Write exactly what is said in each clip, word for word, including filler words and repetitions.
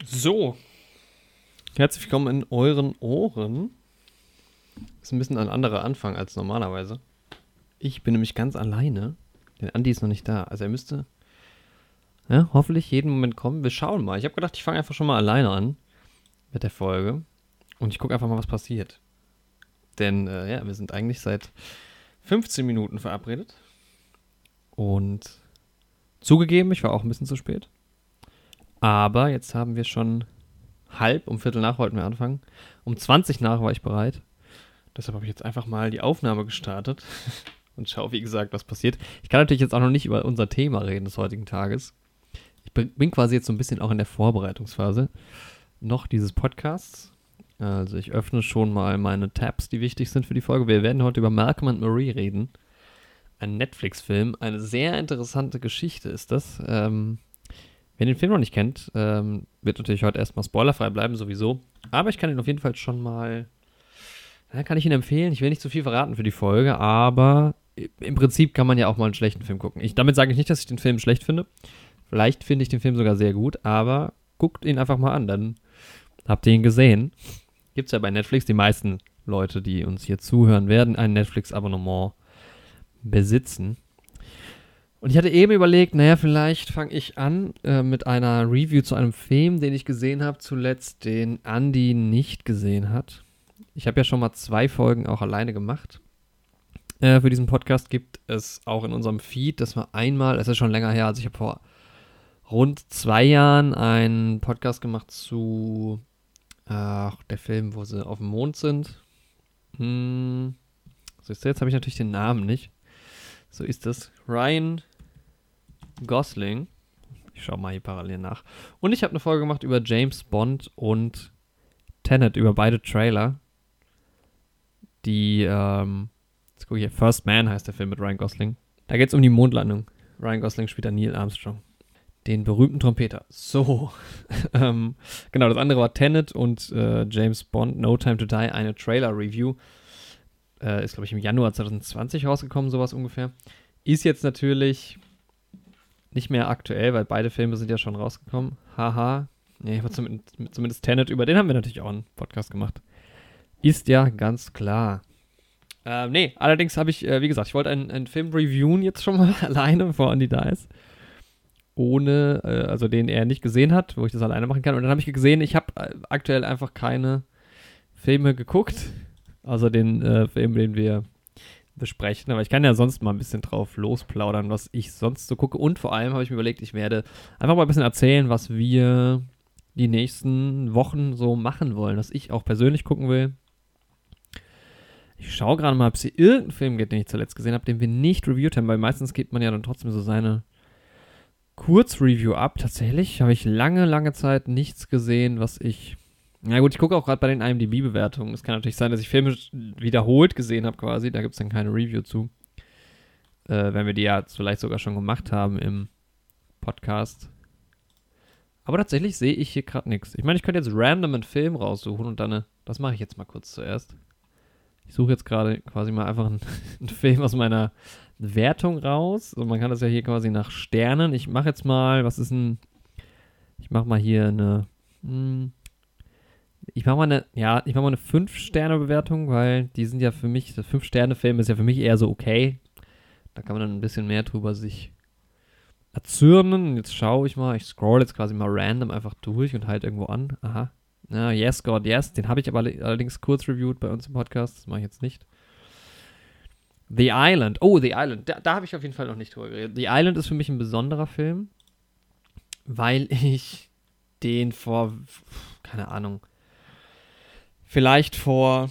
So, herzlich willkommen in euren Ohren. Ist ein bisschen ein anderer Anfang als normalerweise. Ich bin nämlich ganz alleine, denn Andi ist noch nicht da. Also er müsste ja, hoffentlich jeden Moment kommen. Wir schauen mal. Ich habe gedacht, ich fange einfach schon mal alleine an mit der Folge und ich gucke einfach mal, was passiert. Denn äh, ja, wir sind eigentlich seit fünfzehn Minuten verabredet und zugegeben, ich war auch ein bisschen zu spät. Aber jetzt haben wir schon halb, um Viertel nach wollten wir anfangen. Um zwanzig nach war ich bereit. Deshalb habe ich jetzt einfach mal die Aufnahme gestartet und schaue, wie gesagt, was passiert. Ich kann natürlich jetzt auch noch nicht über unser Thema reden des heutigen Tages. Ich bin quasi jetzt so ein bisschen auch in der Vorbereitungsphase noch dieses Podcasts. Also ich öffne schon mal meine Tabs, die wichtig sind für die Folge. Wir werden heute über Malcolm and Marie reden. Ein Netflix-Film. Eine sehr interessante Geschichte ist das. Ähm... Wer den Film noch nicht kennt, ähm, wird natürlich heute erstmal spoilerfrei bleiben, sowieso. Aber ich kann ihn auf jeden Fall schon mal, ja, kann ich ihn empfehlen. Ich will nicht zu viel verraten für die Folge, aber im Prinzip kann man ja auch mal einen schlechten Film gucken. Ich, damit sage ich nicht, dass ich den Film schlecht finde. Vielleicht finde ich den Film sogar sehr gut, aber guckt ihn einfach mal an, dann habt ihr ihn gesehen. Gibt's ja bei Netflix. Die meisten Leute, die uns hier zuhören, werden ein Netflix-Abonnement besitzen. Und ich hatte eben überlegt, naja, vielleicht fange ich an äh, mit einer Review zu einem Film, den ich gesehen habe, zuletzt, den Andi nicht gesehen hat. Ich habe ja schon mal zwei Folgen auch alleine gemacht. Äh, für diesen Podcast gibt es auch in unserem Feed, das war einmal, es ist schon länger her, also ich habe vor rund zwei Jahren einen Podcast gemacht zu ach, der Film, wo sie auf dem Mond sind. Hm, so ist jetzt habe ich natürlich den Namen nicht. So ist das. Ryan Gosling. Ich schaue mal hier parallel nach. Und ich habe eine Folge gemacht über James Bond und Tenet, über beide Trailer. Die, ähm, jetzt gucke ich hier, First Man heißt der Film mit Ryan Gosling. Da geht es um die Mondlandung. Ryan Gosling spielt da Neil Armstrong. Den berühmten Trompeter. So. ähm, genau, das andere war Tenet und äh, James Bond, No Time to Die, eine Trailer-Review. Äh, ist, glaube ich, im Januar zwanzig zwanzig rausgekommen, sowas ungefähr. Ist jetzt natürlich nicht mehr aktuell, weil beide Filme sind ja schon rausgekommen. Haha. Nee, aber zumindest, zumindest Tenet, über den haben wir natürlich auch einen Podcast gemacht. Ist ja ganz klar. Ähm, nee, allerdings habe ich, äh, wie gesagt, ich wollte einen, einen Film reviewen jetzt schon mal alleine, bevor Andi da ist. Ohne, äh, also den er nicht gesehen hat, wo ich das alleine machen kann. Und dann habe ich gesehen, ich habe äh, aktuell einfach keine Filme geguckt. Also den äh, Film, den wir besprechen. Aber ich kann ja sonst mal ein bisschen drauf losplaudern, was ich sonst so gucke. Und vor allem habe ich mir überlegt, ich werde einfach mal ein bisschen erzählen, was wir die nächsten Wochen so machen wollen. Was ich auch persönlich gucken will. Ich schaue gerade mal, ob es hier irgendeinen Film gibt, den ich zuletzt gesehen habe, den wir nicht reviewt haben. Weil meistens gibt man ja dann trotzdem so seine Kurzreview ab. Tatsächlich habe ich lange, lange Zeit nichts gesehen, was ich... Na gut, ich gucke auch gerade bei den I M D B-Bewertungen. Es kann natürlich sein, dass ich Filme wiederholt gesehen habe quasi. Da gibt es dann keine Review zu. Äh, wenn wir die ja vielleicht sogar schon gemacht haben im Podcast. Aber tatsächlich sehe ich hier gerade nichts. Ich meine, ich könnte jetzt random einen Film raussuchen und dann eine... Das mache ich jetzt mal kurz zuerst. Ich suche jetzt gerade quasi mal einfach einen, einen Film aus meiner Wertung raus. Und man kann das ja hier quasi nach Sternen. Ich mache jetzt mal... Was ist ein... Ich mache mal hier eine... Hm, Ich mache mal eine, ja, ich mache mal eine fünf Sterne Bewertung, weil die sind ja für mich, das fünf Sterne Film ist ja für mich eher so okay. Da kann man dann ein bisschen mehr drüber sich erzürnen. Jetzt schaue ich mal, ich scroll jetzt quasi mal random einfach durch und halt irgendwo an. Aha. Ja, Yes God Yes, den habe ich aber allerdings kurz reviewed bei uns im Podcast, das mache ich jetzt nicht. The Island, oh, The Island, da, da habe ich auf jeden Fall noch nicht drüber geredet. The Island ist für mich ein besonderer Film, weil ich den vor, keine Ahnung, vielleicht vor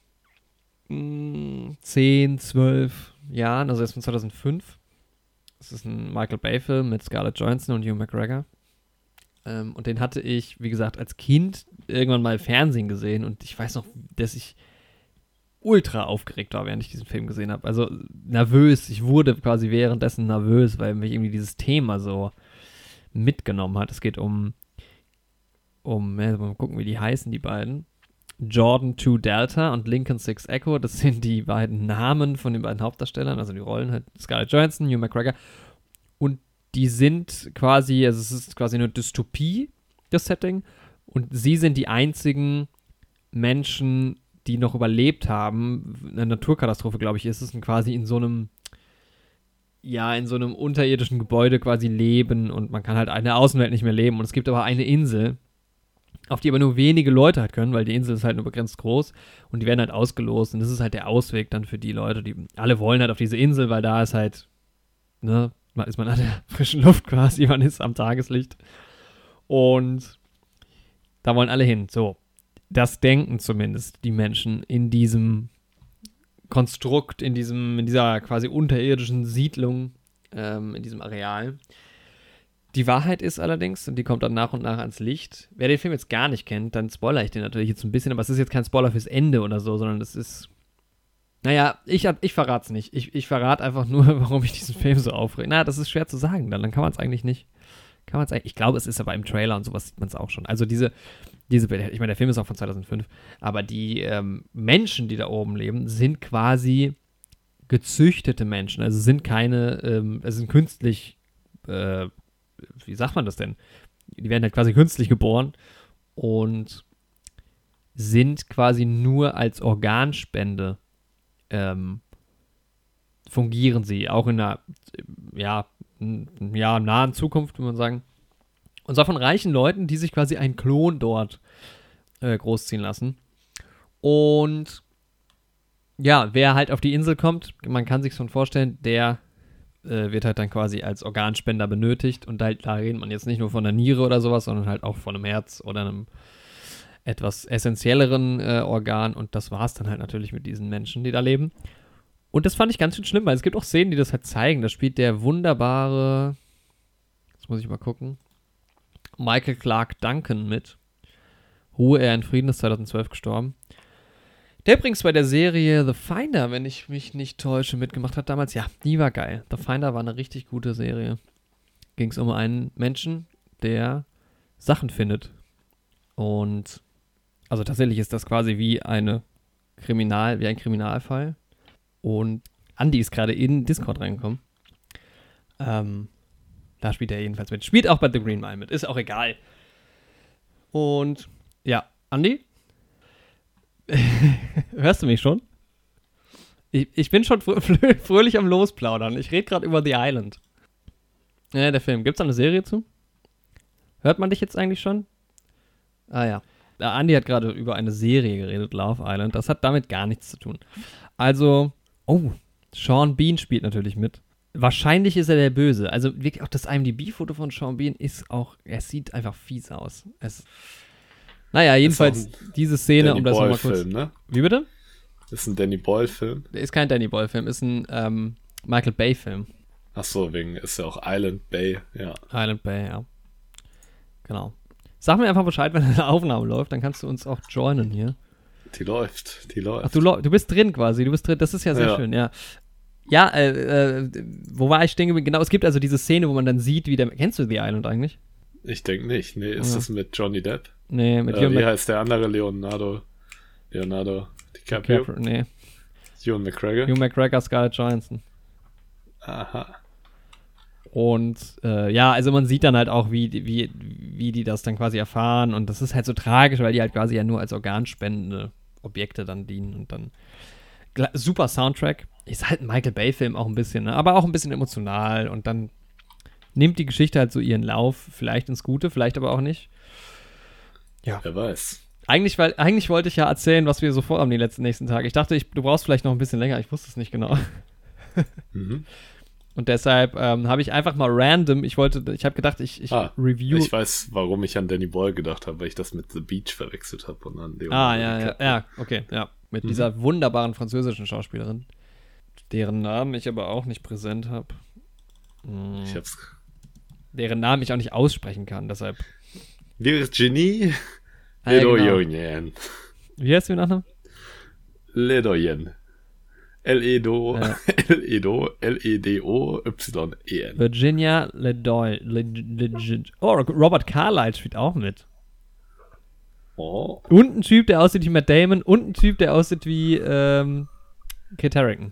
mh, zehn, zwölf Jahren, also erst von zweitausendfünf. Das ist ein Michael Bay-Film mit Scarlett Johansson und Hugh McGregor. Ähm, und den hatte ich, wie gesagt, als Kind irgendwann mal im Fernsehen gesehen. Und ich weiß noch, dass ich ultra aufgeregt war, während ich diesen Film gesehen habe. Also nervös. Ich wurde quasi währenddessen nervös, weil mich irgendwie dieses Thema so mitgenommen hat. Es geht um, um, ja, mal gucken, wie die heißen, die beiden. Jordan zwei Delta und Lincoln sechs Echo, das sind die beiden Namen von den beiden Hauptdarstellern, also die Rollen halt Scarlett Johansson, Hugh McGregor. Und die sind quasi, also es ist quasi eine Dystopie, das Setting. Und sie sind die einzigen Menschen, die noch überlebt haben. Eine Naturkatastrophe, glaube ich, ist es. Und quasi in so einem, ja, in so einem unterirdischen Gebäude quasi leben. Und man kann halt in der Außenwelt nicht mehr leben. Und es gibt aber eine Insel, auf die aber nur wenige Leute halt können, weil die Insel ist halt nur begrenzt groß. Und die werden halt ausgelost. Und das ist halt der Ausweg dann für die Leute, die alle wollen halt auf diese Insel, weil da ist halt, ne, ist man an der frischen Luft quasi, man ist am Tageslicht. Und da wollen alle hin. So, das denken zumindest die Menschen in diesem Konstrukt, in diesem, in dieser quasi unterirdischen Siedlung, ähm, in diesem Areal. Die Wahrheit ist allerdings, und die kommt dann nach und nach ans Licht, wer den Film jetzt gar nicht kennt, dann spoilere ich den natürlich jetzt ein bisschen, aber es ist jetzt kein Spoiler fürs Ende oder so, sondern es ist, naja, ich, ich verrate es nicht. Ich, ich verrate einfach nur, warum ich diesen Film so aufrege. Na, das ist schwer zu sagen, dann, dann kann man es eigentlich nicht. Kann man es eigentlich, ich glaube, es ist aber im Trailer und sowas sieht man es auch schon. Also diese, diese, ich meine, der Film ist auch von zweitausendfünf, aber die ähm, Menschen, die da oben leben, sind quasi gezüchtete Menschen. Also sind keine, ähm, also sind künstlich, äh, wie sagt man das denn? Die werden halt quasi künstlich geboren und sind quasi nur als Organspende ähm, fungieren sie, auch in einer, ja, ja, nahen Zukunft, würde man sagen. Und zwar von reichen Leuten, die sich quasi einen Klon dort äh, großziehen lassen. Und ja, wer halt auf die Insel kommt, man kann sich schon vorstellen, der äh, wird halt dann quasi als Organspender benötigt. Und da, da redet man jetzt nicht nur von einer Niere oder sowas, sondern halt auch von einem Herz oder einem etwas essentielleren äh, Organ. Und das war es dann halt natürlich mit diesen Menschen, die da leben. Und das fand ich ganz schön schlimm, weil es gibt auch Szenen, die das halt zeigen. Da spielt der wunderbare, jetzt muss ich mal gucken, Michael Clarke Duncan mit. Ruhe er in Frieden, ist zweitausendzwölf gestorben. Der übrigens bei der Serie The Finder, wenn ich mich nicht täusche, mitgemacht hat damals. Ja, die war geil. The Finder war eine richtig gute Serie. Ging es um einen Menschen, der Sachen findet. Und also tatsächlich ist das quasi wie eine Kriminal, wie ein Kriminalfall. Und Andi ist gerade in Discord reingekommen. Ähm, da spielt er jedenfalls mit. Spielt auch bei The Green Mile mit. Ist auch egal. Und ja, Andi? Hörst du mich schon? Ich, ich bin schon frö- frö- fröhlich am Losplaudern. Ich rede gerade über The Island. Ja, der Film. Gibt's da eine Serie zu? Hört man dich jetzt eigentlich schon? Ah ja. Der Andi hat gerade über eine Serie geredet, Love Island. Das hat damit gar nichts zu tun. Also, oh, Sean Bean spielt natürlich mit. Wahrscheinlich ist er der Böse. Also wirklich auch das I M D B-Foto von Sean Bean ist auch, er sieht einfach fies aus. Es, naja, jedenfalls diese Szene, Danny um das nochmal kurz... Boyle-Film, ne? Wie bitte? Ist ein Danny Boyle-Film? Ist kein Danny Boyle-Film, ist ein ähm, Michael Bay-Film. Ach so, wegen, ist ja auch Island Bay, ja. Island Bay, ja. Genau. Sag mir einfach Bescheid, wenn eine Aufnahme läuft, dann kannst du uns auch joinen hier. Die läuft, die läuft. Ach, du, du bist drin quasi, du bist drin, das ist ja sehr Ja. schön, ja. Ja, äh, äh, wo war ich stehen geblieben? Genau, es gibt also diese Szene, wo man dann sieht, wie der, kennst du The Island eigentlich? Ich denke nicht. Nee, ist Ja. das mit Johnny Depp? Nee, mit Äh, Ewan wie Mc- heißt der andere? Leonardo. Leonardo DiCaprio? McCaffrey, nee, Ewan McGregor? Hugh McGregor, Scarlett Johansson. Aha. Und äh, ja, also man sieht dann halt auch, wie, die- wie, wie die das dann quasi erfahren. Und das ist halt so tragisch, weil die halt quasi ja nur als organspendende Objekte dann dienen. Und dann gla- super Soundtrack. Ist halt ein Michael Bay-Film auch ein bisschen, ne? Aber auch ein bisschen emotional. Und dann nimmt die Geschichte halt so ihren Lauf. Vielleicht ins Gute, vielleicht aber auch nicht. Wer weiß. Eigentlich, weil, eigentlich wollte ich ja erzählen, was wir so vorhaben die letzten nächsten Tage. Ich dachte, ich, du brauchst vielleicht noch ein bisschen länger. Ich wusste es nicht genau. Mhm. Und deshalb ähm, habe ich einfach mal random, ich wollte, ich habe gedacht, ich, ich Ah, review. Ich weiß, warum ich an Danny Boyle gedacht habe, weil ich das mit The Beach verwechselt habe und an Leonardo Ah, ja, ja, DiCaprio. ja, okay, ja. Mit Mhm. dieser wunderbaren französischen Schauspielerin, deren Namen ich aber auch nicht präsent habe. Hm. Ich hab's. Deren Namen ich auch nicht aussprechen kann, deshalb. Virginie Ah, ja, genau. Ledoyen. Wie heißt die Nachname? Ledoyen. L-E-D-O, Ja. L-E-D-O, L-E-D-O-Y-E-N. Virginia Ledoy. Le, Le, Le, oh, Robert Carlyle spielt auch mit. Oh, Und ein Typ, der aussieht wie Matt Damon und ein Typ, der aussieht wie ähm, Kit Harington.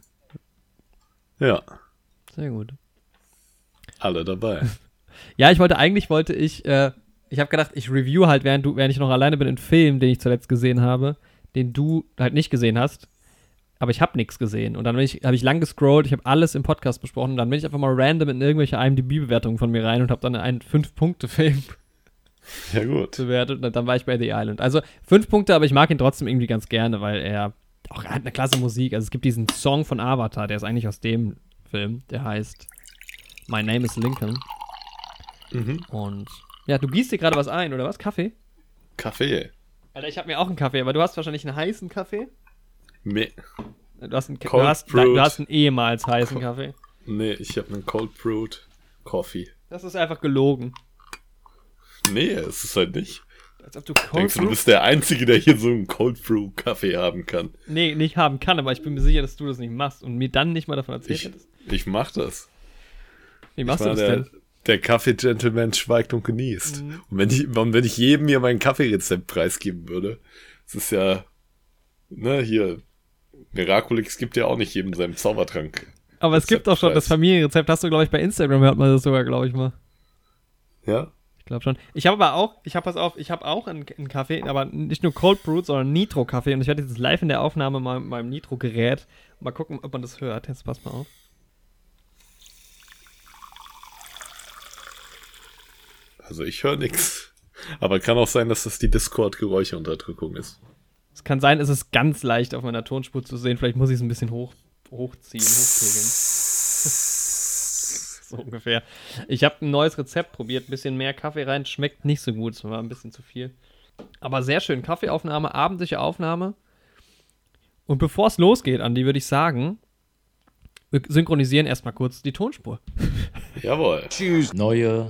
ja, Sehr gut. alle dabei. Ja, ich wollte, eigentlich wollte ich, äh, ich habe gedacht, ich review halt, während, du, während ich noch alleine bin, einen Film, den ich zuletzt gesehen habe, den du halt nicht gesehen hast. Aber ich habe nichts gesehen. Und dann habe ich, hab ich lang gescrollt, ich habe alles im Podcast besprochen. Und dann bin ich einfach mal random in irgendwelche I M D B-Bewertungen von mir rein und habe dann einen fünf-Punkte-Film Ja, gut. bewertet. Und dann war ich bei The Island. Also fünf Punkte, aber ich mag ihn trotzdem irgendwie ganz gerne, weil er auch er hat eine klasse Musik. Also es gibt diesen Song von Avatar, der ist eigentlich aus dem Film. Der heißt My Name is Lincoln. Mhm. Und ja, du gießt dir gerade was ein, oder was? Kaffee? Kaffee. Alter, ich habe mir auch einen Kaffee, aber du hast wahrscheinlich einen heißen Kaffee? Nee. Du hast einen, du Cold hast, nein, brewed. du hast einen ehemals heißen Kaffee. Nee, ich habe einen Cold Brewed Coffee. Das ist einfach gelogen. Nee, es ist halt nicht. Als ob du Denkst Cold du, du Brew... bist der Einzige, der hier so einen Cold Brew Kaffee haben kann? Nee, nicht haben kann, aber ich bin mir sicher, dass du das nicht machst und mir dann nicht mal davon erzählt Ich, hättest. ich mach das. Wie machst ich du das der, denn? Der Kaffee-Gentleman schweigt und genießt. Mhm. Und wenn ich, und wenn ich jedem hier mein Kaffeerezept preisgeben würde, das ist ja, ne, hier, Miraculix gibt ja auch nicht jedem seinen Zaubertrank. Aber es gibt auch schon das Familienrezept, hast du, glaube ich, bei Instagram hört man das sogar, glaube ich mal. Ja? Ich glaube schon. Ich habe aber auch, ich habe pass auf, ich habe auch einen, einen Kaffee, aber nicht nur Cold Brewed, sondern Nitro-Kaffee. Und ich werde jetzt live in der Aufnahme mal mit meinem Nitro-Gerät mal gucken, ob man das hört. Jetzt pass mal auf. Also ich höre nichts. Aber kann auch sein, dass das die Discord-Geräuscheunterdrückung ist. Es kann sein, es ist ganz leicht auf meiner Tonspur zu sehen. Vielleicht muss ich es ein bisschen hoch, hochziehen, hochpegeln. So ungefähr. Ich habe ein neues Rezept probiert, ein bisschen mehr Kaffee rein, schmeckt nicht so gut, es war ein bisschen zu viel. Aber sehr schön, Kaffeeaufnahme, abendliche Aufnahme. Und bevor es losgeht, Andi, würde ich sagen, wir synchronisieren erstmal kurz die Tonspur. Jawohl. Tschüss. Neue.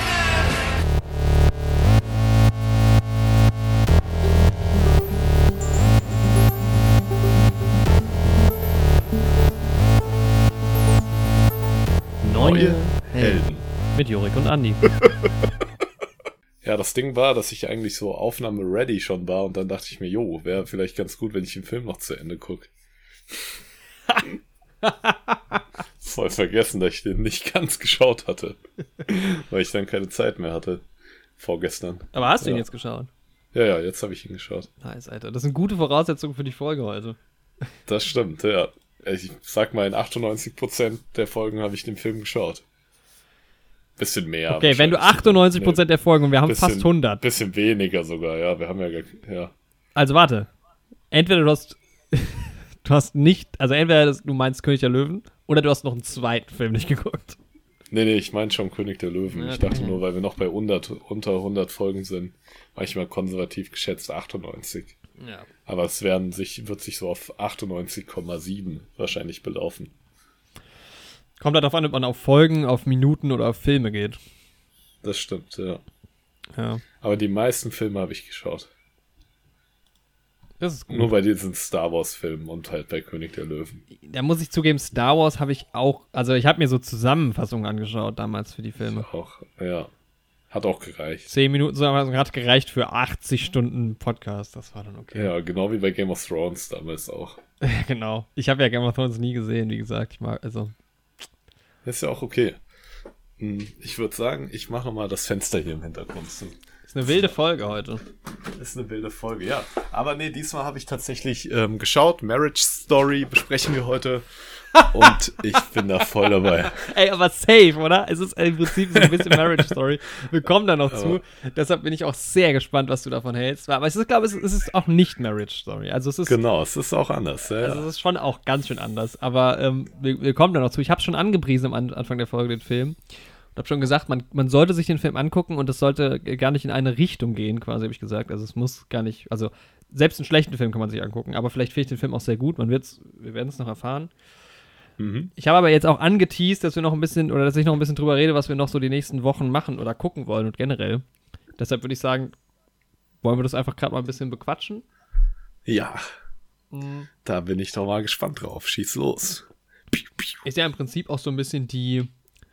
Neue Helden. Mit Jorik und Andi. Ja, das Ding war, dass ich eigentlich so Aufnahme-ready schon war und dann dachte ich mir, jo, wäre vielleicht ganz gut, wenn ich den Film noch zu Ende gucke. Voll vergessen, dass ich den nicht ganz geschaut hatte. Weil ich dann keine Zeit mehr hatte. Vorgestern. Aber hast du ihn Ja. jetzt geschaut? Ja, ja, jetzt habe ich ihn geschaut. Nice, Alter. Das sind gute Voraussetzungen für die Folge heute. Das stimmt, ja. Ich sag mal, in achtundneunzig Prozent der Folgen habe ich den Film geschaut. Bisschen mehr. Okay, wenn du wahrscheinlich. achtundneunzig Prozent der Folgen und wir haben Bisschen- fast hundert. Bisschen weniger sogar, ja. Wir haben ja, ge- ja. Also warte. Entweder du hast du hast nicht, also entweder das, du meinst König der Löwen oder du hast noch einen zweiten Film nicht geguckt. Nee, nee, ich meine schon König der Löwen. Ich Okay. dachte nur, weil wir noch bei hundert, unter hundert Folgen sind, manchmal konservativ geschätzt achtundneunzig. Ja. Aber es werden sich, wird sich so auf achtundneunzig Komma sieben wahrscheinlich belaufen. Kommt halt darauf an, ob man auf Folgen, auf Minuten oder auf Filme geht. Das stimmt, ja. Ja. Aber die meisten Filme habe ich geschaut. Das ist gut. Nur bei diesen Star Wars Filmen und halt bei König der Löwen. Da muss ich zugeben, Star Wars habe ich auch, also ich habe mir so Zusammenfassungen angeschaut damals für die Filme. Auch, ja. Hat auch gereicht. Zehn Minuten Zusammenfassung hat gereicht für achtzig Stunden Podcast. Das war dann okay. Ja, genau wie bei Game of Thrones damals auch. Genau. Ich habe ja Game of Thrones nie gesehen, wie gesagt. Ich mag, also. Ist ja auch okay. Hm, Ich würde sagen, ich mache mal das Fenster hier im Hintergrund zu. Ist eine wilde Folge heute. Ist eine wilde Folge, ja. Aber nee, diesmal habe ich tatsächlich ähm, geschaut. Marriage Story besprechen wir heute. Und ich bin da voll dabei. Ey, aber safe, oder? Es ist im Prinzip so ein bisschen Marriage Story. Wir kommen da noch zu. Deshalb bin ich auch sehr gespannt, was du davon hältst. Aber ich glaube, es ist auch nicht Marriage Story. Also es ist, Genau, es ist auch anders. Ja, also ja. es ist schon auch ganz schön anders. Aber ähm, wir, wir kommen da noch zu. Ich habe schon angepriesen am An- Anfang der Folge den Film. Und habe schon gesagt, man, man sollte sich den Film angucken und es sollte gar nicht in eine Richtung gehen, quasi, habe ich gesagt. Also es muss gar nicht, also selbst einen schlechten Film kann man sich angucken. Aber vielleicht finde ich den Film auch sehr gut. Man wird's, wir werden es noch erfahren. Mhm. Ich habe aber jetzt auch angeteased, dass wir noch ein bisschen, oder dass ich noch ein bisschen drüber rede, was wir noch so die nächsten Wochen machen oder gucken wollen und generell. Deshalb würde ich sagen, wollen wir das einfach gerade mal ein bisschen bequatschen? Ja, da bin ich doch mal gespannt drauf. Schieß los. Piu, piu. Ist ja im Prinzip auch so ein bisschen die,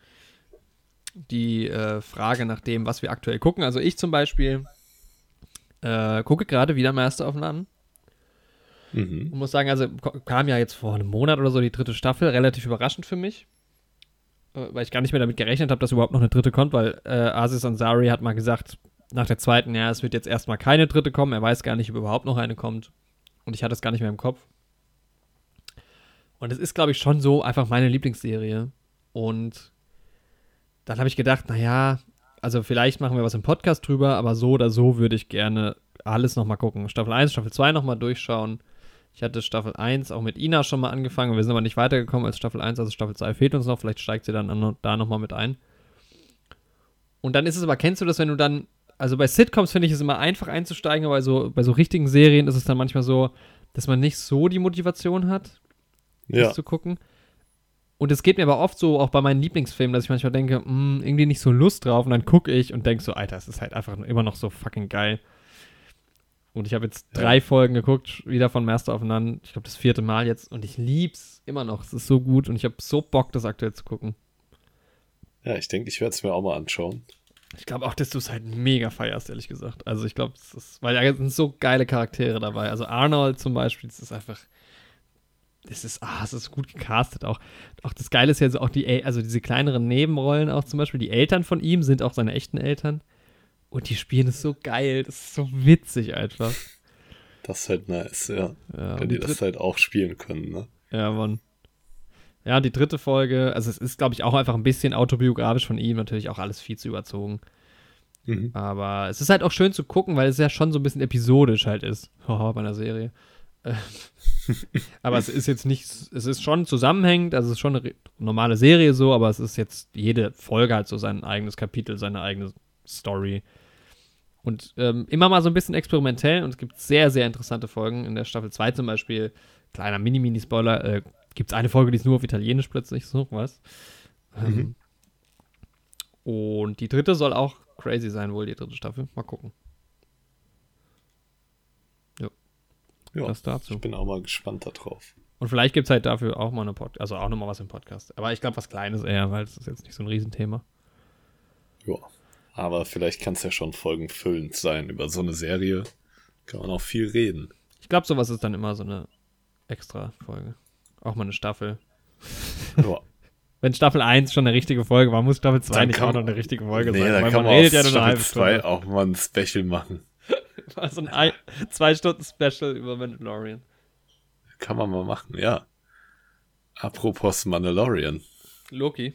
die äh, Frage nach dem, was wir aktuell gucken. Also ich zum Beispiel äh, gucke gerade wieder Master of None. Mhm. Ich muss sagen, also ko- kam ja jetzt vor einem Monat oder so die dritte Staffel, relativ überraschend für mich, äh, weil ich gar nicht mehr damit gerechnet habe, dass überhaupt noch eine dritte kommt, weil äh, Aziz Ansari hat mal gesagt, nach der zweiten, ja, es wird jetzt erstmal keine dritte kommen. Er weiß gar nicht, ob überhaupt noch eine kommt. Und ich hatte es gar nicht mehr im Kopf. Und es ist, glaube ich, schon so einfach meine Lieblingsserie. Und dann habe ich gedacht, naja, also vielleicht machen wir was im Podcast drüber, aber so oder so würde ich gerne alles nochmal gucken. Staffel eins, Staffel zwei nochmal durchschauen. Ich hatte Staffel eins auch mit Ina schon mal angefangen. Wir sind aber nicht weitergekommen als Staffel eins, also Staffel zwei fehlt uns noch. Vielleicht steigt sie dann an, da nochmal mit ein. Und dann ist es aber, kennst du das, wenn du dann, also bei Sitcoms finde ich es immer einfach einzusteigen, aber bei so, bei so richtigen Serien ist es dann manchmal so, dass man nicht so die Motivation hat, Ja. das zu gucken. Und es geht mir aber oft so, auch bei meinen Lieblingsfilmen, dass ich manchmal denke, mh, irgendwie nicht so Lust drauf. Und dann gucke ich und denke so, Alter, es ist halt einfach immer noch so fucking geil. Und ich habe jetzt Ja. drei Folgen geguckt, wieder von Master of None. Ich glaube, das vierte Mal jetzt. Und ich lieb's immer noch. Es ist so gut und ich habe so Bock, das aktuell zu gucken. Ja, ich denke, ich werde es mir auch mal anschauen. Ich glaube auch, dass du es halt mega feierst, ehrlich gesagt. Also ich glaube, es ist, weil da sind so geile Charaktere dabei. Also Arnold zum Beispiel, das ist einfach, es ist, ah, es ist gut gecastet auch. Auch das Geile ist ja so auch die, El- also diese kleineren Nebenrollen auch zum Beispiel. Die Eltern von ihm sind auch seine echten Eltern. Und die spielen es so geil. Das ist so witzig einfach. Das ist halt nice, ja. Ja, und Wenn die die das dritte- halt auch spielen können, ne? Ja, Mann. Ja, die dritte Folge, also es ist, glaube ich, auch einfach ein bisschen autobiografisch von ihm, natürlich auch alles viel zu überzogen. Mhm. Aber es ist halt auch schön zu gucken, weil es ja schon so ein bisschen episodisch halt ist. Haha, bei einer Serie. Äh, aber es ist jetzt nicht, es ist schon zusammenhängend, also es ist schon eine re- normale Serie so, aber es ist jetzt, jede Folge hat so sein eigenes Kapitel, seine eigene Story. Und ähm, immer mal so ein bisschen experimentell und es gibt sehr, sehr interessante Folgen. In der Staffel zwei zum Beispiel, kleiner Mini-Mini-Spoiler, äh, gibt es eine Folge, die ist nur auf Italienisch plötzlich, so was. Ähm, und die dritte soll auch crazy sein, wohl die dritte Staffel. Mal gucken. Ja, Das dazu. ich bin auch mal gespannt darauf. Und vielleicht gibt es halt dafür auch mal eine Podcast, also auch nochmal was im Podcast. Aber ich glaube, was Kleines eher, weil es ist jetzt nicht so ein Riesenthema. Ja. Aber vielleicht kann es ja schon folgenfüllend sein. Über so eine Serie kann man auch viel reden. Ich glaube, sowas ist dann immer so eine extra Folge. Auch mal eine Staffel. Ja. Wenn Staffel eins schon eine richtige Folge war, muss Staffel zwei Dann nicht kann auch noch man- eine richtige Folge Nee, sein. da Weil kann man man redet aus ja nur eine Staffel halbe zwei Stunde. auch mal ein Special machen. Also ein, ein zwei Stunden Special über Mandalorian. Kann man mal machen, ja. Apropos Mandalorian. Loki.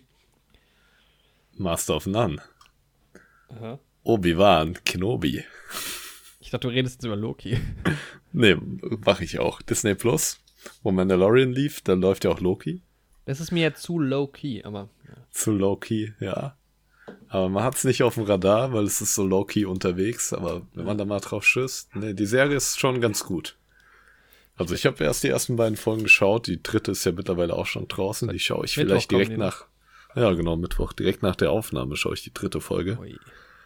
Master of None. Aha. Obi-Wan Kenobi. Ich dachte, du redest jetzt über Loki. Nee, mache ich auch. Disney Plus, wo Mandalorian lief, da läuft ja auch Loki. Das ist mir jetzt zu low-key, aber ja. Zu Loki, ja. Aber man hat es nicht auf dem Radar, weil es ist so Loki unterwegs. Aber wenn man da mal drauf stößt, ne, die Serie ist schon ganz gut. Also ich habe erst die ersten beiden Folgen geschaut. Die dritte ist ja mittlerweile auch schon draußen. Die schaue ich Mittwoch vielleicht kommen direkt die nach... Ja, genau, Mittwoch. Direkt nach der Aufnahme schaue ich die dritte Folge. Ui.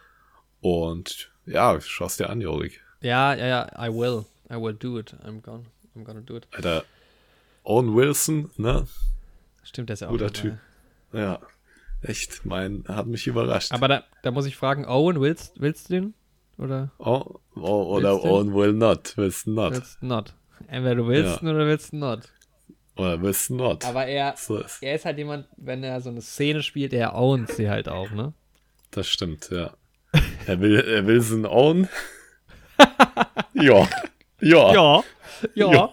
Und ja, schaust dir an, Jorik. Ja, ja, ja, I will. I will do it. I'm gonna, I'm gonna do it. Alter, Owen Wilson, ne? Stimmt, der ist ja auch Guter dabei. Typ. Ja, echt, mein, hat mich überrascht. Aber da, da muss ich fragen, Owen, willst, willst du den? Oder Oh, oh, oder Willst du? Owen will not, willst not. willst du not? Entweder du willst Ja. oder willst du not. Oder willst not. Aber er, So ist. er ist halt jemand, wenn er so eine Szene spielt, der owns sie halt auch, ne? Das stimmt, ja. Er will, er will so einen Owen. ja. Ja. Ja, ja. Ja,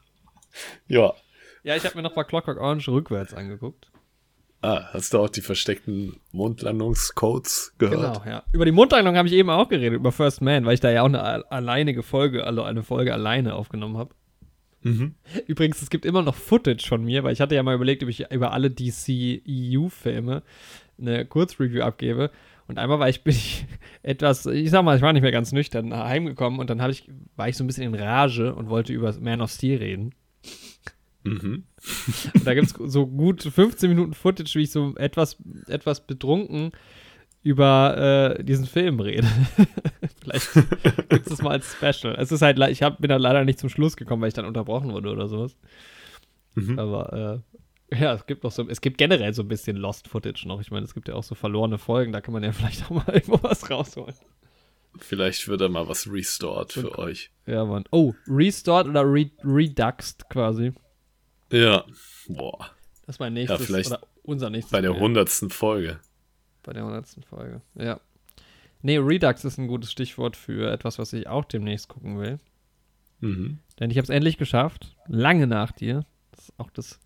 Ja. Ja. ich habe mir noch mal Clockwork Orange rückwärts angeguckt. Ah, hast du auch die versteckten Mondlandungscodes gehört? Genau, ja. Über die Mondlandung habe ich eben auch geredet, über First Man, weil ich da ja auch eine a- alleinige Folge, also eine Folge alleine aufgenommen habe. Mhm. Übrigens, es gibt immer noch Footage von mir, weil ich hatte ja mal überlegt, ob ich über alle D C E U-Filme eine Kurzreview abgebe. Und einmal war ich, bin ich etwas, ich sag mal, ich war nicht mehr ganz nüchtern, heimgekommen und dann hab ich, war ich so ein bisschen in Rage und wollte über Man of Steel reden. Mhm. Und da gibt es so gut fünfzehn Minuten Footage, wie ich so etwas, etwas betrunken über äh, diesen Film rede. Vielleicht gibt es das mal als Special. Es ist halt, le- ich hab, bin da leider nicht zum Schluss gekommen, weil ich dann unterbrochen wurde oder sowas. Mhm. Aber äh, ja, es gibt noch so, es gibt generell so ein bisschen Lost Footage noch. Ich meine, es gibt ja auch so verlorene Folgen, da kann man ja vielleicht auch mal irgendwo was rausholen. Vielleicht wird da mal was restored für euch. Ja, Mann. Oh, Restored oder Re Reduxed quasi. Ja. Boah. Das ist mein nächstes, Ja, vielleicht oder unser nächstes Bei der Projekt. hundertsten Folge. Bei der hundertsten Folge, ja. Nee, Redux ist ein gutes Stichwort für etwas, was ich auch demnächst gucken will. Mhm. Denn ich habe es endlich geschafft, lange nach dir. Das ist auch das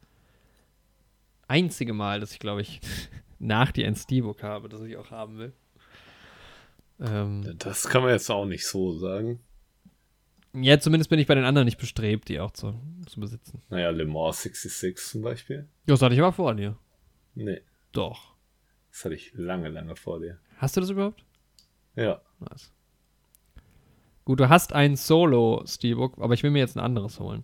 einzige Mal, dass ich, glaube ich, nach dir ein Steelbook habe, das ich auch haben will. Ähm, Das kann man jetzt auch nicht so sagen. ja, zumindest bin ich bei den anderen nicht bestrebt, die auch zu, zu besitzen. Naja, Le Mans sechsundsechzig zum Beispiel. Das hatte ich aber vor dir. Nee, Doch. das hatte ich lange, lange vor dir. Hast du das überhaupt? Ja. Nice. Gut, du hast ein Solo-Steelbook, aber ich will mir jetzt ein anderes holen.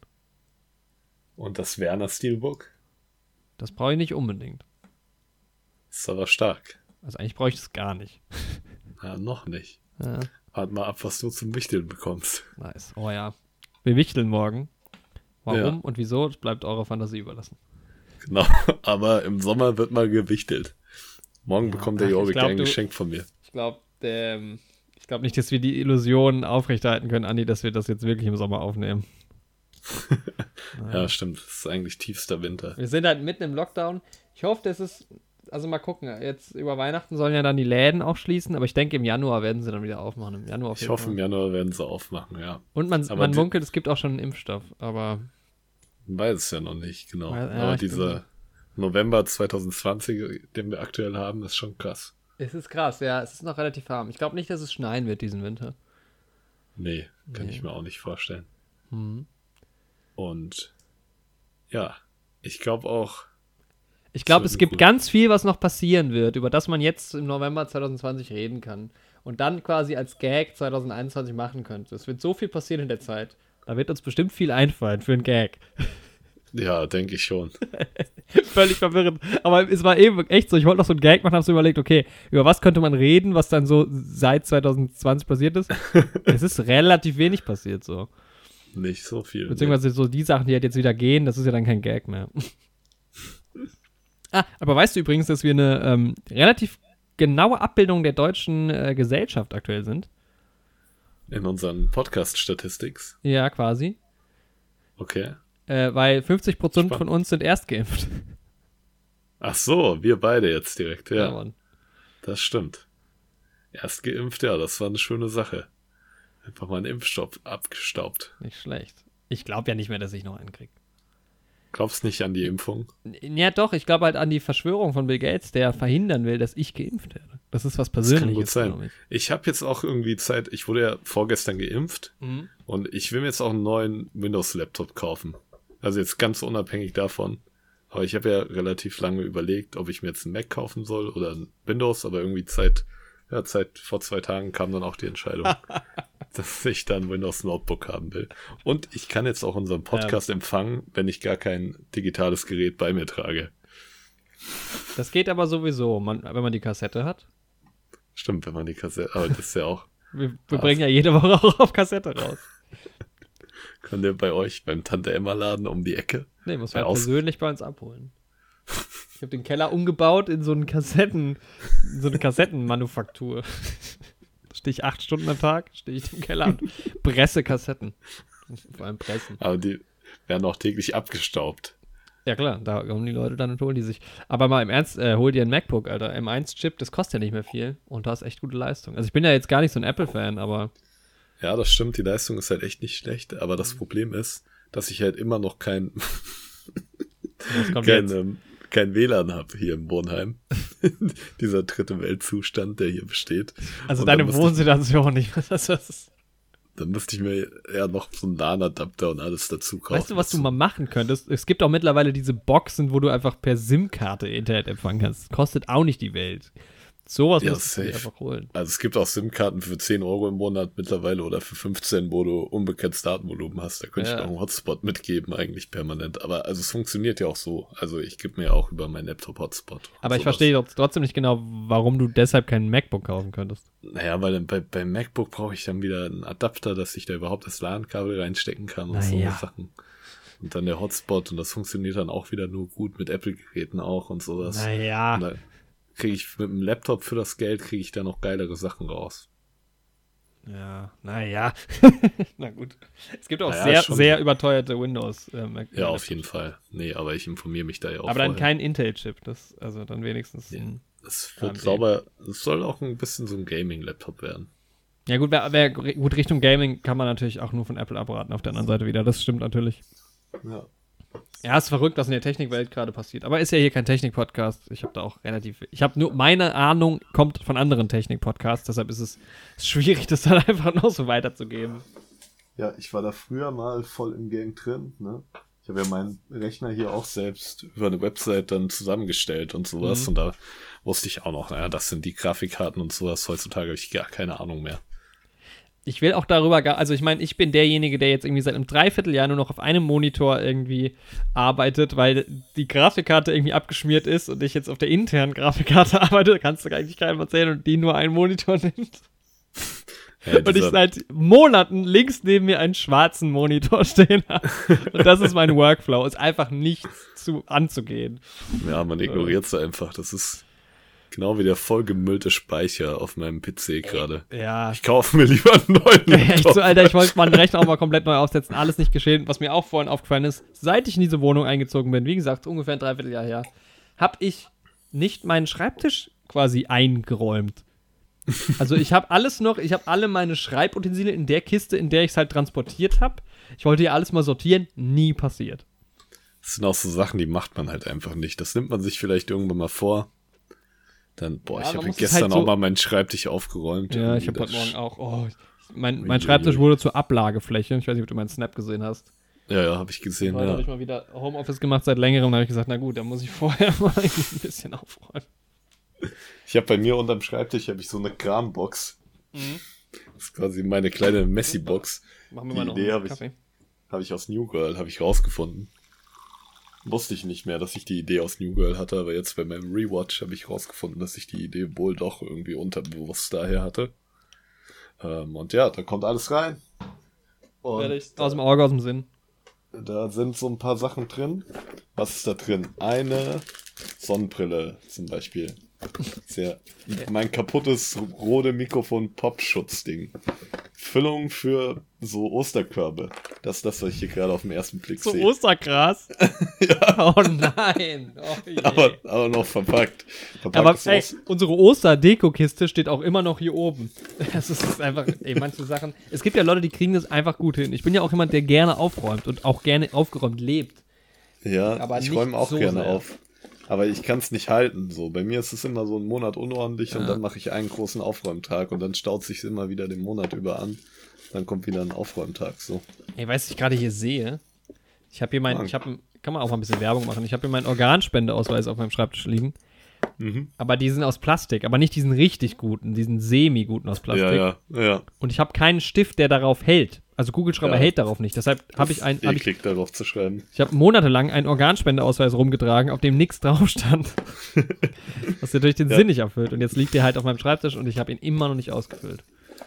Und das Werner Steelbook? Das brauche ich nicht unbedingt. Ist aber stark. Also eigentlich brauche ich das gar nicht. Ja, noch nicht. Ja, Warte mal ab, was du zum Wichteln bekommst. nice. Oh ja. Wir wichteln morgen. Warum Ja. und wieso, das bleibt eurer Fantasie überlassen. Genau, aber im Sommer wird mal gewichtelt. Morgen Ja, bekommt der ach, ich Jorik glaub, ein du- Geschenk von mir. Ich glaube, ähm, ich glaube nicht, dass wir die Illusion aufrechterhalten können, Andi, dass wir das jetzt wirklich im Sommer aufnehmen. Ja, stimmt. Das ist eigentlich tiefster Winter. Wir sind halt mitten im Lockdown. Ich hoffe, das ist, also mal gucken, jetzt über Weihnachten sollen ja dann die Läden auch schließen, aber ich denke, im Januar werden sie dann wieder aufmachen. Im Januar auf Ich jeden hoffe, Fall. im Januar werden sie aufmachen, ja. Und man, Aber man die- munkelt, es gibt auch schon einen Impfstoff, aber Man weiß es ja noch nicht, genau. Ja, ja, aber ich bin dieser November zwanzig zwanzig, den wir aktuell haben, ist schon krass. es ist krass, ja, es ist noch relativ warm. Ich glaube nicht, dass es schneien wird diesen Winter. Nee, kann Nee. ich mir auch nicht vorstellen. Mhm. Und ja, ich glaube auch, Ich glaube, Das es wird gibt gut. ganz viel, was noch passieren wird, über das man jetzt im November zwanzig zwanzig reden kann. Und dann quasi als Gag zwanzig einundzwanzig machen könnte. Es wird so viel passieren in der Zeit. Da wird uns bestimmt viel einfallen für einen Gag. ja, denke ich schon. Völlig verwirrend. Aber es war eben echt so. Ich wollte noch so einen Gag machen, habe so überlegt, okay, über was könnte man reden, was dann so seit zwanzig zwanzig passiert ist. Es ist relativ wenig passiert so. Nicht so viel. Beziehungsweise so die Sachen, die halt jetzt wieder gehen, das ist ja dann kein Gag mehr. ah, aber weißt du übrigens, dass wir eine ähm, relativ genaue Abbildung der deutschen äh, Gesellschaft aktuell sind? In unseren Podcast-Statistics. Ja, quasi. Okay. Äh, weil fünfzig Prozent Spannend. von uns sind erst geimpft. Ach so, wir beide jetzt direkt, ja. Mann. Das stimmt. Erst geimpft, ja, das war eine schöne Sache. Einfach mal einen Impfstoff abgestaubt. Nicht schlecht. Ich glaube ja nicht mehr, dass ich noch einen krieg. Glaubst nicht an die Impfung? Ja, doch, ich glaube halt an die Verschwörung von Bill Gates, der verhindern will, dass ich geimpft werde. Das ist was Das kann Persönliches, gut sein. glaube ich. Ich habe jetzt auch irgendwie Zeit, ich wurde ja vorgestern geimpft Mhm. und ich will mir jetzt auch einen neuen Windows-Laptop kaufen. Also jetzt ganz unabhängig davon. Aber ich habe ja relativ lange überlegt, ob ich mir jetzt einen Mac kaufen soll oder ein Windows, aber irgendwie Zeit, ja, Zeit vor zwei Tagen kam dann auch die Entscheidung, dass ich dann Windows Notebook haben will. Und ich kann jetzt auch unseren Podcast empfangen, wenn ich gar kein digitales Gerät bei mir trage. Das geht aber sowieso, man, wenn man die Kassette hat. Stimmt, wenn man die Kassette, aber das ist ja auch, Wir, wir Ah. bringen ja jede Woche auch auf Kassette raus. kann der bei euch beim Tante-Emma-Laden um die Ecke? Nee, muss Bei man Aus- persönlich bei uns abholen. Ich habe den Keller umgebaut in so einen Kassetten, in so eine Kassettenmanufaktur. Da stehe ich acht Stunden am Tag, stehe ich im Keller und presse Kassetten. Vor allem pressen. Aber die werden auch täglich abgestaubt. Ja klar, da kommen die Leute dann und holen die sich. Aber mal im Ernst, äh, hol dir ein MacBook, Alter. M eins Chip, das kostet ja nicht mehr viel. Und du hast echt gute Leistung. Also ich bin ja jetzt gar nicht so ein Apple-Fan, aber Ja, das stimmt, die Leistung ist halt echt nicht schlecht, aber Mhm. das Problem ist, dass ich halt immer noch kein, was kommt kein, jetzt? ähm, kein W L A N habe hier im Wohnheim. Dieser dritte Weltzustand, der hier besteht. Also Und dann deine müsste Wohnsituation nicht. Das ist, Dann müsste ich mir ja noch so einen LAN-Adapter und alles dazu kaufen. weißt du, was du mal machen könntest? Es gibt auch mittlerweile diese Boxen, wo du einfach per SIM-Karte Internet empfangen kannst. Kostet auch nicht die Welt. Sowas Ja, musst du dir safe. einfach holen. Also es gibt auch SIM-Karten für zehn Euro im Monat mittlerweile oder für fünfzehn, wo du unbegrenztes Datenvolumen hast. Da könnte Ja. ich noch einen Hotspot mitgeben, eigentlich permanent. Aber also es funktioniert ja auch so. Also ich gebe mir auch über meinen Laptop Hotspot. Aber ich Sowas. verstehe doch trotzdem nicht genau, warum du deshalb keinen MacBook kaufen könntest. Naja, weil dann bei, beim MacBook brauche ich dann wieder einen Adapter, dass ich da überhaupt das LAN-Kabel reinstecken kann und so Naja. Sachen. Und dann der Hotspot und das funktioniert dann auch wieder nur gut mit Apple-Geräten auch und sowas. Naja. Und da kriege ich mit dem Laptop für das Geld, kriege ich da noch geilere Sachen raus. Ja, naja. Na gut. Es gibt auch Naja, sehr, schon. sehr überteuerte Windows. Äh, Mac- Ja, auf jeden Fall. Nee, aber ich informiere mich da ja auch Aber dann vorher. kein Intel-Chip. Das, also dann wenigstens Ja. ein Es wird A M D. sauber, es soll auch ein bisschen so ein Gaming-Laptop werden. Ja gut, wer, wer, gut, Richtung Gaming kann man natürlich auch nur von Apple abraten auf der anderen Seite wieder. Das stimmt natürlich. Ja. Ja, ist verrückt, was in der Technikwelt gerade passiert. Aber ist ja hier kein Technik-Podcast. Ich habe da auch relativ... Ich habe nur... Meine Ahnung kommt von anderen Technik-Podcasts. Deshalb ist es schwierig, das dann einfach noch so weiterzugeben. Ja, ich war da früher mal voll im Game drin, ne? Ich habe ja meinen Rechner hier auch selbst über eine Website dann zusammengestellt und sowas. Mhm. Und da wusste ich auch noch, naja, das sind die Grafikkarten und sowas. Heutzutage habe ich gar keine Ahnung mehr. Ich will auch darüber gar, also ich meine, ich bin derjenige, der jetzt irgendwie seit einem Dreivierteljahr nur noch auf einem Monitor irgendwie arbeitet, weil die Grafikkarte irgendwie abgeschmiert ist und ich jetzt auf der internen Grafikkarte arbeite, kannst du eigentlich keinem erzählen und die nur einen Monitor nimmt. Ja, und ich dieser, seit Monaten links neben mir einen schwarzen Monitor stehen habe. Und das ist mein Workflow, ist einfach nichts zu anzugehen. ja, man ignoriert es einfach. Das ist genau wie der vollgemüllte Speicher auf meinem P C gerade. Ja. Ich kaufe mir lieber einen neuen Echt Laptop. so, Alter, ich wollte meinen Rechner auch mal komplett neu aufsetzen. Alles nicht geschehen. Was mir auch vorhin aufgefallen ist, seit ich in diese Wohnung eingezogen bin, wie gesagt, ungefähr ein Dreivierteljahr her, habe ich nicht meinen Schreibtisch quasi eingeräumt. Also ich habe alles noch, ich habe alle meine Schreibutensilien in der Kiste, in der ich es halt transportiert habe. Ich wollte hier alles mal sortieren, nie passiert. Das sind auch so Sachen, die macht man halt einfach nicht. Das nimmt man sich vielleicht irgendwann mal vor. Dann, boah, Ja, ich man habe muss es gestern halt so- auch mal meinen Schreibtisch aufgeräumt. Ja, ich habe Das- heute Morgen auch, oh, mein, Ui, mein ui, Schreibtisch ui. wurde zur Ablagefläche. Ich weiß nicht, ob du meinen Snap gesehen hast. Ja, ja, habe ich gesehen, Heute ja. habe ich mal wieder Homeoffice gemacht seit längerem. Da habe ich gesagt, na gut, dann muss ich vorher mal ein bisschen aufräumen. Ich habe bei mir unterm Schreibtisch habe ich so eine Krambox. Mhm. Das ist quasi meine kleine Messi-Box. Machen wir Die mal noch Idee einen habe ich, Kaffee. habe ich aus New Girl, habe ich rausgefunden. Wusste ich nicht mehr, dass ich die Idee aus New Girl hatte, aber jetzt bei meinem Rewatch habe ich rausgefunden, dass ich die Idee wohl doch irgendwie unterbewusst daher hatte. Ähm, und ja, da kommt alles rein. Und Fertig. Aus dem Auge, aus dem Sinn. da sind so ein paar Sachen drin. Was ist da drin? Eine Sonnenbrille zum Beispiel. Sehr, mein kaputtes Rode Mikrofon Popschutz-Ding. Füllung für so Osterkörbe. Das ist das, was ich hier gerade auf den ersten Blick So sehe. Ostergras? Ja. Oh nein. Oh je. Aber, aber noch verpackt. verpackt Aber ist ey, aus- unsere Osterdeko-Kiste steht auch immer noch hier oben. Das ist einfach, ey, manche Sachen. Es gibt ja Leute, die kriegen das einfach gut hin. Ich bin ja auch jemand, der gerne aufräumt und auch gerne aufgeräumt lebt. Ja, aber ich nicht räume auch so gerne sehr. auf. Aber ich kann es nicht halten. So, bei mir ist es immer so ein Monat unordentlich und Ja. dann mache ich einen großen Aufräumtag und dann staut sich immer wieder den Monat über an. Dann kommt wieder ein Aufräumtag. So. Ey, weißt du, was ich gerade hier sehe? Ich habe hier mein, Mann. ich habe, kann man auch mal ein bisschen Werbung machen. Ich habe hier meinen Organspendeausweis auf meinem Schreibtisch liegen. Mhm. Aber die sind aus Plastik. Aber nicht diesen richtig guten, diesen semi-guten aus Plastik. Ja, ja, ja. Und ich habe keinen Stift, der darauf hält. Also Kugelschreiber Ja. hält darauf nicht. Deshalb habe ich ein, hab ich, Eklig darauf zu schreiben. ich habe monatelang einen Organspendeausweis rumgetragen, auf dem nichts drauf stand. Was natürlich den Ja. Sinn nicht erfüllt. Und jetzt liegt der halt auf meinem Schreibtisch und ich habe ihn immer noch nicht ausgefüllt.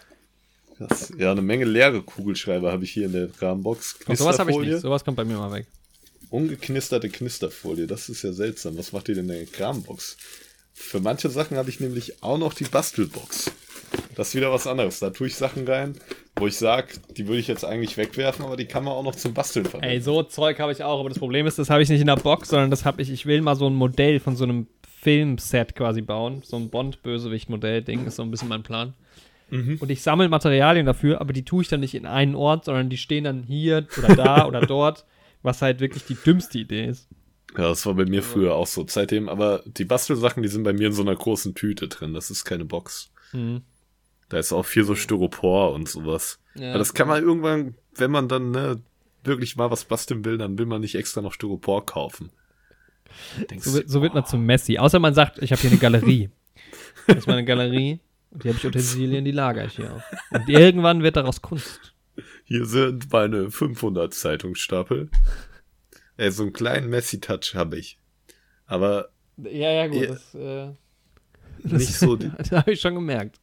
Das, ja, eine Menge leere Kugelschreiber habe ich hier in der Rahmenbox. Und sowas habe ich Knisterfolie. nicht. Sowas kommt bei mir mal weg. Ungeknisterte Knisterfolie. Das ist ja seltsam. Was macht ihr denn in der Rahmenbox? Für manche Sachen habe ich nämlich auch noch die Bastelbox. Das ist wieder was anderes. Da tue ich Sachen rein, wo ich sage, die würde ich jetzt eigentlich wegwerfen, aber die kann man auch noch zum Basteln verwenden. Ey, so Zeug habe ich auch, aber das Problem ist, das habe ich nicht in der Box, sondern das habe ich, ich will mal so ein Modell von so einem Filmset quasi bauen. So ein Bond-Bösewicht-Modell-Ding ist so ein bisschen mein Plan. Mhm. Und ich sammle Materialien dafür, aber die tue ich dann nicht in einen Ort, sondern die stehen dann hier oder da oder dort, was halt wirklich die dümmste Idee ist. Ja, das war bei mir früher auch so. Seitdem, aber die Bastelsachen, die sind bei mir in so einer großen Tüte drin. Das ist keine Box. Mhm. Da ist auch viel so Styropor und sowas. Ja, Ja, das kann man irgendwann, wenn man dann ne, wirklich mal was basteln will, dann will man nicht extra noch Styropor kaufen. Denkst So, du, wird- so wird man zum Messi. Außer man sagt, ich habe hier eine Galerie. Das ist meine Galerie und die habe ich Utensilien, die lagere ich hier auf. Und irgendwann wird daraus Kunst. hier sind meine fünfhundert Zeitungsstapel. Ey, so einen kleinen Messi-Touch habe ich. Aber Ja, ja, gut. Ja. Das, äh, nicht so, die- das habe ich schon gemerkt.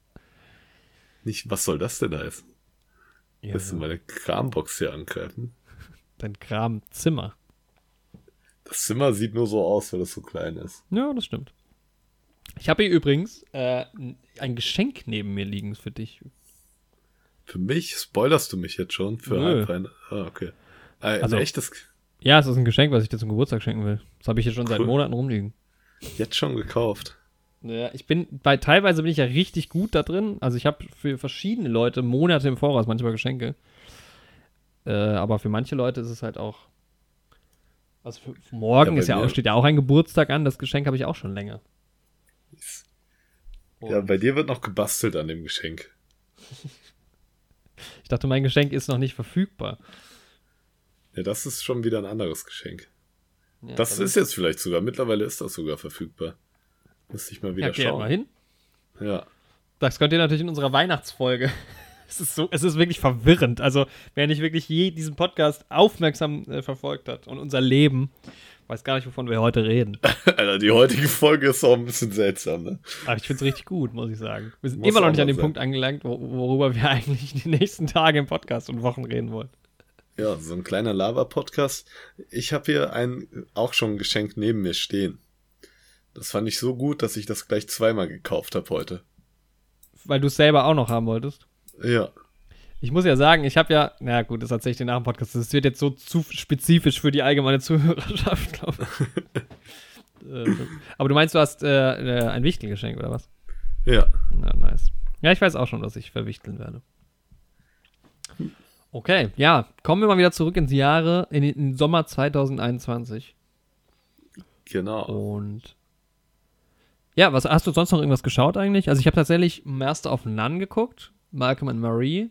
nicht, was soll das denn heißen? Ja, Willst du meine Krambox hier angreifen? dein Kramzimmer. Das Zimmer sieht nur so aus, weil das so klein ist. Ja, das stimmt. Ich habe hier übrigens äh, ein Geschenk neben mir liegen für dich. Für mich? Spoilerst du mich jetzt schon? Für Nö. halb ein, ah, okay. Ein Also- echtes, Ja, es ist ein Geschenk, was ich dir zum Geburtstag schenken will. Das habe ich hier schon seit Cool. Monaten rumliegen. jetzt schon gekauft. Ja, ich bin, bei teilweise bin ich ja richtig gut da drin. Also ich habe für verschiedene Leute Monate im Voraus manchmal Geschenke. Äh, aber für manche Leute ist es halt auch. Also für, für morgen Ja, ist ja mir- auch, steht ja auch ein Geburtstag an. Das Geschenk habe ich auch schon länger. Ja, Und bei dir wird noch gebastelt an dem Geschenk. ich dachte, mein Geschenk ist noch nicht verfügbar. Ja, das ist schon wieder ein anderes Geschenk. Ja, Das ist jetzt vielleicht sogar, mittlerweile ist das sogar verfügbar. Müsste ich mal wieder ja, geh halt schauen. mal hin. Ja. Das könnt ihr natürlich in unserer Weihnachtsfolge. Es ist so, es ist wirklich verwirrend. Also, wer nicht wirklich je diesen Podcast aufmerksam äh, verfolgt hat und unser Leben, weiß gar nicht, wovon wir heute reden. Alter, die heutige Folge ist auch ein bisschen seltsam, ne? Aber ich finde es richtig gut, muss ich sagen. Wir sind Muss immer noch auch nicht an mal dem sein. Punkt angelangt, wo, worüber wir eigentlich die nächsten Tage im Podcast und Wochen reden wollen. Ja, so ein kleiner Lava-Podcast. Ich habe hier ein auch schon ein Geschenk neben mir stehen. Das fand ich so gut, dass ich das gleich zweimal gekauft habe heute. Weil du es selber auch noch haben wolltest. Ja. Ich muss ja sagen, ich habe ja, na gut, das erzähle ich dir nach dem Podcast. Das wird jetzt so zu spezifisch für die allgemeine Zuhörerschaft, glaube ich. äh, aber du meinst, du hast äh, äh, ein Wichtelgeschenk, oder was? Ja. Ja, nice. Ja, ich weiß auch schon, dass ich verwichteln werde. Okay, ja, kommen wir mal wieder zurück ins Jahre, in den in den Sommer zwanzig einundzwanzig. Genau. Und ja, was hast du sonst noch irgendwas geschaut eigentlich? Also ich habe tatsächlich Master of None geguckt, Malcolm and Marie.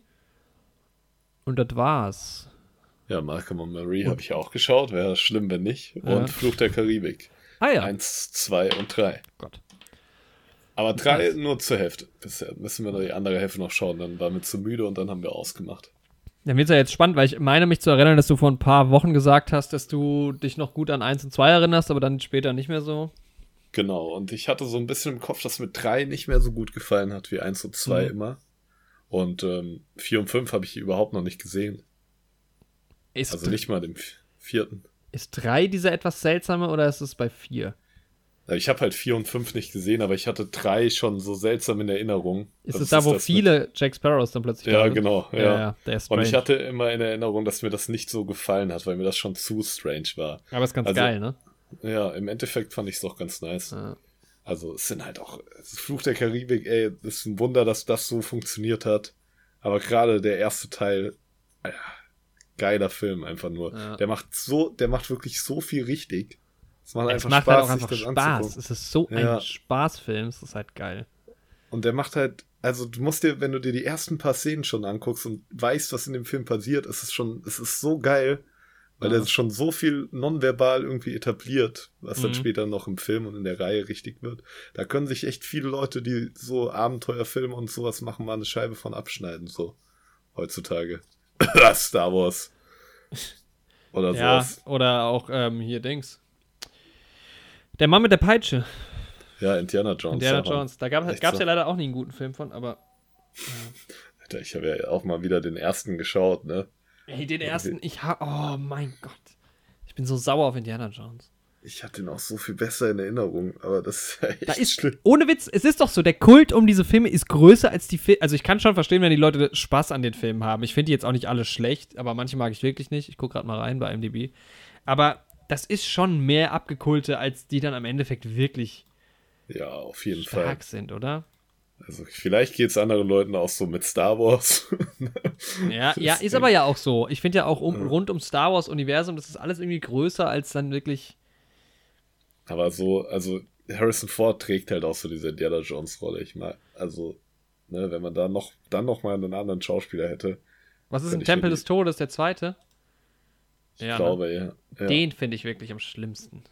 Und das war's. Ja, Malcolm und Marie habe ich auch geschaut. Wäre schlimm, wenn nicht. Und Ja. Fluch der Karibik. Ah ja. Eins, zwei und drei. Gott. Aber drei Nice. nur zur Hälfte. Bisher müssen wir noch die andere Hälfte noch schauen. Dann waren wir zu müde und dann haben wir ausgemacht. Dann wird's ja jetzt spannend, weil ich meine mich zu erinnern, dass du vor ein paar Wochen gesagt hast, dass du dich noch gut an eins und zwei erinnerst, aber dann später nicht mehr so. Genau. Und ich hatte so ein bisschen im Kopf, dass mir drei nicht mehr so gut gefallen hat wie eins und zwei Mhm. immer. Und ähm, vier und fünf habe ich überhaupt noch nicht gesehen. Ist, Also nicht mal den vierten. ist drei dieser etwas seltsame oder ist es bei vier? Ja, ich habe halt vier und fünf nicht gesehen, aber ich hatte drei schon so seltsam in Erinnerung. Ist Das es da, wo das viele Jack Sparrows dann plötzlich Mit, ja, da sind? genau. Ja. Ja, ja, der ist Und strange. ich hatte immer in Erinnerung, dass mir das nicht so gefallen hat, weil mir das schon zu strange war. aber ist ganz also- geil, ne? Ja, im Endeffekt fand ich es doch ganz nice. Ja. Also es sind halt auch, das Fluch der Karibik, ey, das ist ein Wunder, dass das so funktioniert hat. Aber gerade der erste Teil, ja, geiler Film einfach nur. Ja. Der macht so, der macht wirklich so viel richtig. Es macht Es einfach macht Spaß, halt auch sich einfach das Spaß. anzugucken. Es ist so Ja. ein Spaßfilm. Es ist halt geil. Und der macht halt, also du musst dir, wenn du dir die ersten paar Szenen schon anguckst und weißt, was in dem Film passiert, es ist schon, es ist so geil, weil Ja. der schon so viel nonverbal irgendwie etabliert, was dann Mhm. später noch im Film und in der Reihe richtig wird. Da können sich echt viele Leute, die so Abenteuerfilme und sowas machen, mal eine Scheibe von abschneiden, so heutzutage. Star Wars. Oder Ja, sowas. oder auch ähm, hier Dings. Der Mann mit der Peitsche. Ja, Indiana Jones. Indiana ja, Mann. Jones. Da gab es Echt ja so. leider auch nie einen guten Film von, aber Alter, ich habe ja auch mal wieder den ersten geschaut, ne? ey, den ersten, ich hab, oh mein Gott. Ich bin so sauer auf Indiana Jones. Ich hatte ihn auch so viel besser in Erinnerung, aber das ist ja echt Da ist, schlimm. ohne Witz, es ist doch so, der Kult um diese Filme ist größer als die Filme. Also ich kann schon verstehen, wenn die Leute Spaß an den Filmen haben. Ich finde die jetzt auch nicht alle schlecht, aber manche mag ich wirklich nicht. Ich gucke gerade mal rein bei I M D B. Aber das ist schon mehr abgekulte, als die dann am Endeffekt wirklich Ja, auf jeden Fall. stark sind, oder? Also vielleicht geht es anderen Leuten auch so mit Star Wars. Ja, ja, ist aber ja auch so. Ich finde ja auch um, rund um Star Wars Universum, das ist alles irgendwie größer als dann wirklich. Aber so, also Harrison Ford trägt halt auch so diese Indiana Jones Rolle. Ich mal, also, ne, wenn man da noch, dann noch mal einen anderen Schauspieler hätte, Was ist Könnte ein ich Tempel mir des Todes, der zweite? ich Ja, ne? glaube, ja. ja. Den finde ich wirklich am schlimmsten.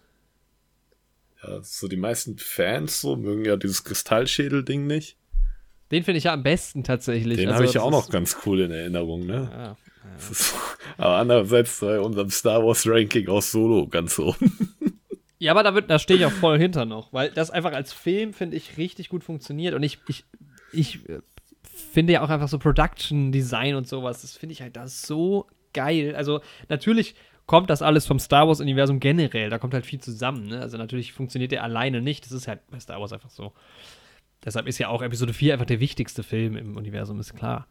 ja. So die meisten Fans so mögen ja dieses Kristallschädel-Ding nicht. Den finde ich ja am besten tatsächlich. Den Also, habe ich ja das auch noch ist- ganz cool in Erinnerung, ne? Ja, Das ist, aber andererseits bei unserem Star Wars Ranking auch Solo ganz oben. ja, aber da, wird- da stehe ich auch voll hinter noch, weil das einfach als Film, finde ich, richtig gut funktioniert. Und ich, ich, ich äh, finde ja auch einfach so Production Design und sowas, das finde ich halt da so geil. Also natürlich kommt das alles vom Star Wars Universum generell, da kommt halt viel zusammen, ne? Also natürlich funktioniert der alleine nicht, das ist halt bei Star Wars einfach so. Deshalb ist ja auch Episode vier einfach der wichtigste Film im Universum, ist klar.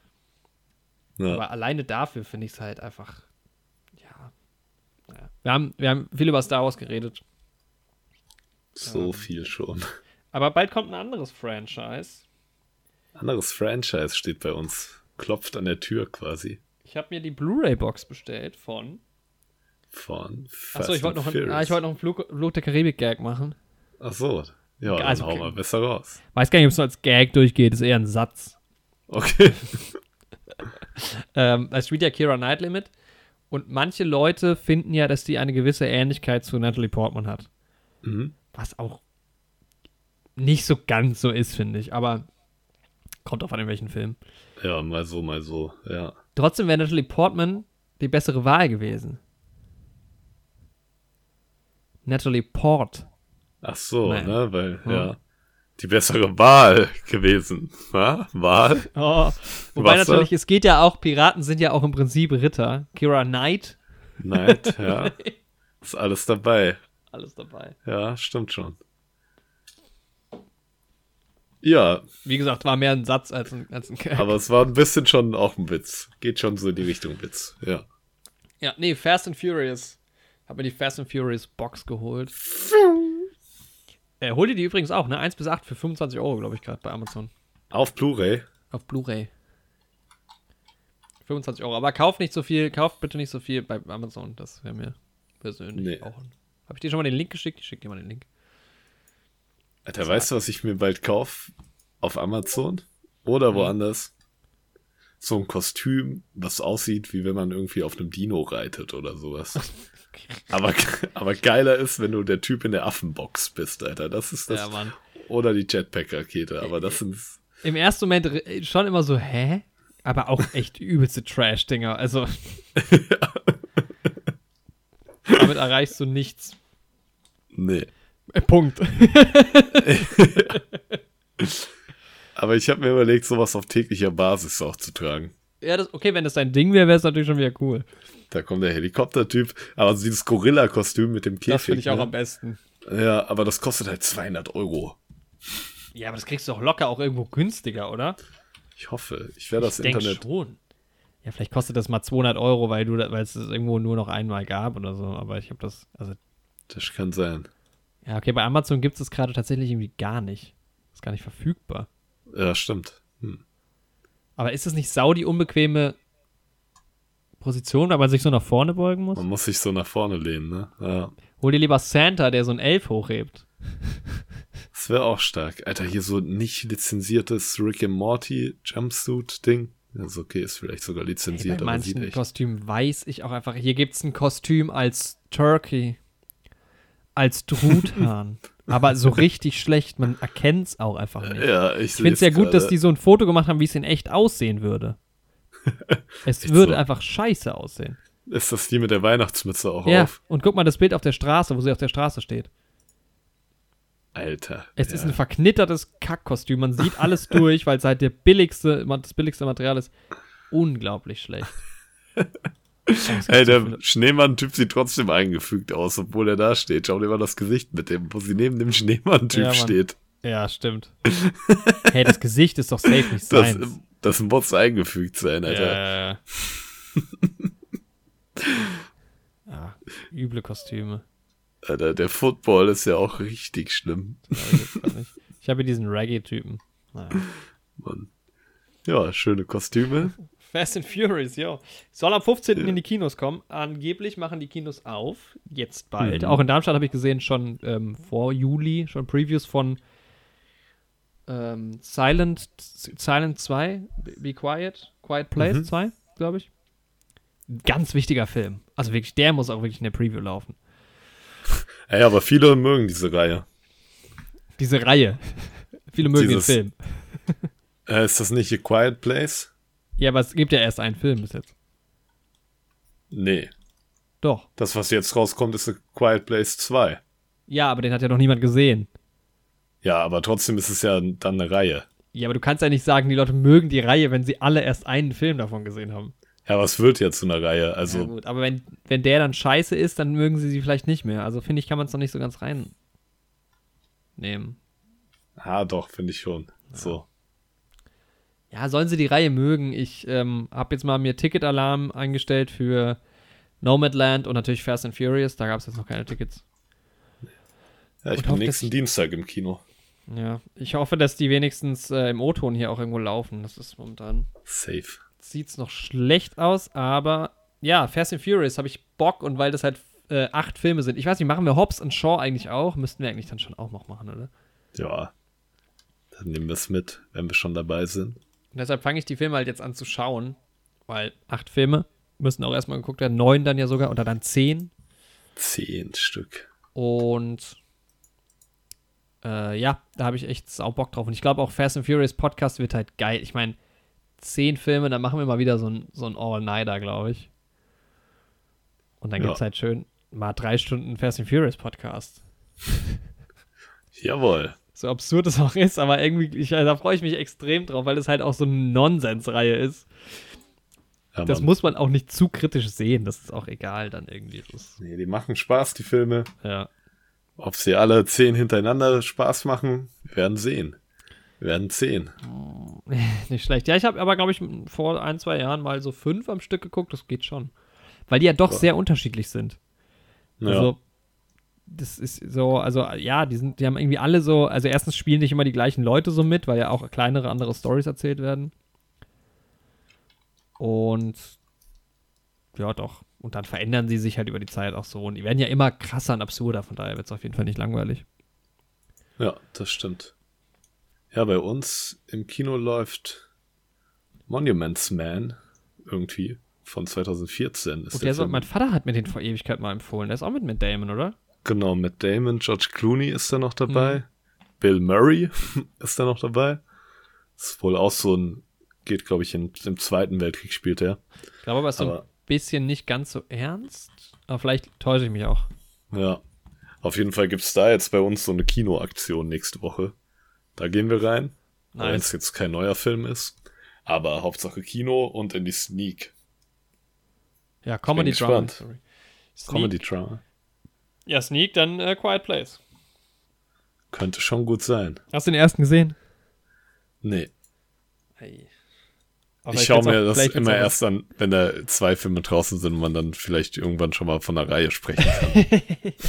Ja. Aber alleine dafür finde ich es halt einfach, ja. Naja. Wir haben, wir haben viel über Star Wars geredet. So Ähm. viel schon. Aber bald kommt ein anderes Franchise. Anderes Franchise steht bei uns. Klopft an der Tür quasi. Ich habe mir die Blu-ray-Box bestellt von... Von Achso, ich wollte noch, ein, ah, ich wollt noch einen Flug, Flug der Karibik-Gag machen. Ach so. Ja, dann also, hau mal besser raus. Weiß gar nicht, ob es nur als Gag durchgeht. Ist eher ein Satz. Okay. ähm, es spielt ja Keira Knightley mit. Und manche Leute finden ja, dass die eine gewisse Ähnlichkeit zu Natalie Portman hat. Mhm. Was auch nicht so ganz so ist, finde ich. Aber kommt drauf an, in welchen Film. Ja, mal so, mal so, ja. Trotzdem wäre Natalie Portman die bessere Wahl gewesen. Natalie Port. Ach so, Nein. ne, weil, Hm. ja, die bessere Wahl gewesen. Ja? Wahl? Oh, wobei Was, natürlich, es geht ja auch, Piraten sind ja auch im Prinzip Ritter. Keira Knight. Knight, ja. Ist alles dabei. Alles dabei. Ja, stimmt schon. Ja, Wie gesagt, war mehr ein Satz als ein, als ein Gag. aber es war ein bisschen schon auch ein Witz. Geht schon so in die Richtung Witz, ja. Ja, nee, Fast and Furious. Hab mir die Fast and Furious Box geholt. Äh, hol dir die übrigens auch, ne? eins bis acht für fünfundzwanzig Euro, glaube ich, gerade bei Amazon. Auf Blu-ray? Auf Blu-ray. fünfundzwanzig Euro. Aber kauf nicht so viel, kauf bitte nicht so viel bei Amazon. Das wäre mir persönlich Nee. auch. Hab ich dir schon mal den Link geschickt? Ich schick dir mal den Link. Alter, weißt du, was ich mir bald kaufe? Auf Amazon? Oder woanders? So ein Kostüm, was aussieht, wie wenn man irgendwie auf einem Dino reitet oder sowas. aber, aber geiler ist, wenn du der Typ in der Affenbox bist, Alter. Das ist das. Ja, Mann. Oder die Jetpack-Rakete, aber das sind. Im ersten Moment re- schon immer so, hä? Aber auch echt übelste Trash-Dinger. Also. Damit erreichst du nichts. Nee. Äh, Punkt. Aber ich habe mir überlegt, sowas auf täglicher Basis auch zu tragen. Ja, das, okay, wenn das dein Ding wäre, wäre es natürlich schon wieder cool. Da kommt der Helikoptertyp, aber so dieses Gorilla-Kostüm mit dem Käfig. Das finde ich auch ne? am besten. Ja, aber das kostet halt zweihundert Euro. Ja, aber das kriegst du doch locker auch irgendwo günstiger, oder? Ich hoffe, ich werde das Ich denk Internet. schon. Ja, vielleicht kostet das mal zweihundert Euro, weil du, da- weil es das irgendwo nur noch einmal gab oder so. Aber ich habe das, also, Das kann sein. ja, okay, bei Amazon gibt es das gerade tatsächlich irgendwie gar nicht. Ist gar nicht verfügbar. Ja, stimmt. Hm. Aber ist das nicht sau die unbequeme Position, weil man sich so nach vorne beugen muss? Man muss sich so nach vorne lehnen, ne? Ja. Hol dir lieber Santa, der so ein Elf hochhebt. Das wäre auch stark. Alter, hier so nicht lizenziertes Rick and Morty Jumpsuit-Ding. Ja, ist okay, ist vielleicht sogar Hey, lizenziert, bei aber sieht manchen echt. Kostümen weiß ich auch einfach, hier gibt es ein Kostüm als Turkey, als Truthahn. Aber so richtig schlecht, man erkennt es auch einfach nicht. Ja, ich Ich finde es ja gut, dass die so ein Foto gemacht haben, wie es in echt aussehen würde. Es Echt würde so. einfach scheiße aussehen. Ist das die mit der Weihnachtsmütze auch Ja, auf? und guck mal das Bild auf der Straße, wo sie auf der Straße steht. Alter. Es ja. ist ein verknittertes Kackkostüm. Man sieht alles durch, weil es halt der billigste, das billigste Material ist. Unglaublich schlecht. Oh, es gibt Ey, so der viele- Schneemann-Typ sieht trotzdem eingefügt aus, obwohl er da steht. Schau dir mal das Gesicht mit dem, wo sie neben dem Schneemann-Typ Ja, Mann. steht. Ja, stimmt. Hey, das Gesicht ist doch safe nicht Das, seins. das muss eingefügt sein, Alter. Ja, ja, ja. Ja, üble Kostüme. Alter, der Football ist ja auch richtig schlimm. Ja, ich jetzt grad nicht. Ich habe hier diesen Reggae-Typen. Naja. Mann. Ja, schöne Kostüme. Fast and Furious, ja. Soll am fünfzehnten Ja. in die Kinos kommen. Angeblich machen die Kinos auf. Jetzt bald. Mhm. Auch in Darmstadt habe ich gesehen, schon ähm, vor Juli, schon Previews von ähm, Silent, Silent zwei, Be Quiet, Quiet Place Mhm. zwei, glaube ich. Ein ganz wichtiger Film. Also wirklich, der muss auch wirklich in der Preview laufen. Ey, aber viele mögen diese Reihe. Diese Reihe. Viele mögen Dieses- den Film. Äh, ist das nicht A Quiet Place? Ja, aber es gibt ja erst einen Film bis jetzt. Nee. Doch. Das, was jetzt rauskommt, ist A Quiet Place zwei. Ja, aber den hat ja noch niemand gesehen. Ja, aber trotzdem ist es ja dann eine Reihe. Ja, aber du kannst ja nicht sagen, die Leute mögen die Reihe, wenn sie alle erst einen Film davon gesehen haben. Ja, was wird jetzt zu einer Reihe? Ja, Also, gut, aber wenn, wenn der dann scheiße ist, dann mögen sie sie vielleicht nicht mehr. Also finde ich, kann man es noch nicht so ganz reinnehmen. ah, doch, finde ich schon. So. Ja, sollen sie die Reihe mögen? Ich ähm, habe jetzt mal mir Ticketalarm eingestellt für Nomadland und natürlich Fast and Furious. Da gab es jetzt noch keine Tickets. Ja, ich Und bin hoffe, nächsten dass- Dienstag im Kino. Ja, ich hoffe, dass die wenigstens äh, im O-Ton hier auch irgendwo laufen. Das ist momentan. Safe. Sieht's noch schlecht aus, aber ja, Fast and Furious habe ich Bock und weil das halt äh, acht Filme sind. Ich weiß nicht, machen wir Hobbs und Shaw eigentlich auch? Müssten wir eigentlich dann schon auch noch machen, oder? Ja. Dann nehmen wir es mit, wenn wir schon dabei sind. Und deshalb fange ich die Filme halt jetzt an zu schauen, weil acht Filme müssen auch erstmal geguckt werden, neun dann ja sogar oder dann zehn. Zehn Stück. Und äh, ja, da habe ich echt sau Bock drauf. Und ich glaube auch Fast and Furious Podcast wird halt geil. Ich meine, zehn Filme, dann machen wir mal wieder so ein, so ein All-Nighter, glaube ich. Und dann Ja. gibt's halt schön mal drei Stunden Fast and Furious Podcast. Jawohl. So absurd es auch ist, aber irgendwie, ich, da freue ich mich extrem drauf, weil es halt auch so eine Nonsensreihe ist. Ja, Das Mann. muss man auch nicht zu kritisch sehen, das ist auch egal dann irgendwie. Das ist, Nee, die machen Spaß, die Filme. ja. Ob sie alle zehn hintereinander Spaß machen, wir werden sehen. Wir werden sehen. Nicht schlecht. Ja, ich habe aber, glaube ich, vor ein, zwei Jahren mal so fünf am Stück geguckt, das geht schon. Weil die ja doch Ja. sehr unterschiedlich sind. Ja. Also, das ist so, also ja, die sind, die haben irgendwie alle so, also erstens spielen nicht immer die gleichen Leute so mit, weil ja auch kleinere, andere Storys erzählt werden. Und ja, doch. Und dann verändern sie sich halt über die Zeit auch so. Und die werden ja immer krasser und absurder, von daher wird es auf jeden Fall nicht langweilig. ja, das stimmt. Ja, bei uns im Kino läuft Monuments Man irgendwie von zwanzig vierzehn. Ist Und der der so, Film. mein Vater hat mir den vor Ewigkeit mal empfohlen. Der ist auch mit Matt Damon, oder? Genau, Matt Damon, George Clooney ist da noch dabei. Mhm. Bill Murray ist da noch dabei. Ist wohl auch so ein, geht glaube ich in, im Zweiten Weltkrieg spielt er. Ich glaube aber, es ist so ein Aber bisschen nicht ganz so ernst. Aber vielleicht täusche ich mich auch. ja, auf jeden Fall gibt's da jetzt bei uns so eine Kinoaktion nächste Woche. Da gehen wir rein. Auch wenn es Nice. jetzt kein neuer Film ist. Aber Hauptsache Kino und in die Sneak. Ja, Comedy Drama. gespannt. Sorry. Sneak. Comedy Drama. Ja, Sneak, dann äh, Quiet Place. Könnte schon gut sein. Hast du den ersten gesehen? Nee. Hey. Ich schaue mir das immer erst an, wenn da zwei Filme draußen sind und man dann vielleicht irgendwann schon mal von der Reihe sprechen kann.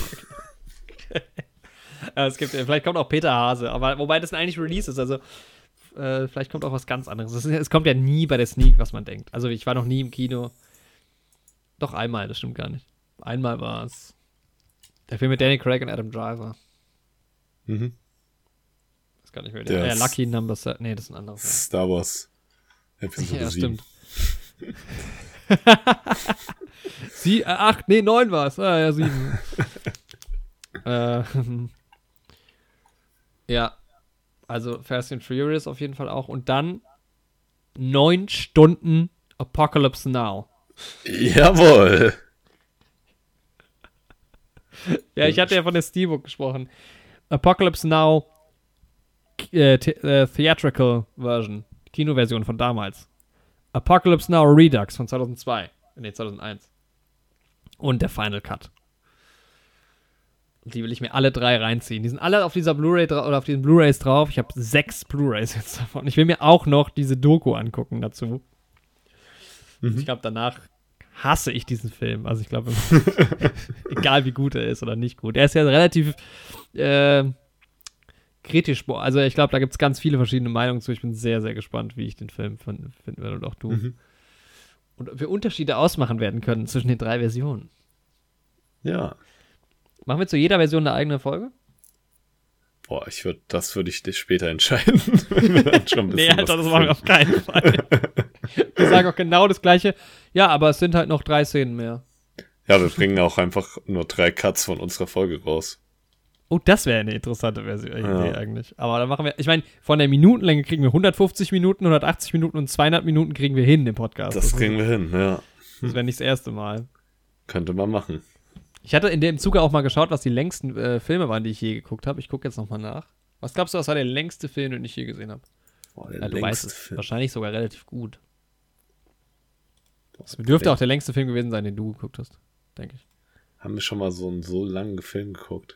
Ja, es gibt, vielleicht kommt auch Peter Hase, aber wobei das sind eigentlich Releases, also äh, vielleicht kommt auch was ganz anderes. Es, ist, es kommt ja nie bei der Sneak, was man denkt. Also ich war noch nie im Kino. Doch einmal, das stimmt gar nicht. Einmal war es der Film mit Danny Craig und Adam Driver. Mhm. Das gar nicht mehr. Der Der, äh, ist- Lucky Number Seven. Nee, das ist ein anderer Film. Star Wars Episode Ja, sieben. stimmt. Sie, äh, acht, nee, neun war es. Ah, ja, sieben. äh, ja, also Fast and Furious auf jeden Fall auch. Und dann neun Stunden Apocalypse Now. Jawohl. Ja, ich hatte ja von der Steelbook gesprochen. Apocalypse Now äh, the äh, Theatrical Version. Kinoversion von damals. Apocalypse Now Redux von zweitausendzwei. Nee, zweitausendeins. Und der Final Cut. Und die will ich mir alle drei reinziehen. Die sind alle auf dieser Blu-ray dra- oder auf diesen Blu-rays drauf. Ich habe sechs Blu-rays jetzt davon. Ich will mir auch noch diese Doku angucken dazu. Mhm. Ich glaube, danach hasse ich diesen Film. Also ich glaube, egal wie gut er ist oder nicht gut. Er ist ja relativ äh, kritisch. Boah, also ich glaube, da gibt es ganz viele verschiedene Meinungen zu. Ich bin sehr, sehr gespannt, wie ich den Film finden werde und auch du. Mhm. Und ob wir Unterschiede ausmachen werden können zwischen den drei Versionen. Ja. Machen wir zu jeder Version eine eigene Folge? Boah, ich würde, das würde ich dir später entscheiden. Wenn wir dann schon ein Nee, bisschen Alter, was das machen wir auf keinen Fall. Wir sagen auch genau das Gleiche. Ja, aber es sind halt noch drei Szenen mehr. Ja, wir bringen auch einfach nur drei Cuts von unserer Folge raus. Oh, das wäre eine interessante Version, Idee Ja. eigentlich. Aber dann machen wir, ich meine, von der Minutenlänge kriegen wir hundertfünfzig Minuten, hundertachtzig Minuten und zweihundert Minuten kriegen wir hin im Podcast. Das kriegen wir hin, ja. Das wäre nicht das erste Mal. Könnte man machen. Ich hatte in dem Zuge auch mal geschaut, was die längsten äh, Filme waren, die ich je geguckt habe. Ich gucke jetzt nochmal nach. Was glaubst du, was war der längste Film, den ich je gesehen habe? Boah, der Ja, du weißt längste es. Film. Wahrscheinlich sogar relativ gut. Boah, Es dürfte der- auch der längste Film gewesen sein, den du geguckt hast. Denke ich. Haben wir schon mal so einen so langen Film geguckt?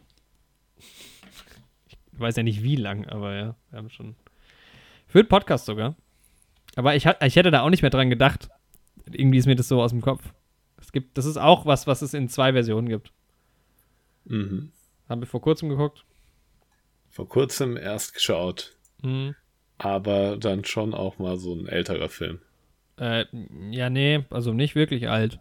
Ich weiß ja nicht wie lang, aber ja, wir haben schon. Für den Podcast sogar. Aber ich, ha- ich hätte da auch nicht mehr dran gedacht. Irgendwie ist mir das so aus dem Kopf. Es gibt, das ist auch was, was es in zwei Versionen gibt. Mhm. Haben wir vor kurzem geguckt. vor kurzem erst geschaut. Mhm. Aber dann schon auch mal so ein älterer Film. Äh, ja, nee, also nicht wirklich alt.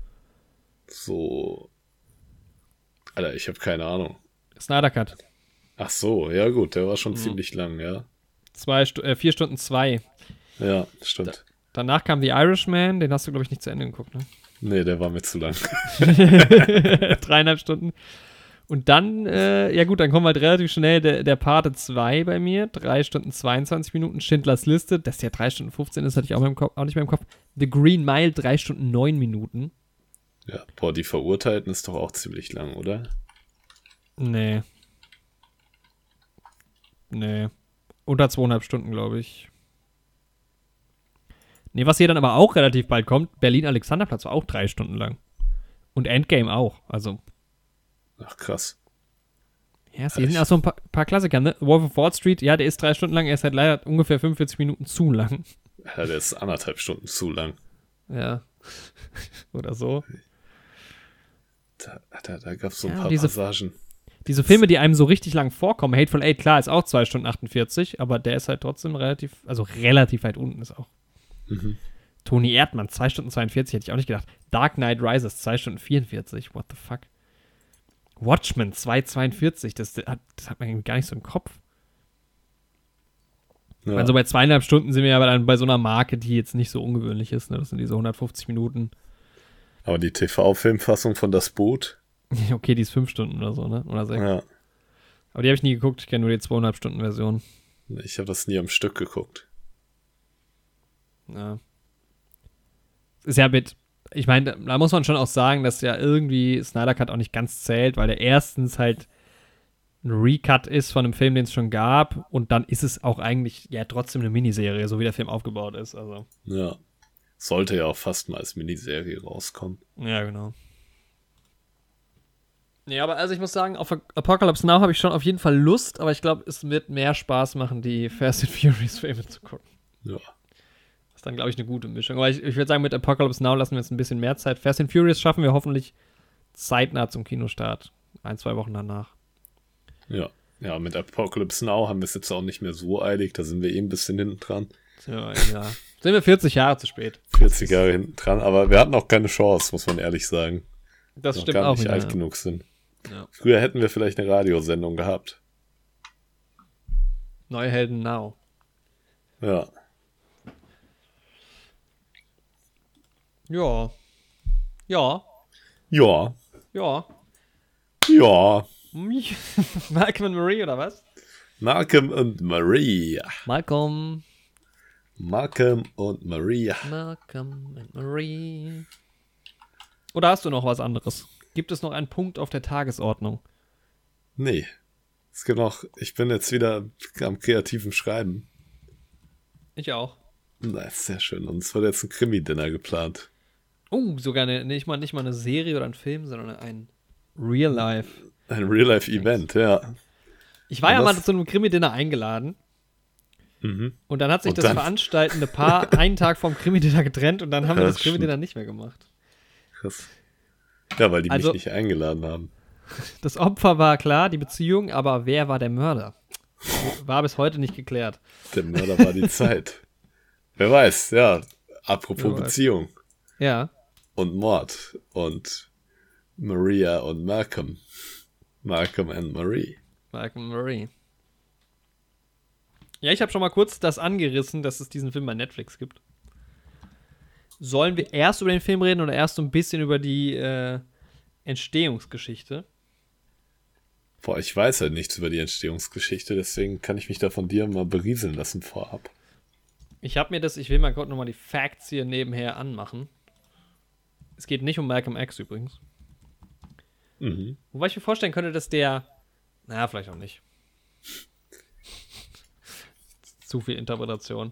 So. Alter, ich habe keine Ahnung. Snyder Cut. Ach so, ja gut, der war schon Mhm. ziemlich lang, ja. Zwei Stu- äh, vier Stunden zwei. Ja, stimmt. Danach kam The Irishman, den hast du, glaube ich, nicht zu Ende geguckt, ne? Nee, der war mir zu lang. Dreieinhalb Stunden. Und dann, äh, ja gut, dann kommt halt relativ schnell der, der Pate zwei bei mir. Drei Stunden zweiundzwanzig Minuten. Schindlers Liste, dass der drei Stunden fünfzehn ist, hatte ich auch, mehr im Kopf, auch nicht mehr im Kopf. The Green Mile, drei Stunden neun Minuten. Ja, boah, die Verurteilten ist doch auch ziemlich lang, oder? Nee. Nee. Unter zweieinhalb Stunden, glaube ich. Nee, was hier dann aber auch relativ bald kommt, Berlin-Alexanderplatz war auch drei Stunden lang. Und Endgame auch, also... Ach, krass. Ja, es sind auch so ein paar, paar Klassiker, ne? Wolf of Wall Street, ja, der ist drei Stunden lang, er ist halt leider ungefähr fünfundvierzig Minuten zu lang. Ja, der ist anderthalb Stunden zu lang. Ja. Oder so. Da, da, da gab es so ein Ja, paar diese- Passagen. Diese Filme, die einem so richtig lang vorkommen, Hateful Eight, klar, ist auch zwei Stunden achtundvierzig, aber der ist halt trotzdem relativ, also relativ weit unten ist auch. Mhm. Toni Erdmann, zwei Stunden zweiundvierzig, hätte ich auch nicht gedacht. Dark Knight Rises, zwei Stunden vierundvierzig, what the fuck. Watchmen, zwei Stunden zweiundvierzig, das hat, das hat man irgendwie gar nicht so im Kopf. Ja. Also bei zweieinhalb Stunden sind wir aber dann bei so einer Marke, die jetzt nicht so ungewöhnlich ist, ne? Das sind diese hundertfünfzig Minuten. Aber die T V-Filmfassung von Das Boot, Okay, die ist fünf Stunden oder so, ne? Oder sechs. ja, Aber die habe ich nie geguckt, ich kenne nur die zweieinhalb Stunden Version. ich habe das nie am Stück geguckt. Ja. Ist ja mit, ich meine, da muss man schon auch sagen, dass ja irgendwie Snyder Cut auch nicht ganz zählt, weil der erstens halt ein Recut ist von einem Film, den es schon gab, und dann ist es auch eigentlich ja trotzdem eine Miniserie, so wie der Film aufgebaut ist. Also, Ja. Sollte ja auch fast mal als Miniserie rauskommen. ja, genau. Ja, aber also ich muss sagen, auf Apocalypse Now habe ich schon auf jeden Fall Lust, aber ich glaube, es wird mehr Spaß machen, die Fast and Furious Filme zu gucken. Ja. Das ist dann, glaube ich, eine gute Mischung. Aber ich, ich würde sagen, mit Apocalypse Now lassen wir jetzt ein bisschen mehr Zeit. Fast and Furious schaffen wir hoffentlich zeitnah zum Kinostart. Ein, zwei Wochen danach. Ja. Ja, mit Apocalypse Now haben wir es jetzt auch nicht mehr so eilig, da sind wir eh ein bisschen hinten dran. Ja, ja. Sind wir vierzig Jahre zu spät. vierzig Jahre hinten dran, aber wir hatten auch keine Chance, muss man ehrlich sagen. Das Noch stimmt gar auch nicht wieder. alt Ja. genug sind. Ja. Früher hätten wir vielleicht eine Radiosendung gehabt. Neue Helden Now. Ja. Ja. Ja. Ja. Ja. Ja. Malcolm und Marie, oder was? Malcolm und Marie. Malcolm. Malcolm und Maria. Malcolm und Marie. Oder hast du noch was anderes? Gibt es noch einen Punkt auf der Tagesordnung? Nee. Es gibt noch, ich bin jetzt wieder am kreativen Schreiben. Ich auch. Das ist sehr schön. Und es wird jetzt ein Krimi-Dinner geplant. Oh, sogar eine, nicht, mal, nicht mal eine Serie oder ein Film, sondern ein Real-Life. Ein Real-Life-Event, ja. Ich war Und ja mal das- zu einem Krimi-Dinner eingeladen. Mhm. Und dann hat sich Und das dann- veranstaltende Paar einen Tag vom Krimi-Dinner getrennt und dann haben wir Ja, das das stimmt. Krimi-Dinner nicht mehr gemacht. Krass. Ja, weil die Also- mich nicht eingeladen haben. Das Opfer war klar, die Beziehung, aber wer war der Mörder? War bis heute nicht geklärt. Der Mörder war die Zeit. Wer weiß, ja. Apropos Wer weiß. Beziehung Ja. und Mord und Maria und Malcolm. Malcolm and Marie. Malcolm Murray. Ja, ich habe schon mal kurz das angerissen, dass es diesen Film bei Netflix gibt. Sollen wir erst über den Film reden oder erst so ein bisschen über die äh, Entstehungsgeschichte? Boah, ich weiß halt nichts über die Entstehungsgeschichte, deswegen kann ich mich da von dir mal berieseln lassen vorab. Ich habe mir das, ich will mal kurz nochmal die Facts hier nebenher anmachen. Es geht nicht um Malcolm X übrigens. Mhm. Wobei ich mir vorstellen könnte, dass der, naja, vielleicht auch nicht. Zu viel Interpretation.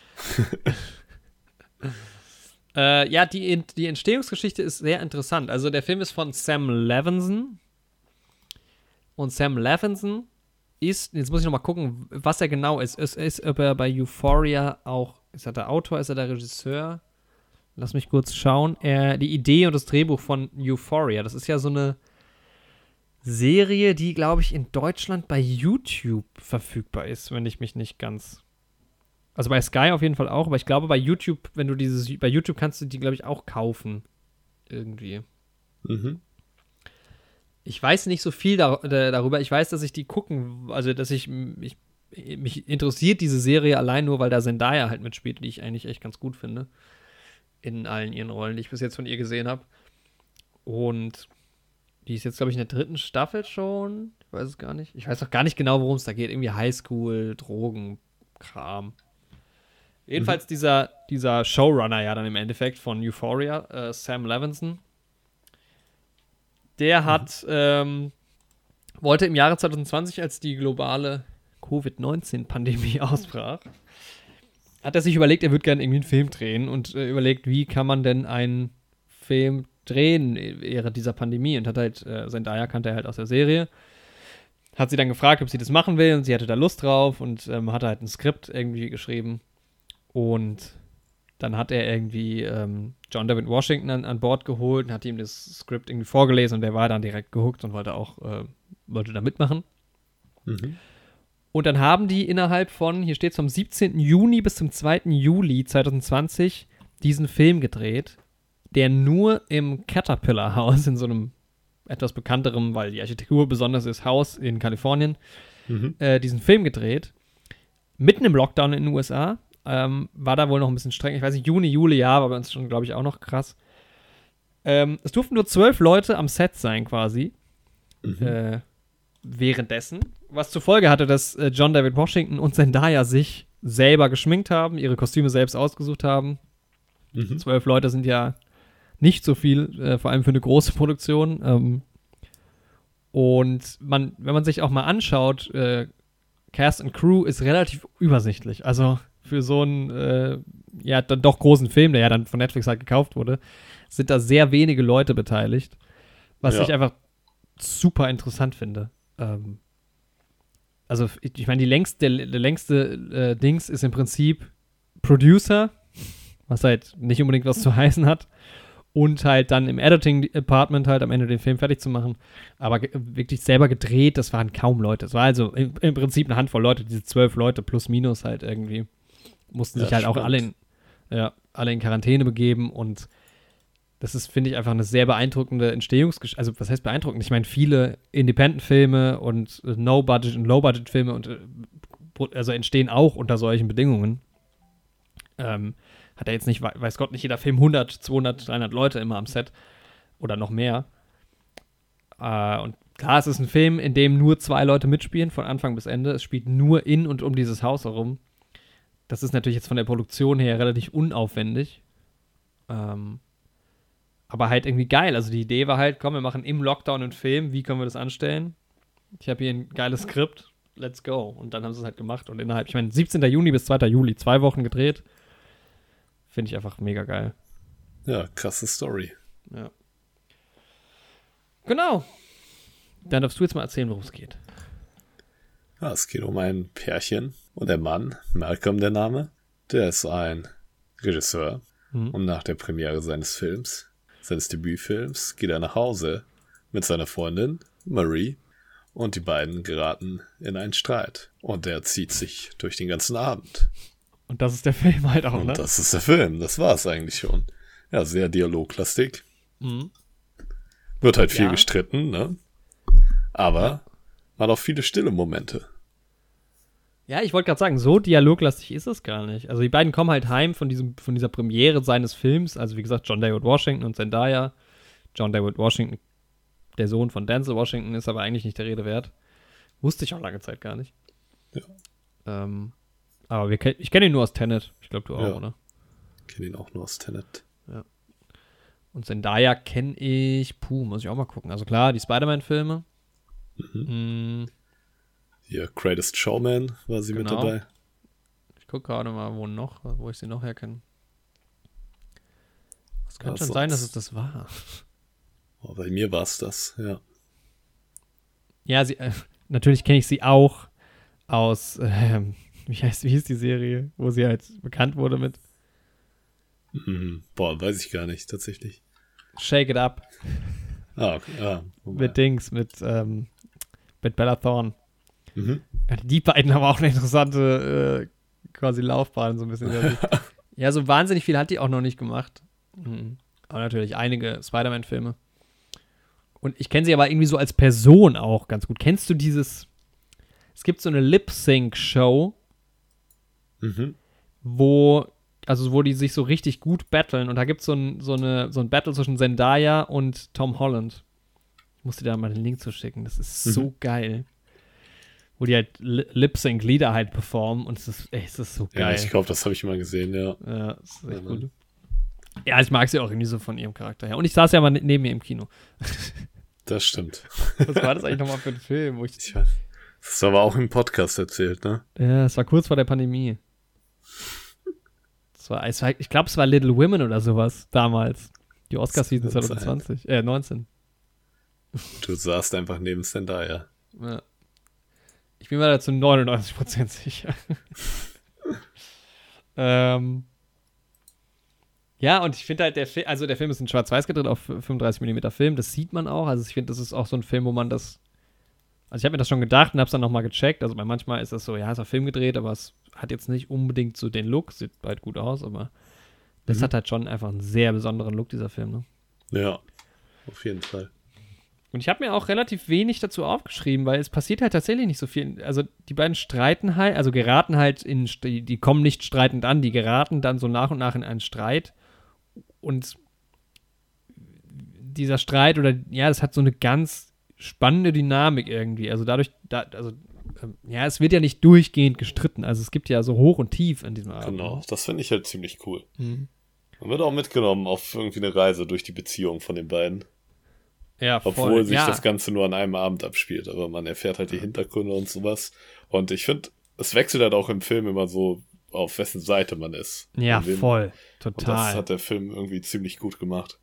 äh, ja, die, die Entstehungsgeschichte ist sehr interessant. Also der Film ist von Sam Levinson. Und Sam Levinson ist, jetzt muss ich noch mal gucken, was er genau ist. Es ist, ob er bei Euphoria auch, ist er der Autor, ist er der Regisseur? Lass mich kurz schauen. Er, die Idee und das Drehbuch von Euphoria, das ist ja so eine Serie, die, glaube ich, in Deutschland bei YouTube verfügbar ist, wenn ich mich nicht ganz... Also bei Sky auf jeden Fall auch, aber ich glaube bei YouTube, wenn du dieses... Bei YouTube kannst du die, glaube ich, auch kaufen. Irgendwie. Mhm. Ich weiß nicht so viel dar- darüber. Ich weiß, dass ich die gucken... Also, dass ich... ich mich interessiert diese Serie allein nur, weil da Zendaya halt mitspielt, die ich eigentlich echt ganz gut finde. In allen ihren Rollen, die ich bis jetzt von ihr gesehen habe. Und... Die ist jetzt, glaube ich, in der dritten Staffel schon. Ich weiß es gar nicht. Ich weiß auch gar nicht genau, worum es da geht. Irgendwie Highschool, Drogen, Kram. Jedenfalls mhm. dieser, dieser Showrunner ja dann im Endeffekt von Euphoria, äh, Sam Levinson, der hat, mhm. ähm, wollte im Jahre zwanzig zwanzig, als die globale Covid neunzehn Pandemie ausbrach, hat er sich überlegt, er würde gerne irgendwie einen Film drehen und äh, überlegt, wie kann man denn einen Film drehen während dieser Pandemie und hat halt, äh, Zendaya kannte er halt aus der Serie, hat sie dann gefragt, ob sie das machen will und sie hatte da Lust drauf und ähm, hat halt ein Skript irgendwie geschrieben und dann hat er irgendwie ähm, John David Washington an, an Bord geholt und hat ihm das Skript irgendwie vorgelesen und der war dann direkt gehuckt und wollte auch, äh, wollte da mitmachen. Mhm. Und dann haben die innerhalb von, hier steht es vom siebzehnten Juni bis zum zweiten Juli zwanzig zwanzig diesen Film gedreht, der nur im Caterpillar House, in so einem etwas bekannterem, weil die Architektur besonders ist, Haus in Kalifornien, mhm. äh, diesen Film gedreht. Mitten im Lockdown in den U S A. Ähm, war da wohl noch ein bisschen streng. Ich weiß nicht, Juni, Juli, ja, aber bei uns schon, glaube ich, auch noch krass. Ähm, es durften nur zwölf Leute am Set sein, quasi. Mhm. Äh, währenddessen. Was zur Folge hatte, dass äh, John David Washington und Zendaya sich selber geschminkt haben, ihre Kostüme selbst ausgesucht haben. Mhm. Zwölf Leute sind ja nicht so viel, äh, vor allem für eine große Produktion. Ähm, und man, wenn man sich auch mal anschaut, äh, Cast and Crew ist relativ übersichtlich. Also für so einen, äh, ja, dann doch großen Film, der ja dann von Netflix halt gekauft wurde, sind da sehr wenige Leute beteiligt. Was ja. ich einfach super interessant finde. Ähm, also ich, ich meine, die längste, der, der längste äh, Dings ist im Prinzip Producer, was halt nicht unbedingt was zu heißen hat. Und halt dann im Editing-Department halt am Ende den Film fertig zu machen. Aber ge- wirklich selber gedreht, das waren kaum Leute. Es war also im, im Prinzip eine Handvoll Leute, diese zwölf Leute plus minus halt irgendwie. Mussten ja, sich halt spannend. auch alle in, ja, alle in Quarantäne begeben. Und das ist, finde ich, einfach eine sehr beeindruckende Entstehungsgeschichte. Also was heißt beeindruckend? Ich meine, viele Independent-Filme und äh, No-Budget- und Low-Budget-Filme und, äh, also entstehen auch unter solchen Bedingungen. Ähm, Hat er jetzt nicht, weiß Gott, nicht jeder Film hundert, zweihundert, dreihundert Leute immer am Set oder noch mehr. Äh, und klar, es ist ein Film, in dem nur zwei Leute mitspielen, von Anfang bis Ende. Es spielt nur in und um dieses Haus herum. Das ist natürlich jetzt von der Produktion her relativ unaufwendig. Ähm, aber halt irgendwie geil. Also die Idee war halt, komm, wir machen im Lockdown einen Film. Wie können wir das anstellen? Ich habe hier ein geiles Skript. Let's go. Und dann haben sie es halt gemacht. Und innerhalb, ich meine, siebzehnten Juni bis zweiten Juli, zwei Wochen gedreht. Finde ich einfach mega geil. Ja, krasse Story. Ja. Genau. Dann darfst du jetzt mal erzählen, worum es geht. Ja, es geht um ein Pärchen und der Mann, Malcolm der Name, der ist ein Regisseur. Mhm. Und nach der Premiere seines Films, seines Debütfilms, geht er nach Hause mit seiner Freundin Marie und die beiden geraten in einen Streit. Und der zieht sich durch den ganzen Abend. Und das ist der Film halt auch, und ne? Und das ist der Film, das war es eigentlich schon. Ja, sehr dialoglastig. Mhm. Wird halt viel ja. gestritten, ne? Aber ja. man hat auch viele stille Momente. Ja, ich wollte gerade sagen, so dialoglastig ist es gar nicht. Also die beiden kommen halt heim von, diesem, von dieser Premiere seines Films. Also wie gesagt, John David Washington und Zendaya. John David Washington, der Sohn von Denzel Washington, ist aber eigentlich nicht der Rede wert. Wusste ich auch lange Zeit gar nicht. Ja. Ähm, aber wir, ich kenne ihn nur aus Tenet. Ich glaube, du auch, ja. oder? Ich kenne ihn auch nur aus Tenet. Ja. Und Zendaya kenne ich, puh, muss ich auch mal gucken. Also klar, die Spider-Man-Filme. Mhm. Mm. Hier, Greatest Showman war sie genau. mit dabei. Ich gucke gerade mal, wo noch, wo ich sie noch herkenne. Es kann ja, schon sonst. sein, dass es das war. Oh, bei mir war es das, ja. Ja, sie, äh, natürlich kenne ich sie auch aus, ähm, wie heißt, wie hieß die Serie, wo sie halt bekannt wurde mit? Mhm. Boah, weiß ich gar nicht, tatsächlich. Shake It Up. Ah, okay. Ja, mit Dings, mit, ähm, mit Bella Thorne. Mhm. Die beiden haben auch eine interessante äh, quasi Laufbahn, so ein bisschen. Ja, so wahnsinnig viel hat die auch noch nicht gemacht. Mhm. Aber natürlich einige Spider-Man-Filme. Und ich kenne sie aber irgendwie so als Person auch ganz gut. Kennst du dieses, es gibt so eine Lip-Sync-Show, Mhm. wo, also wo die sich so richtig gut battlen und da gibt so es so, eine, so ein Battle zwischen Zendaya und Tom Holland. Ich muss dir da mal den Link zu schicken. Das ist so Mhm. geil. Wo die halt Lip-Sync-Lieder halt performen und es ist, ey, es ist so geil. Ja, ich glaube, das habe ich mal gesehen, ja. Ja, das ist echt Ja, gut. Ja, ich mag sie auch irgendwie so von ihrem Charakter her. Und ich saß ja mal neben mir im Kino. Das stimmt. Was war das eigentlich nochmal für ein Film? Wo ich, Ich weiß. Das ist aber auch im Podcast erzählt, ne? ja, es war kurz vor der Pandemie. Das war, es war, ich glaube, es war Little Women oder sowas damals. Die Oscar-Season Das kann zwanzig zwanzig. Äh, neunzehn. Du saßt einfach neben Zendaya. Ja. Ich bin mir dazu neunundneunzig Prozent sicher. ähm. Ja, und ich finde halt, der Film, also der Film ist in Schwarz-Weiß gedreht auf fünfunddreißig Millimeter Film, das sieht man auch. Also ich finde, das ist auch so ein Film, wo man das, also ich habe mir das schon gedacht und habe es dann nochmal gecheckt. Also manchmal ist das so, ja, ist auf Film gedreht, aber es hat jetzt nicht unbedingt so den Look, sieht bald gut aus, aber das Mhm. hat halt schon einfach einen sehr besonderen Look, dieser Film, ne? Ja, auf jeden Fall. Und ich habe mir auch relativ wenig dazu aufgeschrieben, weil es passiert halt tatsächlich nicht so viel. Also die beiden streiten halt, also geraten halt in, die, die kommen nicht streitend an, die geraten dann so nach und nach in einen Streit. Und dieser Streit oder, ja, das hat so eine ganz spannende Dynamik irgendwie. Also dadurch, da, also, ähm, ja, es wird ja nicht durchgehend gestritten. Also es gibt ja so hoch und tief in diesem Abend. Genau, das finde ich halt ziemlich cool. Mhm. Man wird auch mitgenommen auf irgendwie eine Reise durch die Beziehung von den beiden. Ja, voll. Obwohl sich ja. das Ganze nur an einem Abend abspielt, aber man erfährt halt die Hintergründe und sowas. Und ich finde, es wechselt halt auch im Film immer so, auf wessen Seite man ist. Ja, Und wem- voll. Und das Total. hat der Film irgendwie ziemlich gut gemacht.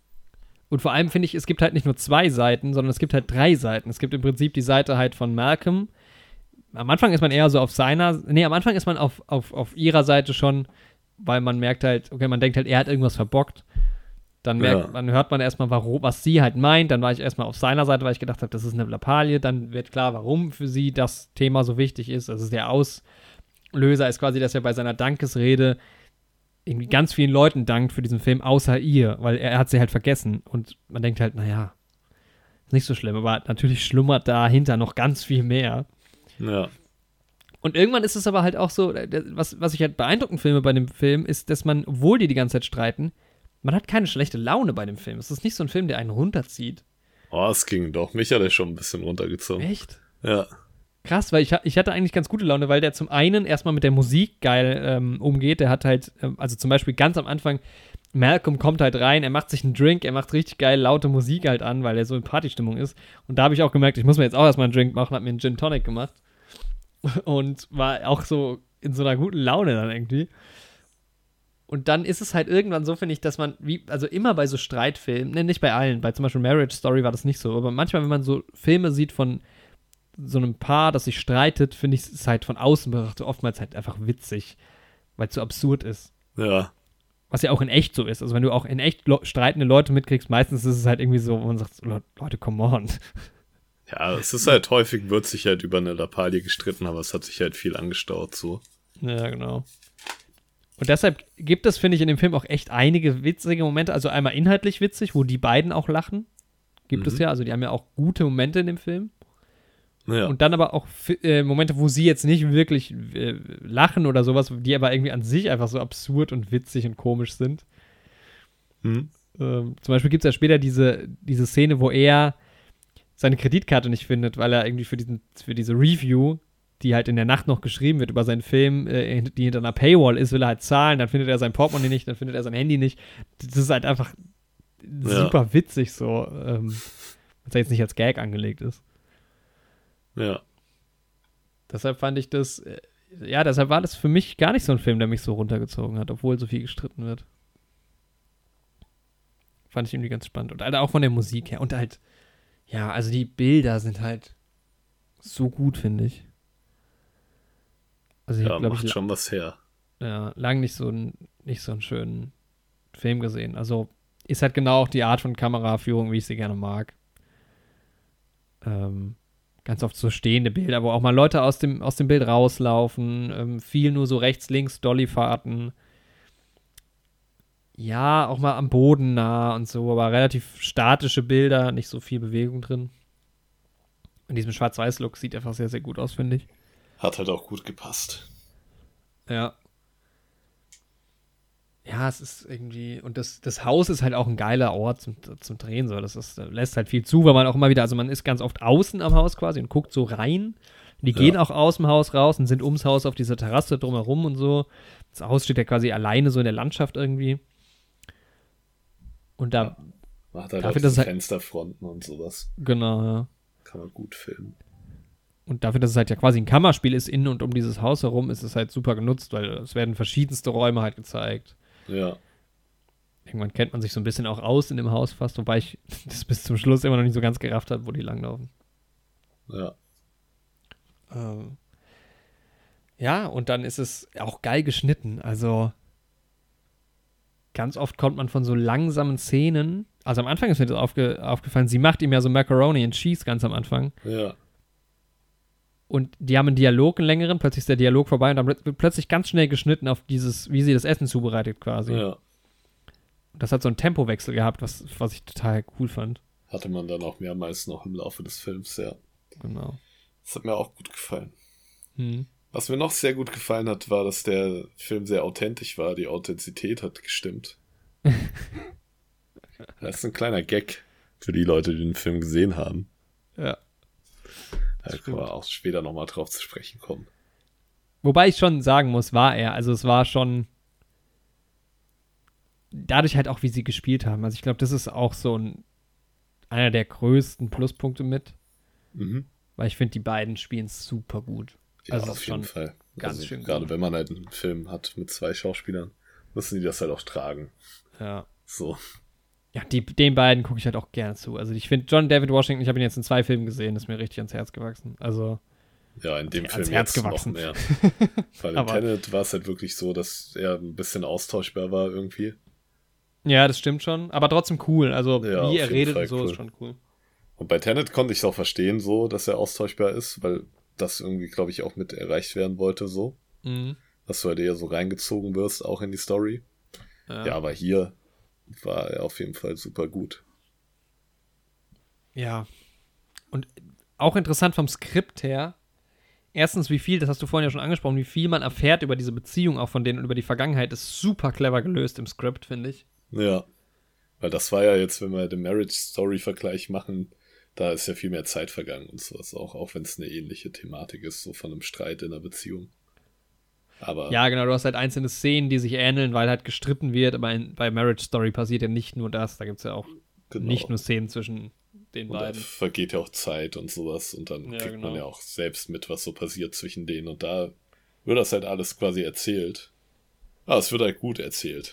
Und vor allem finde ich, es gibt halt nicht nur zwei Seiten, sondern es gibt halt drei Seiten. Es gibt im Prinzip die Seite halt von Malcolm. Am Anfang ist man eher so auf seiner, nee, am Anfang ist man auf, auf, auf ihrer Seite schon, weil man merkt halt, okay, man denkt halt, er hat irgendwas verbockt. Dann merkt, Ja. man hört man erstmal, warum, was sie halt meint. Dann war ich erstmal auf seiner Seite, weil ich gedacht habe, das ist eine Lappalie. Dann wird klar, warum für sie das Thema so wichtig ist. Also der Auslöser ist quasi, dass er bei seiner Dankesrede irgendwie ganz vielen Leuten dankt für diesen Film, außer ihr, weil er hat sie halt vergessen. Und man denkt halt, naja, ist nicht so schlimm. Aber natürlich schlummert dahinter noch ganz viel mehr. Ja. Und irgendwann ist es aber halt auch so, was, was ich halt beeindruckend finde bei dem Film, ist, dass man, obwohl die die ganze Zeit streiten, man hat keine schlechte Laune bei dem Film. Es ist nicht so ein Film, der einen runterzieht. Oh, es ging doch. Mich hat er schon ein bisschen runtergezogen. Echt? Ja. Krass, weil ich, ich hatte eigentlich ganz gute Laune, weil der zum einen erstmal mit der Musik geil ähm, umgeht. Der hat halt, ähm, also zum Beispiel ganz am Anfang, Malcolm kommt halt rein, er macht sich einen Drink, er macht richtig geil laute Musik halt an, weil er so in Partystimmung ist. Und da habe ich auch gemerkt, ich muss mir jetzt auch erstmal einen Drink machen, habe mir einen Gin Tonic gemacht. Und war auch so in so einer guten Laune dann irgendwie. Und dann ist es halt irgendwann so, finde ich, dass man, wie, also immer bei so Streitfilmen, ne, nicht bei allen, bei zum Beispiel Marriage Story war das nicht so, aber manchmal, wenn man so Filme sieht von so einem Paar, das sich streitet, finde ich es halt von außen betrachtet oftmals halt einfach witzig, weil es so absurd ist. Ja. Was ja auch in echt so ist. Also wenn du auch in echt lo- streitende Leute mitkriegst, meistens ist es halt irgendwie so, wo man sagt, Le- Leute, come on. Ja, es ist halt häufig, wird sich halt über eine Lappalie gestritten, aber es hat sich halt viel angestaut so. Ja, genau. Und deshalb gibt es, finde ich, in dem Film auch echt einige witzige Momente. Also einmal inhaltlich witzig, wo die beiden auch lachen. Gibt Mhm. es ja. Also die haben ja auch gute Momente in dem Film. Ja. Und dann aber auch äh, Momente, wo sie jetzt nicht wirklich äh, lachen oder sowas, die aber irgendwie an sich einfach so absurd und witzig und komisch sind. Mhm. Ähm, zum Beispiel gibt es ja später diese, diese Szene, wo er seine Kreditkarte nicht findet, weil er irgendwie für, diesen, für diese Review, die halt in der Nacht noch geschrieben wird über seinen Film, äh, die hinter einer Paywall ist, will er halt zahlen, dann findet er sein Portemonnaie nicht, dann findet er sein Handy nicht. Das ist halt einfach Ja. super witzig so, ähm, was ja jetzt nicht als Gag angelegt ist. Ja. Deshalb fand ich das, äh, ja, deshalb war das für mich gar nicht so ein Film, der mich so runtergezogen hat, obwohl so viel gestritten wird. Fand ich irgendwie ganz spannend. Und halt auch von der Musik her. Und halt, ja, also die Bilder sind halt so gut, finde ich. Also ich Ja, habe, glaube macht ich, la- schon was her. ja, lang nicht so, ein, nicht so einen schönen Film gesehen. Also ist halt genau auch die Art von Kameraführung, wie ich sie gerne mag. Ähm, ganz oft so stehende Bilder, wo auch mal Leute aus dem, aus dem Bild rauslaufen, ähm, viel nur so rechts, links, Dollyfahrten. Ja, auch mal am Boden nah und so, aber relativ statische Bilder, nicht so viel Bewegung drin. In diesem Schwarz-Weiß-Look sieht einfach sehr, sehr gut aus, finde ich. Hat halt auch gut gepasst. Ja. Ja, es ist irgendwie, und das, das Haus ist halt auch ein geiler Ort zum, zum Drehen, so. Das ist, lässt halt viel zu, weil man auch immer wieder, also man ist ganz oft außen am Haus quasi und guckt so rein. Die ja. gehen auch aus dem Haus raus und sind ums Haus auf dieser Terrasse drumherum und so. Das Haus steht ja quasi alleine so in der Landschaft irgendwie. Und da. Ja. Man hat halt dafür, auch dass die halt, Fensterfronten und sowas. Genau, ja. Kann man gut filmen. Und dafür, dass es halt ja quasi ein Kammerspiel ist, in und um dieses Haus herum, ist es halt super genutzt, weil es werden verschiedenste Räume halt gezeigt. Ja. Irgendwann kennt man sich so ein bisschen auch aus in dem Haus fast, wobei ich das bis zum Schluss immer noch nicht so ganz gerafft habe, wo die langlaufen. Ja. Ähm. Ja, und dann ist es auch geil geschnitten. Also ganz oft kommt man von so langsamen Szenen. Also am Anfang ist mir das aufge- aufgefallen, sie macht ihm ja so Macaroni and Cheese ganz am Anfang. Ja. Und die haben einen Dialog, einen längeren, plötzlich ist der Dialog vorbei und dann wird plötzlich ganz schnell geschnitten auf dieses, wie sie das Essen zubereitet quasi. Ja. Und das hat so einen Tempowechsel gehabt, was, was ich total cool fand. Hatte man dann auch mehrmals noch im Laufe des Films, ja. Genau. Das hat mir auch gut gefallen. Hm. Was mir noch sehr gut gefallen hat, war, dass der Film sehr authentisch war. Die Authentizität hat gestimmt. Das ist ein kleiner Gag für die Leute, die den Film gesehen haben. Ja. Da können wir auch später nochmal drauf zu sprechen kommen. Wobei ich schon sagen muss, war er. Also es war schon dadurch halt auch, wie sie gespielt haben. Also ich glaube, das ist auch so ein einer der größten Pluspunkte mit. Mhm. Weil ich finde, die beiden spielen super gut. Ja, also auf jeden Fall. Ganz also, schön gerade gut. wenn man halt einen Film hat mit zwei Schauspielern, müssen die das halt auch tragen. Ja. So. Ja, die, den beiden gucke ich halt auch gerne zu. Also ich finde John David Washington, ich habe ihn jetzt in zwei Filmen gesehen, ist mir richtig ans Herz gewachsen. Also ja, in dem ans Film Herz jetzt gewachsen. noch mehr. Weil in Aber- Tenet war es halt wirklich so, dass er ein bisschen austauschbar war irgendwie. Ja, das stimmt schon. Aber trotzdem cool. Also Ja, auf wie er jeden redet Fall und so cool. ist schon cool. Und bei Tenet konnte ich es auch verstehen, so, dass er austauschbar ist, weil das irgendwie, glaube ich, auch mit erreicht werden wollte, so. Mhm. Dass du halt eher so reingezogen wirst, auch in die Story. Ja. Ja, aber hier war er auf jeden Fall super gut. Ja. Und auch interessant vom Skript her. Erstens, wie viel, das hast du vorhin ja schon angesprochen, wie viel man erfährt über diese Beziehung auch von denen und über die Vergangenheit, ist super clever gelöst im Skript, finde ich. Ja. Weil das war ja jetzt, wenn wir den Marriage-Story-Vergleich machen, da ist ja viel mehr Zeit vergangen und sowas auch, auch wenn es eine ähnliche Thematik ist, so von einem Streit in einer Beziehung. Aber Ja, genau, du hast halt einzelne Szenen, die sich ähneln, weil halt gestritten wird, aber in, bei Marriage Story passiert ja nicht nur das, da gibt es ja auch genau. nicht nur Szenen zwischen den Und da beiden. vergeht ja auch Zeit und sowas und dann Ja, kriegt genau. man ja auch selbst mit, was so passiert zwischen denen und da wird das halt alles quasi erzählt. Ah, es wird halt gut erzählt.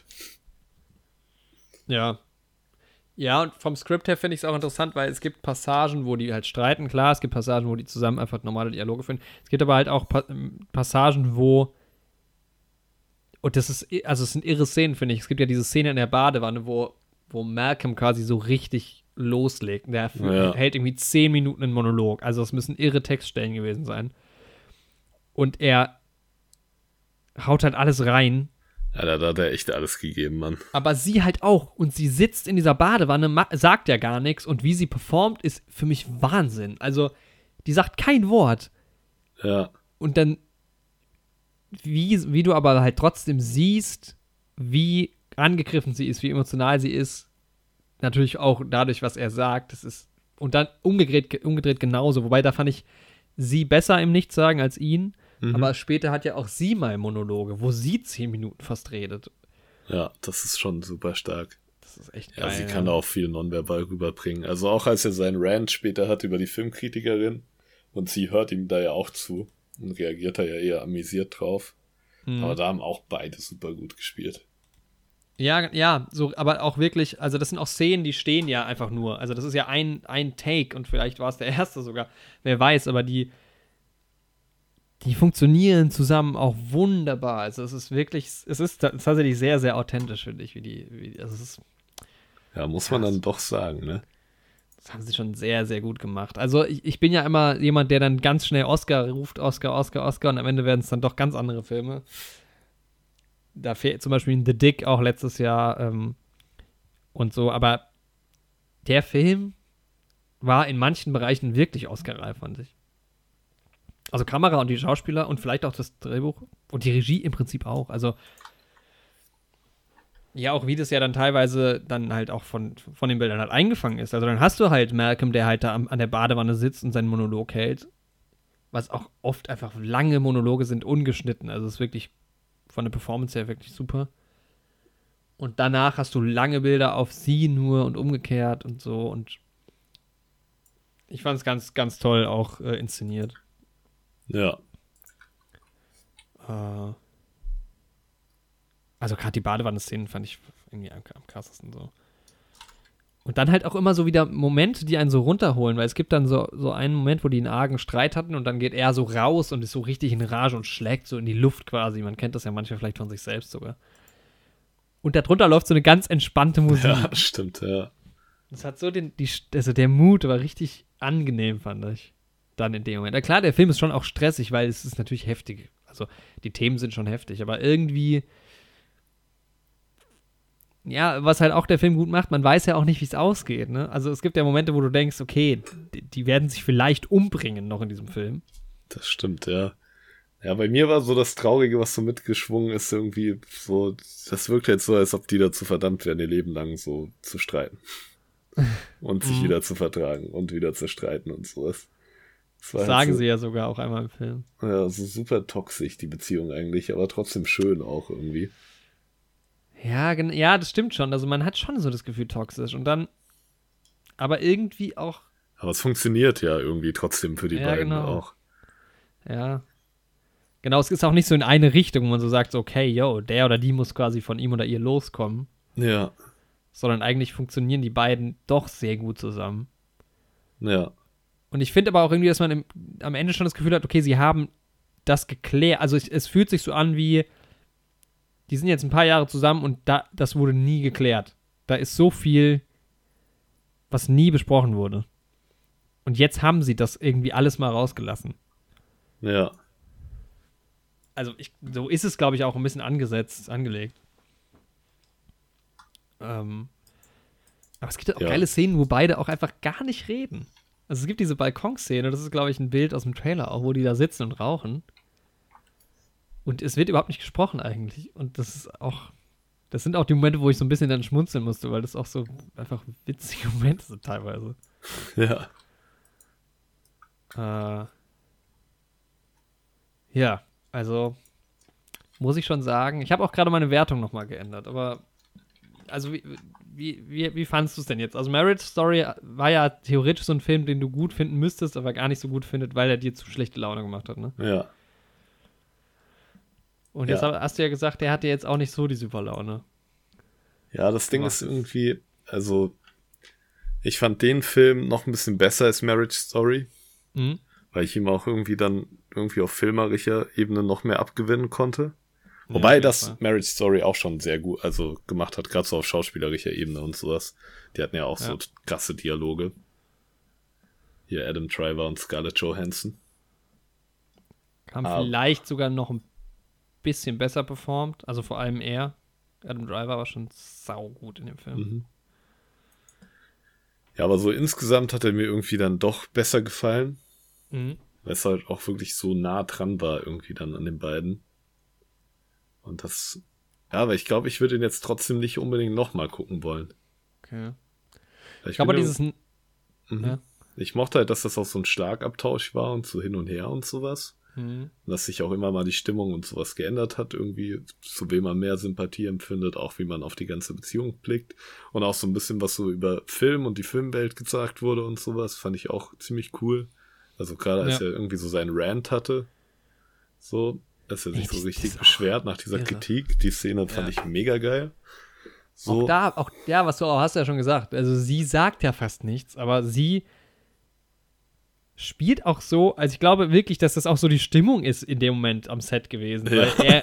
Ja. Ja, und vom Skript her finde ich es auch interessant, weil es gibt Passagen, wo die halt streiten, klar, es gibt Passagen, wo die zusammen einfach normale Dialoge führen. Es gibt aber halt auch pa- Passagen, wo und das ist, also es sind irre Szenen, finde ich. Es gibt ja diese Szene in der Badewanne, wo, wo Malcolm quasi so richtig loslegt. Der f- Ja. hält irgendwie zehn Minuten einen Monolog. Also es müssen irre Textstellen gewesen sein. Und er haut halt alles rein. Ja, da, da hat er echt alles gegeben, Mann. Aber sie halt auch. Und sie sitzt in dieser Badewanne, ma- sagt ja gar nichts. Und wie sie performt, ist für mich Wahnsinn. Also, die sagt kein Wort. Ja. Und dann, wie, wie du aber halt trotzdem siehst, wie angegriffen sie ist, wie emotional sie ist. Natürlich auch dadurch, was er sagt. Das ist, und dann umgedreht, umgedreht genauso. Wobei, da fand ich sie besser im Nichtsagen als ihn. Mhm. Aber später hat ja auch sie mal Monologe, wo sie zehn Minuten fast redet. Ja, das ist schon super stark. Das ist echt Ja, geil. sie kann auch viel nonverbal rüberbringen. Also auch als er seinen Rant später hat über die Filmkritikerin und sie hört ihm da ja auch zu und reagiert da ja eher amüsiert drauf. Mhm. Aber da haben auch beide super gut gespielt. Ja, ja, so, aber auch wirklich, also das sind auch Szenen, die stehen ja einfach nur. Also das ist ja ein, ein Take und vielleicht war es der erste sogar, wer weiß, aber die, die funktionieren zusammen auch wunderbar. Also es ist wirklich, es ist ta- tatsächlich sehr, sehr authentisch, finde ich, wie die, wie, also es ist, Ja, muss man dann doch sagen, ne? Das haben sie schon sehr, sehr gut gemacht. Also ich, ich bin ja immer jemand, der dann ganz schnell Oscar ruft, Oscar, Oscar, Oscar und am Ende werden es dann doch ganz andere Filme. Da fehlt zum Beispiel The Dick auch letztes Jahr ähm, und so, aber der Film war in manchen Bereichen wirklich Oscar-reif, fand ich. Also Kamera und die Schauspieler und vielleicht auch das Drehbuch und die Regie im Prinzip auch. Also ja, auch wie das ja dann teilweise dann halt auch von, von den Bildern halt eingefangen ist. Also dann hast du halt Malcolm, der halt da am, an der Badewanne sitzt und seinen Monolog hält. Was auch oft einfach lange Monologe sind, ungeschnitten. Also es ist wirklich von der Performance her wirklich super. Und danach hast du lange Bilder auf sie nur und umgekehrt und so. Und ich fand es ganz, ganz toll auch äh, inszeniert. Ja. Äh, also gerade die Badewanne-Szenen fand ich irgendwie am, am krassesten so. Und dann halt auch immer so wieder Momente, die einen so runterholen, weil es gibt dann so, so einen Moment, wo die einen argen Streit hatten und dann geht er so raus und ist so richtig in Rage und schlägt so in die Luft quasi. Man kennt das ja manchmal vielleicht von sich selbst sogar. Und darunter läuft so eine ganz entspannte Musik. Ja, stimmt, ja. Das hat so den, die, also der Mut war richtig angenehm, fand ich. Dann in dem Moment. Ja, klar, der Film ist schon auch stressig, weil es ist natürlich heftig. Also die Themen sind schon heftig, aber irgendwie ja, was halt auch der Film gut macht, man weiß ja auch nicht, wie es ausgeht, ne? Also es gibt ja Momente, wo du denkst, okay, die, die werden sich vielleicht umbringen noch in diesem Film. Das stimmt, ja. Ja, bei mir war so das Traurige, was so mitgeschwungen ist, irgendwie so, das wirkt jetzt so, als ob die dazu verdammt wären, ihr Leben lang so zu streiten. Und sich wieder zu vertragen und wieder zu streiten und sowas. Das Das sagen halt so, sie ja sogar auch einmal im Film. Ja, so super toxisch, die Beziehung eigentlich, aber trotzdem schön auch irgendwie. Ja, ja, das stimmt schon. Also man hat schon so das Gefühl toxisch und dann aber irgendwie auch. Aber es funktioniert ja irgendwie trotzdem für die ja, beiden genau. auch. Ja. Genau, es ist auch nicht so in eine Richtung, wo man so sagt, so, okay, yo, der oder die muss quasi von ihm oder ihr loskommen. Ja. Sondern eigentlich funktionieren die beiden doch sehr gut zusammen. Ja. Und ich finde aber auch irgendwie, dass man im, am Ende schon das Gefühl hat, okay, sie haben das geklärt. Also es, es fühlt sich so an wie, die sind jetzt ein paar Jahre zusammen und da, das wurde nie geklärt. Da ist so viel, was nie besprochen wurde. Und jetzt haben sie das irgendwie alles mal rausgelassen. Ja. Also ich, so ist es, glaube ich, auch ein bisschen angesetzt, angelegt. Ähm, aber es gibt ja auch ja. geile Szenen, wo beide auch einfach gar nicht reden. Also es gibt diese Balkonszene, das ist, glaube ich, ein Bild aus dem Trailer auch, wo die da sitzen und rauchen. Und es wird überhaupt nicht gesprochen eigentlich. Und das ist auch, das sind auch die Momente, wo ich so ein bisschen dann schmunzeln musste, weil das auch so einfach witzige Momente sind teilweise. Ja. Äh, ja, also muss ich schon sagen, ich habe auch gerade meine Wertung nochmal geändert, aber also wie, wie, wie, wie fandest du es denn jetzt? Also Marriage Story war ja theoretisch so ein Film, den du gut finden müsstest, aber gar nicht so gut findet, weil er dir zu schlechte Laune gemacht hat, ne? Ja. Und jetzt ja. hast du ja gesagt, der hat dir jetzt auch nicht so die super Laune. Ja, das Ding ist irgendwie, also ich fand den Film noch ein bisschen besser als Marriage Story, mhm. weil ich ihm auch irgendwie dann irgendwie auf filmerischer Ebene noch mehr abgewinnen konnte. Wobei ja, das Fall. Marriage Story auch schon sehr gut also gemacht hat, gerade so auf schauspielerischer Ebene und sowas. Die hatten ja auch ja. so krasse Dialoge. Hier Adam Driver und Scarlett Johansson. Haben ah. vielleicht sogar noch ein bisschen besser performt, also vor allem er. Adam Driver war schon saugut in dem Film. Mhm. Ja, aber so insgesamt hat er mir irgendwie dann doch besser gefallen. Mhm. Weil es halt auch wirklich so nah dran war irgendwie dann an den beiden. Und das, ja, aber ich glaube, ich würde ihn jetzt trotzdem nicht unbedingt nochmal gucken wollen. Okay. Ich, ich glaube, dieses... Mhm. Ja. Ich mochte halt, dass das auch so ein Schlagabtausch war und so hin und her und sowas. Mhm. Und dass sich auch immer mal die Stimmung und sowas geändert hat, irgendwie, zu wem man mehr Sympathie empfindet, auch wie man auf die ganze Beziehung blickt. Und auch so ein bisschen, was so über Film und die Filmwelt gesagt wurde und sowas, fand ich auch ziemlich cool. Also gerade als ja. er irgendwie so seinen Rant hatte, so, als er sich Ey, so richtig beschwert nach dieser Kritik. Die Szene fand ja. ich mega geil. So. Auch da, auch, ja, was du auch hast ja schon gesagt, also sie sagt ja fast nichts, aber sie spielt auch so, also ich glaube wirklich, dass das auch so die Stimmung ist in dem Moment am Set gewesen, ja. weil er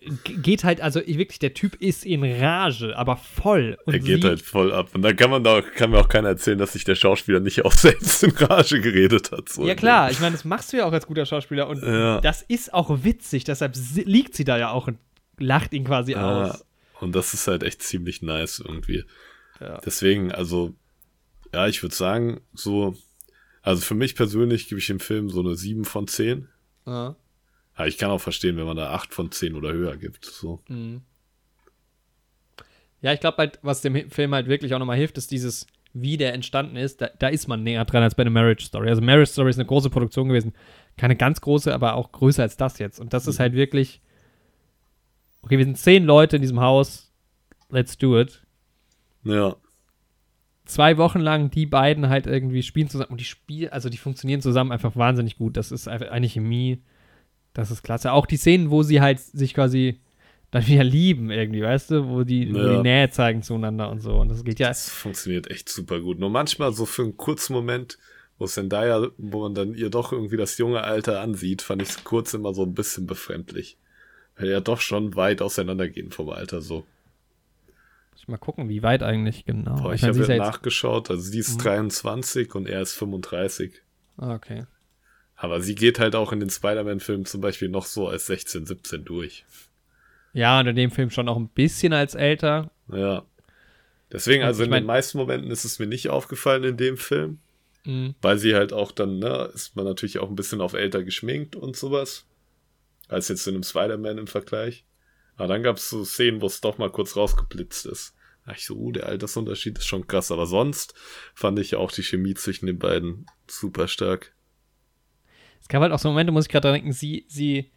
geht halt, also ich, wirklich, der Typ ist in Rage, aber voll. Und er geht sie, halt voll ab. Und dann kann man da, kann mir auch keiner erzählen, dass sich der Schauspieler nicht auch selbst in Rage geredet hat. So ja klar, ich meine, das machst du ja auch als guter Schauspieler und ja. das ist auch witzig, deshalb liegt sie da ja auch und lacht ihn quasi ah, aus. Und das ist halt echt ziemlich nice irgendwie. Ja. Deswegen, also, ja, ich würde sagen, so, also für mich persönlich gebe ich dem Film so eine sieben von zehn. Ja. Aber ich kann auch verstehen, wenn man da acht von zehn oder höher gibt. So. Mhm. Ja, ich glaube halt, was dem Film halt wirklich auch nochmal hilft, ist dieses, wie der entstanden ist, da, da ist man näher dran als bei einer Marriage Story. Also Marriage Story ist eine große Produktion gewesen. Keine ganz große, aber auch größer als das jetzt. Und das mhm. ist halt wirklich, okay, wir sind zehn Leute in diesem Haus, let's do it. Ja. Zwei Wochen lang die beiden halt irgendwie spielen zusammen und die spielen, also die funktionieren zusammen einfach wahnsinnig gut. Das ist einfach eine Chemie, das ist klasse. Auch die Szenen, wo sie halt sich quasi dann wieder lieben irgendwie, weißt du, wo die, ja. wo die Nähe zeigen zueinander und so. Und das geht ja. Das funktioniert echt super gut. Nur manchmal so für einen kurzen Moment, wo es dann da ja, wo man dann ihr doch irgendwie das junge Alter ansieht, fand ich es kurz immer so ein bisschen befremdlich. Weil ja doch schon weit auseinandergehen vom Alter so. Muss ich mal gucken, wie weit eigentlich genau. Boah, ich, ich habe ja jetzt nachgeschaut, also sie ist mhm. dreiundzwanzig und er ist fünfunddreißig. Ah, okay. Aber sie geht halt auch in den Spider-Man-Filmen zum Beispiel noch so als sechzehn, siebzehn durch. Ja, und in dem Film schon auch ein bisschen als älter. Ja. Deswegen, also in mein, den meisten Momenten ist es mir nicht aufgefallen in dem Film. Mhm. Weil sie halt auch dann, ne, ist man natürlich auch ein bisschen auf älter geschminkt und sowas. Als jetzt in einem Spider-Man im Vergleich. Aber dann gab es so Szenen, wo es doch mal kurz rausgeblitzt ist. Da dachte ich so, uh, der Altersunterschied ist schon krass. Aber sonst fand ich auch die Chemie zwischen den beiden super stark. Es gab halt auch so Momente, muss ich gerade denken, sie, sie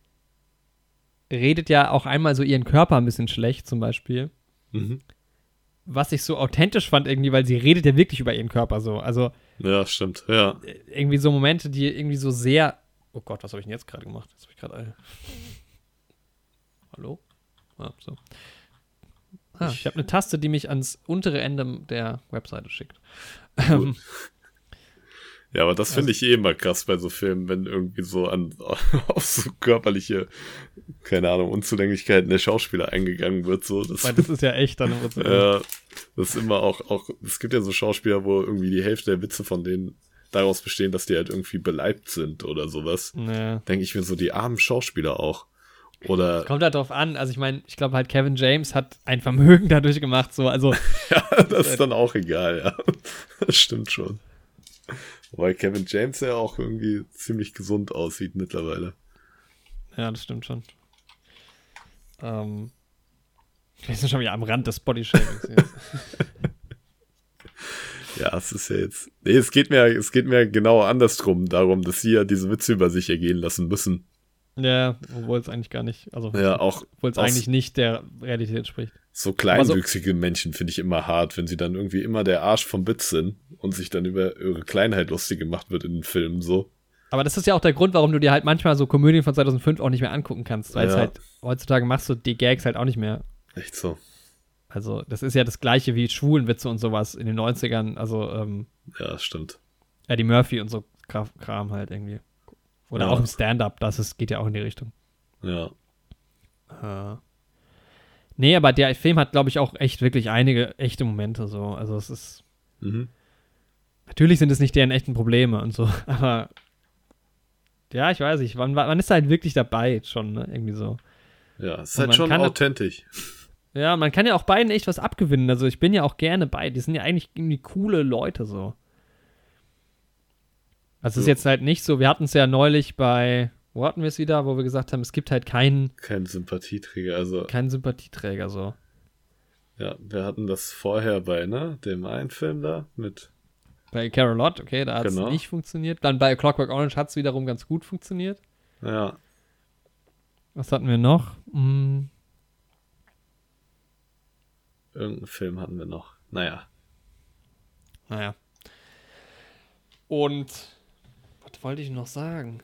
redet ja auch einmal so ihren Körper ein bisschen schlecht, zum Beispiel. Mhm. Was ich so authentisch fand irgendwie, weil sie redet ja wirklich über ihren Körper so. Also ja, stimmt, ja. Irgendwie so Momente, die irgendwie so sehr. Oh Gott, was habe ich denn jetzt gerade gemacht? Jetzt habe ich gerade. Hallo? Ah, so. Ah, ich habe eine Taste, die mich ans untere Ende der Webseite schickt. Cool. Ja, aber das finde ich eh immer krass bei so Filmen, wenn irgendwie so an auf so körperliche, keine Ahnung, Unzulänglichkeiten der Schauspieler eingegangen wird. So. Das, Weil das ist ja echt dann im Ja, das ist immer auch, auch, es gibt ja so Schauspieler, wo irgendwie die Hälfte der Witze von denen daraus bestehen, dass die halt irgendwie beleibt sind oder sowas. Ja. Denke ich mir so, die armen Schauspieler auch. Oder es kommt halt drauf an, also ich meine, ich glaube halt Kevin James hat ein Vermögen dadurch gemacht, so, also. Ja, das ist dann auch egal, ja. Das stimmt schon. Wobei Kevin James ja auch irgendwie ziemlich gesund aussieht mittlerweile. Ja, das stimmt schon. Ähm, wir sind schon wieder am Rand des Bodyshamings. Ja, es ist ja jetzt. Nee, es geht mir, es geht mir genau andersrum darum, dass sie ja diese Witze über sich ergehen lassen müssen. Ja, obwohl es eigentlich gar nicht, also ja, auch obwohl es eigentlich nicht der Realität entspricht. So kleinwüchsige so, Menschen finde ich immer hart, wenn sie dann irgendwie immer der Arsch vom Witz sind und sich dann über ihre Kleinheit lustig gemacht wird in den Filmen so. Aber das ist ja auch der Grund, warum du dir halt manchmal so Komödien von zweitausendfünf auch nicht mehr angucken kannst, weil es ja. halt heutzutage machst du die Gags halt auch nicht mehr. Echt so. Also das ist ja das Gleiche wie Schwulenwitze und sowas in den neunzigern, also ähm, ja, stimmt. Eddie Murphy und so Kram halt irgendwie. Oder ja. auch im Stand-Up, das ist, geht ja auch in die Richtung. Ja. Äh. Nee, aber der Film hat, glaube ich, auch echt wirklich einige echte Momente so. Also es ist mhm. natürlich sind es nicht deren echten Probleme und so, aber ja, ich weiß nicht, man, man ist halt wirklich dabei schon, ne? Irgendwie so. Ja, es ist halt schon authentisch. Ja, man kann ja auch beiden echt was abgewinnen. Also ich bin ja auch gerne bei. Die sind ja eigentlich irgendwie coole Leute so. Also es ist jetzt halt nicht so, wir hatten es ja neulich bei, wo hatten wir es wieder, wo wir gesagt haben, es gibt halt keinen Kein Sympathieträger, also keinen Sympathieträger, so. Ja, wir hatten das vorher bei, ne, dem einen Film da mit bei Carolot, okay, da hat es genau. nicht funktioniert. Dann bei Clockwork Orange hat es wiederum ganz gut funktioniert. Ja. Was hatten wir noch? Hm. Irgendeinen Film hatten wir noch. Naja. Naja. Und was wollte ich noch sagen?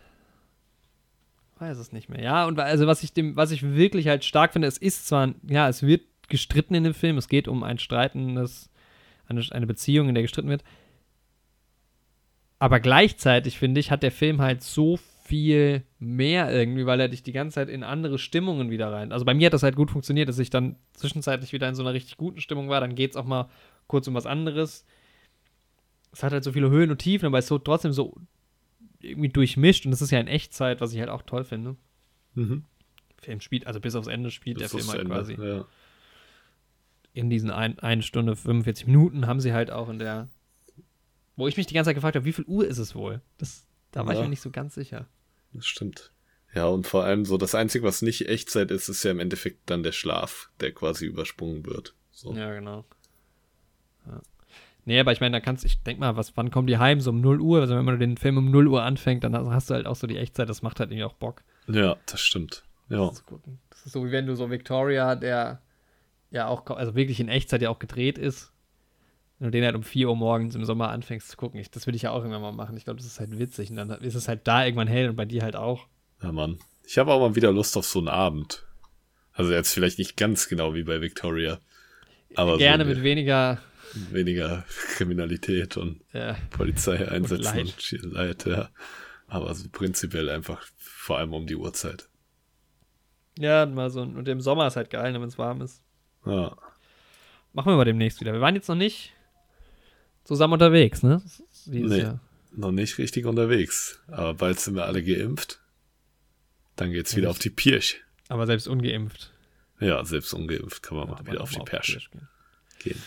Weiß es nicht mehr. Ja, und also was ich dem, was ich wirklich halt stark finde, es ist zwar, ja, es wird gestritten in dem Film, es geht um ein streitendes, eine, eine Beziehung, in der gestritten wird. Aber gleichzeitig, finde ich, hat der Film halt so viel mehr irgendwie, weil er dich die ganze Zeit in andere Stimmungen wieder rein. Also bei mir hat das halt gut funktioniert, dass ich dann zwischenzeitlich wieder in so einer richtig guten Stimmung war. Dann geht es auch mal kurz um was anderes. Es hat halt so viele Höhen und Tiefen, aber es ist so trotzdem so irgendwie durchmischt. Und das ist ja in Echtzeit, was ich halt auch toll finde. Mhm. Film spielt, also bis aufs Ende spielt Bis der Film aufs halt Ende, quasi. ja. In diesen ein, eine Stunde fünfundvierzig Minuten haben sie halt auch in der, wo ich mich die ganze Zeit gefragt habe, wie viel Uhr ist es wohl? Das, da war Ja. ich mir nicht so ganz sicher. Das stimmt. Ja, und vor allem so, das Einzige, was nicht Echtzeit ist, ist ja im Endeffekt dann der Schlaf, der quasi übersprungen wird. So. Ja, genau. Ja. Nee, aber ich meine, da kannst ich denk mal, was, wann kommen die heim? So um null Uhr? Also wenn man den Film um null Uhr anfängt, dann hast du halt auch so die Echtzeit, das macht halt irgendwie auch Bock. Ja, das stimmt. Ja. Das, zu gucken. Das ist so, wie wenn du so Victoria, der ja auch, also wirklich in Echtzeit ja auch gedreht ist, wenn du den halt um vier Uhr morgens im Sommer anfängst zu gucken. Ich, das will ich ja auch irgendwann mal machen. Ich glaube, das ist halt witzig. Und dann ist es halt da irgendwann hell und bei dir halt auch. Ja, Mann. Ich habe auch mal wieder Lust auf so einen Abend. Also jetzt vielleicht nicht ganz genau wie bei Victoria. Aber gerne so mit weniger weniger Kriminalität und ja, Polizei einsetzen und und, und Leid, ja. Aber so prinzipiell einfach vor allem um die Uhrzeit. ja, mal so. Und im Sommer ist halt geil, wenn es warm ist. Ja. Machen wir mal demnächst wieder. Wir waren jetzt noch nicht zusammen unterwegs, ne? Dieses Nee, Jahr. noch nicht richtig unterwegs. Aber bald sind wir alle geimpft. Dann geht's Ja, wieder das- auf die Pirsch. Aber selbst ungeimpft. Ja, selbst ungeimpft kann man mal Aber wieder noch auf die mal Pirsch gehen. gehen.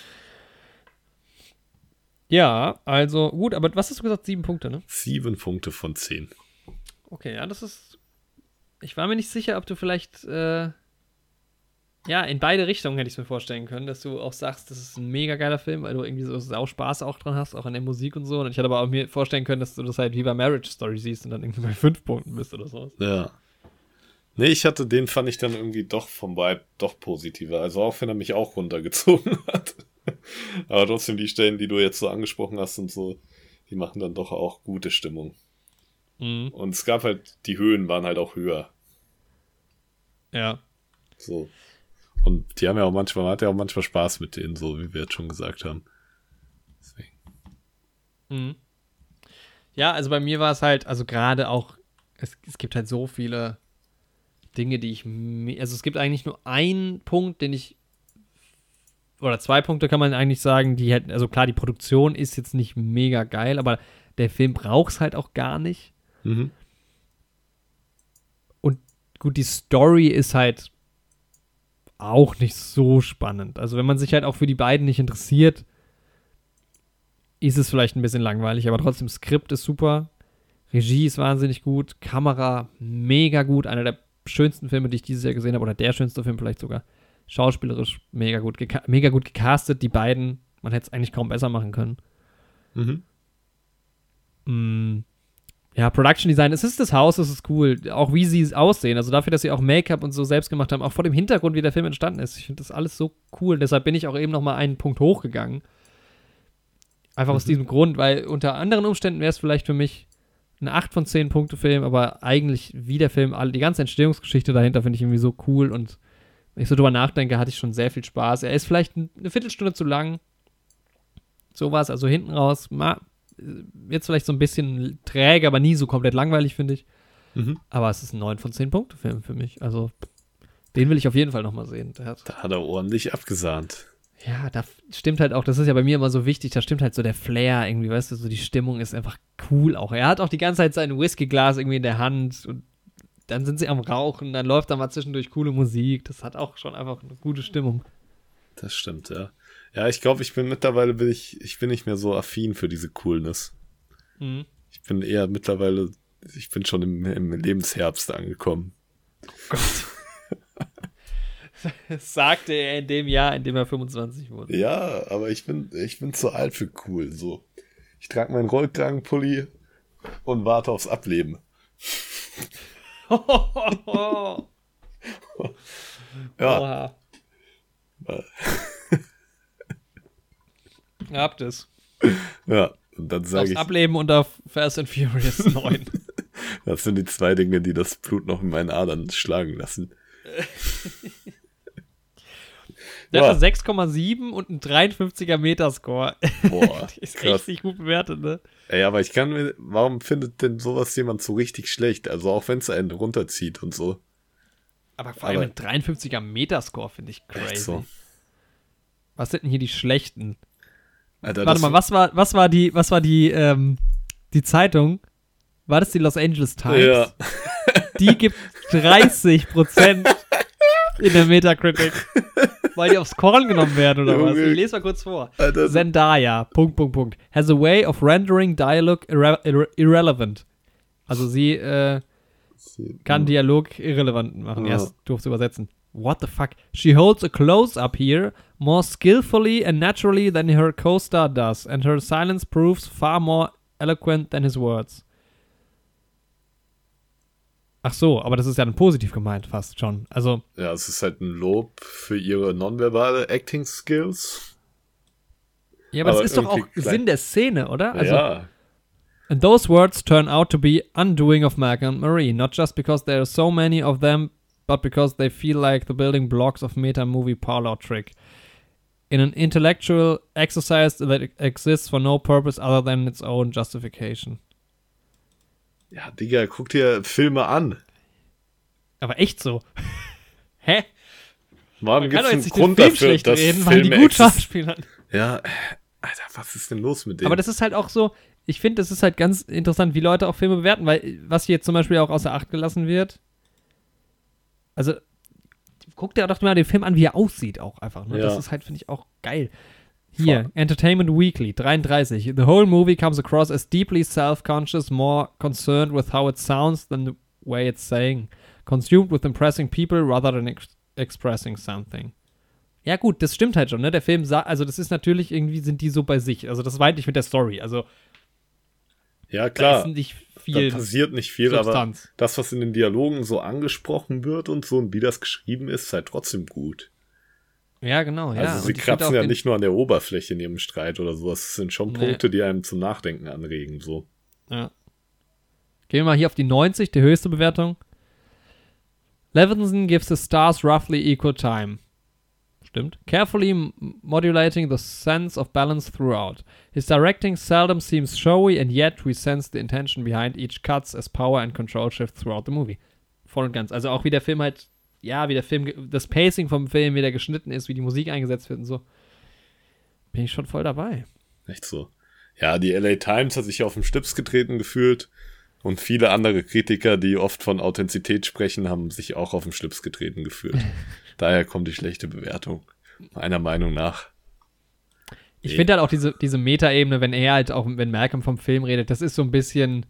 Ja, also gut, aber was hast du gesagt? Sieben Punkte, ne? Sieben Punkte von zehn. Okay, ja, das ist. Ich war mir nicht sicher, ob du vielleicht. Äh, ja, in beide Richtungen hätte ich es mir vorstellen können, dass du auch sagst, das ist ein mega geiler Film, weil du irgendwie so sau Spaß auch dran hast, auch an der Musik und so. Und ich hätte aber auch mir vorstellen können, dass du das halt wie bei Marriage Story siehst und dann irgendwie bei fünf Punkten bist oder sowas. Ja. Nee, ich hatte, den fand ich dann irgendwie doch vom Vibe doch positiver. Also auch wenn er mich auch runtergezogen hat. Aber trotzdem die Stellen, die du jetzt so angesprochen hast und so, die machen dann doch auch gute Stimmung. Mhm. Und es gab halt, die Höhen waren halt auch höher. Ja. So. Und die haben ja auch manchmal, man hat ja auch manchmal Spaß mit denen, so wie wir jetzt schon gesagt haben. Deswegen. Mhm. Ja, also bei mir war es halt, also gerade auch, es, es gibt halt so viele Dinge, die ich, me- also es gibt eigentlich nur einen Punkt, den ich, oder zwei Punkte kann man eigentlich sagen, die hätten, also klar, die Produktion ist jetzt nicht mega geil, aber der Film braucht es halt auch gar nicht. Mhm. Und gut, die Story ist halt auch nicht so spannend. Also wenn man sich halt auch für die beiden nicht interessiert, ist es vielleicht ein bisschen langweilig, aber trotzdem, Skript ist super, Regie ist wahnsinnig gut, Kamera mega gut, einer der schönsten Filme, die ich dieses Jahr gesehen habe, oder der schönste Film vielleicht sogar. Schauspielerisch mega gut, geka- mega gut gecastet, die beiden, man hätte es eigentlich kaum besser machen können. Mhm. Mm, ja, Production Design, es ist das Haus, es ist cool, auch wie sie aussehen, also dafür, dass sie auch Make-up und so selbst gemacht haben, auch vor dem Hintergrund, wie der Film entstanden ist. Ich finde das alles so cool, deshalb bin ich auch eben noch mal einen Punkt hochgegangen. Einfach aus Mhm. diesem Grund, weil unter anderen Umständen wäre es vielleicht für mich ein acht von zehn Punkte Film, aber eigentlich wie der Film, alle, die ganze Entstehungsgeschichte dahinter finde ich irgendwie so cool und wenn ich so drüber nachdenke, hatte ich schon sehr viel Spaß. Er ist vielleicht ein- eine Viertelstunde zu lang, sowas, also hinten raus, ma, jetzt vielleicht so ein bisschen träge, aber nie so komplett langweilig, finde ich. Mhm. Aber es ist ein neun von zehn Punkte Film für mich, also den will ich auf jeden Fall nochmal sehen. Der hat Da hat er ordentlich abgesahnt. Ja, da stimmt halt auch, das ist ja bei mir immer so wichtig, da stimmt halt so der Flair irgendwie, weißt du, so die Stimmung ist einfach cool auch. Er hat auch die ganze Zeit sein Whiskyglas irgendwie in der Hand und dann sind sie am Rauchen, dann läuft da mal zwischendurch coole Musik. Das hat auch schon einfach eine gute Stimmung. Das stimmt, ja. Ja, ich glaube, ich bin mittlerweile, bin ich, ich bin nicht mehr so affin für diese Coolness. Mhm. Ich bin eher mittlerweile, ich bin schon im, im Lebensherbst angekommen. Das sagte er in dem Jahr, in dem er fünfundzwanzig wurde. Ja, aber ich bin, ich bin zu alt für cool, so. Ich trage meinen Rollkragenpulli und warte aufs Ableben. Ja. Oha. Ihr habt es. Ja, und dann sage Aufs ich, Ableben und auf Fast and Furious neun. das sind die zwei Dinge, die das Blut noch in meinen Adern schlagen lassen. Der Boah. hat sechs Komma sieben und einen dreiundfünfziger Metascore. Boah, Die ist krass. richtig gut bewertet, ne? Ey, aber ich kann mir, warum findet denn sowas jemand so richtig schlecht? Also auch wenn es einen runterzieht und so. Aber vor allem Aber- ein dreiundfünfziger Metascore finde ich crazy. Echt so. Was sind denn hier die schlechten? Alter, Warte das- mal, was war, was war die, was war die, ähm, die Zeitung? War das die Los Angeles Times? Ja. Die gibt dreißig Prozent in der Metacritic. Weil die aufs Korn genommen werden, oder was? Junge. Ich lese mal kurz vor. Alter, Zendaya, Punkt, Punkt, Punkt, has a way of rendering dialogue irre irre irrelevant. Also sie äh, kann Dialog irrelevant machen. Ja. Erst durfte übersetzen. What the fuck? She holds a close-up here more skillfully and naturally than her co-star does, and her silence proves far more eloquent than his words. Ach so, aber das ist ja dann positiv gemeint fast schon. Also, Ja, es ist halt ein Lob für ihre nonverbale Acting-Skills. ja, aber, Aber das ist doch auch irgendwie gleich- Sinn der Szene, oder? Also, ja, and those words turn out to be undoing of Malcolm and Marie, not just because there are so many of them, but because they feel like the building blocks of meta-movie parlor trick. In an intellectual exercise that exists for no purpose other than its own justification. ja, Digga, guck dir Filme an. Aber echt so. Hä? Warum Man gibt kann doch es einen jetzt nicht den Grund Film dafür, schlecht dass reden, weil die Filme gut exist- schauspielern. Ja, Alter, was ist denn los mit denen? Aber das ist halt auch so, ich finde, das ist halt ganz interessant, wie Leute auch Filme bewerten, weil was hier jetzt zum Beispiel auch außer Acht gelassen wird, also guck dir doch mal den Film an, wie er aussieht auch einfach. Ne? Ja. Das ist halt, finde ich, auch geil. Hier, Entertainment Weekly, dreiunddreißig. The whole movie comes across as deeply self-conscious, more concerned with how it sounds than the way it's saying. Consumed with impressing people rather than ex expressing something. Ja gut, das stimmt halt schon, ne? Der Film, sa- also das ist natürlich, irgendwie sind die so bei sich. Also das meinte ich mit der Story. Also ja, da klar, ist nicht da viel passiert nicht viel, Substanz. aber das, was in den Dialogen so angesprochen wird und so und wie das geschrieben ist, ist halt trotzdem gut. Ja, genau, ja. Also sie Und ich find kratzen auch ja den- nicht nur an der Oberfläche in ihrem Streit oder sowas. Das sind schon Nee. Punkte, die einem zum Nachdenken anregen, so. Ja. Gehen wir mal hier auf die neunzig, die höchste Bewertung. Levinson gives the stars roughly equal time. Stimmt. Carefully m- modulating the sense of balance throughout. His directing seldom seems showy, and yet we sense the intention behind each cuts as power and control shift throughout the movie. Voll und ganz. Also auch wie der Film halt, ja, wie der Film, ge- das Pacing vom Film, wie der geschnitten ist, wie die Musik eingesetzt wird und so. Bin ich schon voll dabei. Echt so. Ja, die L A Times hat sich auf den Stips getreten gefühlt und viele andere Kritiker, die oft von Authentizität sprechen, haben sich auch auf den Schlips getreten gefühlt. Daher kommt die schlechte Bewertung. Meiner Meinung nach. Ich Nee. finde halt auch diese, diese Meta-Ebene, wenn er halt auch, wenn Malcolm vom Film redet, das ist so ein bisschen.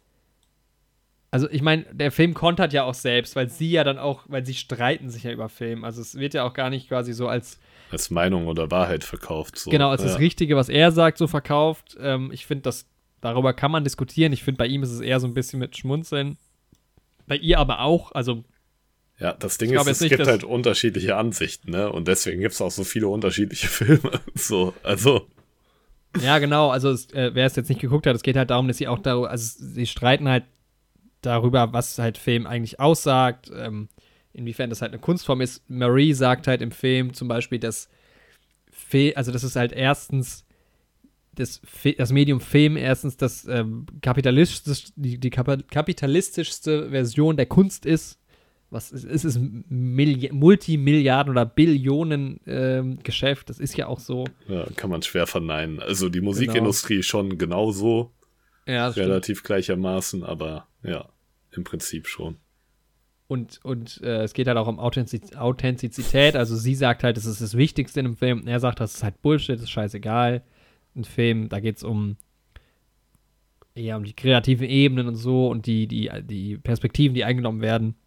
Also, ich meine, der Film kontert ja auch selbst, weil sie ja dann auch, weil sie streiten sich ja über Film. Also, es wird ja auch gar nicht quasi so als, Als Meinung oder Wahrheit verkauft. So. genau, als ja. das Richtige, was er sagt, so verkauft. Ähm, ich finde, das, darüber kann man diskutieren. Ich finde, bei ihm ist es eher so ein bisschen mit Schmunzeln. Bei ihr aber auch. Also, Ja, das Ding Ich glaube ist, jetzt es nicht, gibt dass- halt unterschiedliche Ansichten, ne? Und deswegen gibt es auch so viele unterschiedliche Filme. So, also. ja, genau. Also, es, äh, wer es jetzt nicht geguckt hat, es geht halt darum, dass sie auch darüber, also, sie streiten halt darüber, was halt Film eigentlich aussagt, ähm, inwiefern das halt eine Kunstform ist. Marie sagt halt im Film zum Beispiel, dass Fe also das ist halt erstens das, Fe das Medium Film erstens das ähm, kapitalistisch die, die kap kapitalistischste Version der Kunst ist. Was ist, es ist Milli Multimilliarden- oder Billionen-Geschäft, das ist ja auch so. Ja, kann man schwer verneinen. Also die Musikindustrie schon genauso, Ja, das stimmt. relativ gleichermaßen, aber ja, im Prinzip schon. Und, und äh, es geht halt auch um Authentiz Authentizität. Also sie sagt halt, das ist das Wichtigste in einem Film. Und er sagt, das ist halt Bullshit, das ist scheißegal. Ein Film, da geht es um eher um die kreativen Ebenen und so und die, die, die Perspektiven, die eingenommen werden.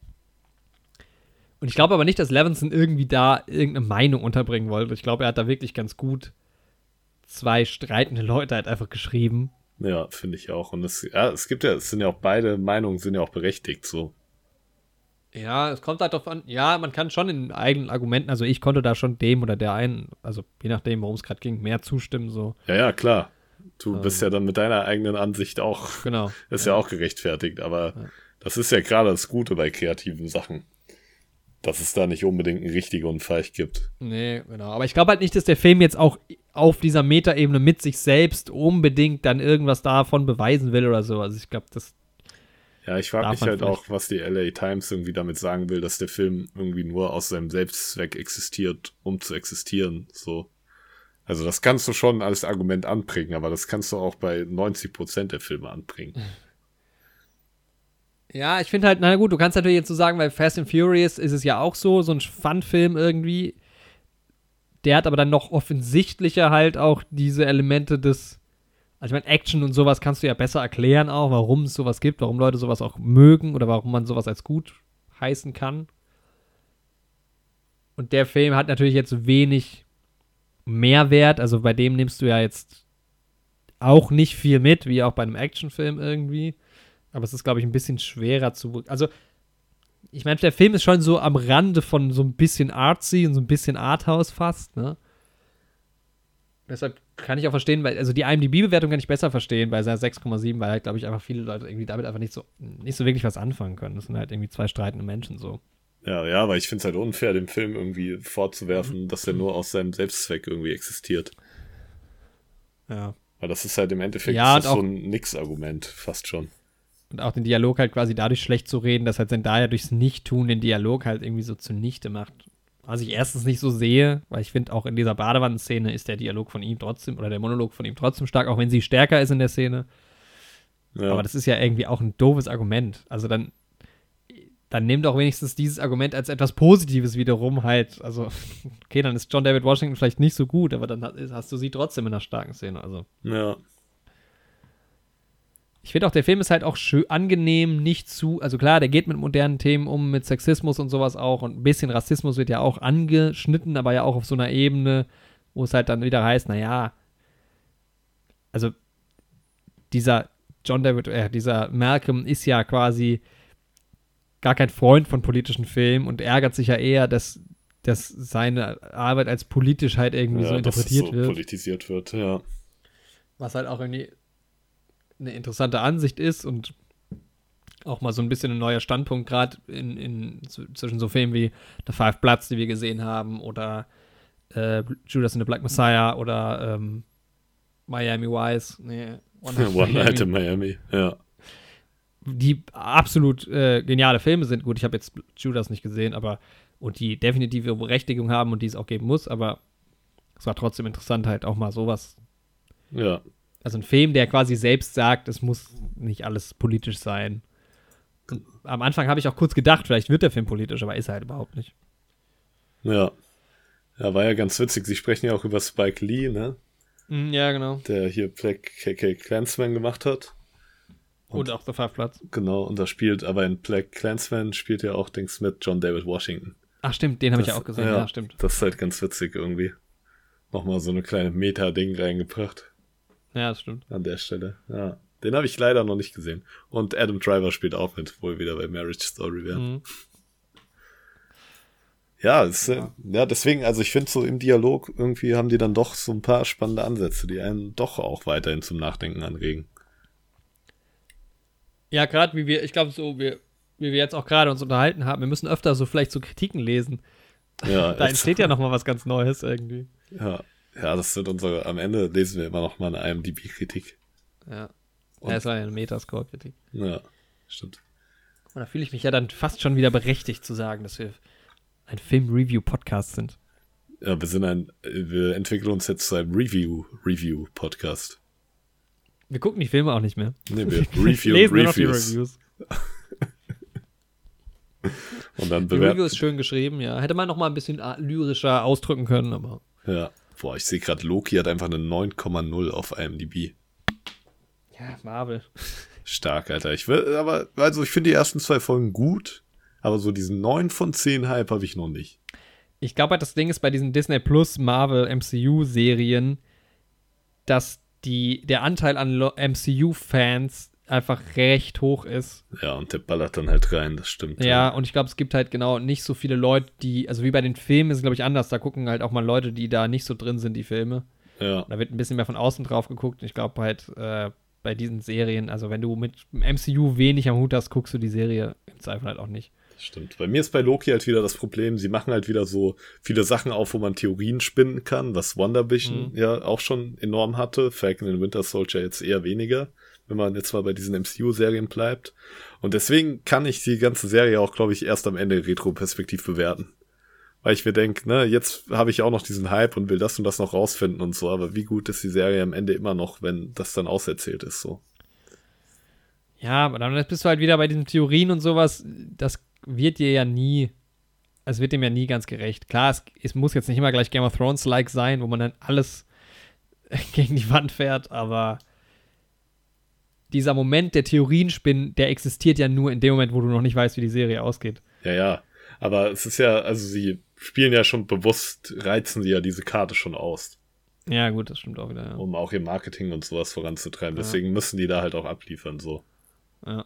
Und ich glaube aber nicht, dass Levinson irgendwie da irgendeine Meinung unterbringen wollte. Ich glaube, er hat da wirklich ganz gut zwei streitende Leute halt einfach geschrieben. Ja, finde ich auch. Und es, ja, es gibt ja, es sind ja auch beide Meinungen, sind ja auch berechtigt, so. Ja, es kommt halt darauf an, ja, man kann schon in eigenen Argumenten, also ich konnte da schon dem oder der einen, also je nachdem, worum es gerade ging, mehr zustimmen, so. Ja, ja, klar. Du Ähm. bist ja dann mit deiner eigenen Ansicht auch, Genau. ist ja, auch gerechtfertigt, aber das ist ja gerade das Gute bei kreativen Sachen. dass es da nicht unbedingt ein richtig und ein falsch gibt. Nee, genau. Aber ich glaube halt nicht, dass der Film jetzt auch auf dieser Metaebene mit sich selbst unbedingt dann irgendwas davon beweisen will oder so. Also ich glaube, das Ja, ich frage mich man halt vielleicht- auch, was die L A Times irgendwie damit sagen will, dass der Film irgendwie nur aus seinem Selbstzweck existiert, um zu existieren. So. Also das kannst du schon als Argument anbringen, aber das kannst du auch bei neunzig Prozent der Filme anbringen. Ja, ich finde halt, na gut, du kannst natürlich jetzt so sagen, bei Fast and Furious ist es ja auch so, so ein Fun-Film irgendwie. Der hat aber dann noch offensichtlicher halt auch diese Elemente des, also ich meine, Action und sowas kannst du ja besser erklären auch, warum es sowas gibt, warum Leute sowas auch mögen oder warum man sowas als gut heißen kann. Und der Film hat natürlich jetzt wenig Mehrwert, also bei dem nimmst du ja jetzt auch nicht viel mit, wie auch bei einem Actionfilm irgendwie. Aber es ist, glaube ich, ein bisschen schwerer zu. Also, ich meine, der Film ist schon so am Rande von so ein bisschen artsy und so ein bisschen Arthouse fast, ne? Deshalb kann ich auch verstehen, weil, also die I M D B-Bewertung kann ich besser verstehen bei seiner sechs Komma sieben, weil halt, glaube ich, einfach viele Leute irgendwie damit einfach nicht so, nicht so wirklich was anfangen können. Das sind halt irgendwie zwei streitende Menschen so. Ja, ja, aber ich finde es halt unfair, dem Film irgendwie vorzuwerfen, dass er nur aus seinem Selbstzweck irgendwie existiert. Ja. Weil das ist halt im Endeffekt Ja, ist das und so ein Nix-Argument, fast schon. Und auch den Dialog halt quasi dadurch schlecht zu reden, dass halt Zendaya durchs Nicht-Tun den Dialog halt irgendwie so zunichte macht. Was ich erstens nicht so sehe, weil ich finde, auch in dieser Badewannenszene ist der Dialog von ihm trotzdem, oder der Monolog von ihm trotzdem stark, auch wenn sie stärker ist in der Szene. Ja. Aber das ist ja irgendwie auch ein doofes Argument. Also dann, dann nimm doch wenigstens dieses Argument als etwas Positives wiederum halt. Also, okay, dann ist John David Washington vielleicht nicht so gut, aber dann hast du sie trotzdem in einer starken Szene. Also. Ja. Ich finde auch, der Film ist halt auch schön angenehm, nicht zu, also klar, der geht mit modernen Themen um, mit Sexismus und sowas auch und ein bisschen Rassismus wird ja auch angeschnitten, aber ja auch auf so einer Ebene, wo es halt dann wieder heißt, naja, also dieser John David, äh, dieser Malcolm ist ja quasi gar kein Freund von politischen Filmen und ärgert sich ja eher, dass, dass seine Arbeit als politisch halt irgendwie ja, so interpretiert dass es so wird. politisiert wird, ja. Was halt auch irgendwie eine interessante Ansicht ist und auch mal so ein bisschen ein neuer Standpunkt, gerade in, in, zwischen so Filmen wie The Five Bloods, die wir gesehen haben, oder äh, Judas and the Black Messiah oder ähm, Miami Vice. Nee, One Night, One Night in Miami, ja. Die absolut äh, geniale Filme sind. Gut, ich habe jetzt Judas nicht gesehen, aber und die definitive Berechtigung haben und die es auch geben muss, aber es war trotzdem interessant, halt auch mal sowas. Ja. Also ein Film, der quasi selbst sagt, es muss nicht alles politisch sein. Und am Anfang habe ich auch kurz gedacht, vielleicht wird der Film politisch, aber ist er halt überhaupt nicht. Ja. Ja, war ja ganz witzig. Sie sprechen ja auch über Spike Lee, ne? Mm, ja, genau. Der hier Black K K Klansman gemacht hat. Und, und auch The Five Bloods. Genau, und da spielt, aber in Black Klansman spielt ja auch Dings mit John David Washington. Ach stimmt, den habe ich ja auch gesehen, ja, ja, stimmt. Das ist halt ganz witzig irgendwie. Nochmal so eine kleine Meta-Ding reingebracht. Ja, das stimmt. An der Stelle, ja. Den habe ich leider noch nicht gesehen. Und Adam Driver spielt auch mit, wo wir wieder bei Marriage Story wären. Mhm. Ja, ist, ja. ja, deswegen, also ich finde so im Dialog irgendwie haben die dann doch so ein paar spannende Ansätze, die einen doch auch weiterhin zum Nachdenken anregen. Ja, gerade wie wir, ich glaube so, wir, wie wir jetzt auch gerade uns unterhalten haben, wir müssen öfter so vielleicht so Kritiken lesen. Ja, da entsteht ja noch mal was ganz Neues irgendwie. Ja, ja, das wird unsere, am Ende lesen wir immer noch mal eine I M D B-Kritik. Ja. Und, ja, das war ja eine Metascore-Kritik. Ja, stimmt. Und da fühle ich mich ja dann fast schon wieder berechtigt zu sagen, dass wir ein Film-Review-Podcast sind. Ja, wir sind ein, wir entwickeln uns jetzt zu einem Review-Review-Podcast. Wir gucken die Filme auch nicht mehr. Nee, wir reviewen lesen Reviews. Noch die Reviews. Und dann die Review ist schön geschrieben, ja. Hätte man noch mal ein bisschen lyrischer ausdrücken können, aber. Ja, boah, ich sehe gerade, Loki hat einfach eine neun Komma null auf I M D B. Ja, Marvel. Stark, Alter. Ich will, aber, also ich finde die ersten zwei Folgen gut, aber so diesen neun von zehn Hype habe ich noch nicht. Ich glaube halt, das Ding ist bei diesen Disney Plus Marvel M C U-Serien, dass die, der Anteil an M C U-Fans einfach recht hoch ist. Ja, und der ballert dann halt rein, das stimmt. Ja, ja. Und ich glaube, es gibt halt genau nicht so viele Leute, die, also wie bei den Filmen ist es, glaube ich, anders. Da gucken halt auch mal Leute, die da nicht so drin sind, die Filme. Ja. Da wird ein bisschen mehr von außen drauf geguckt. Ich glaube halt, äh, bei diesen Serien, also wenn du mit M C U wenig am Hut hast, guckst du die Serie im Zweifel halt auch nicht. Stimmt. Bei mir ist bei Loki halt wieder das Problem, sie machen halt wieder so viele Sachen auf, wo man Theorien spinnen kann, was WandaVision mhm. ja auch schon enorm hatte. Falcon and Winter Soldier jetzt eher weniger, wenn man jetzt mal bei diesen M C U-Serien bleibt. Und deswegen kann ich die ganze Serie auch, glaube ich, erst am Ende retroperspektiv bewerten. Weil ich mir denke, ne, jetzt habe ich auch noch diesen Hype und will das und das noch rausfinden und so, aber wie gut ist die Serie am Ende immer noch, wenn das dann auserzählt ist, so. Ja, aber dann bist du halt wieder bei diesen Theorien und sowas, das wird dir ja nie, es wird dem ja nie ganz gerecht. Klar, es, es muss jetzt nicht immer gleich Game of Thrones-like sein, wo man dann alles gegen die Wand fährt, aber dieser Moment der Theorienspinnen, der existiert ja nur in dem Moment, wo du noch nicht weißt, wie die Serie ausgeht. Ja, ja, aber es ist ja, also sie spielen ja schon bewusst, reizen sie ja diese Karte schon aus. Ja, gut, das stimmt auch wieder, ja. Um auch ihr Marketing und sowas voranzutreiben. Ja. Deswegen müssen die da halt auch abliefern, so. Ja.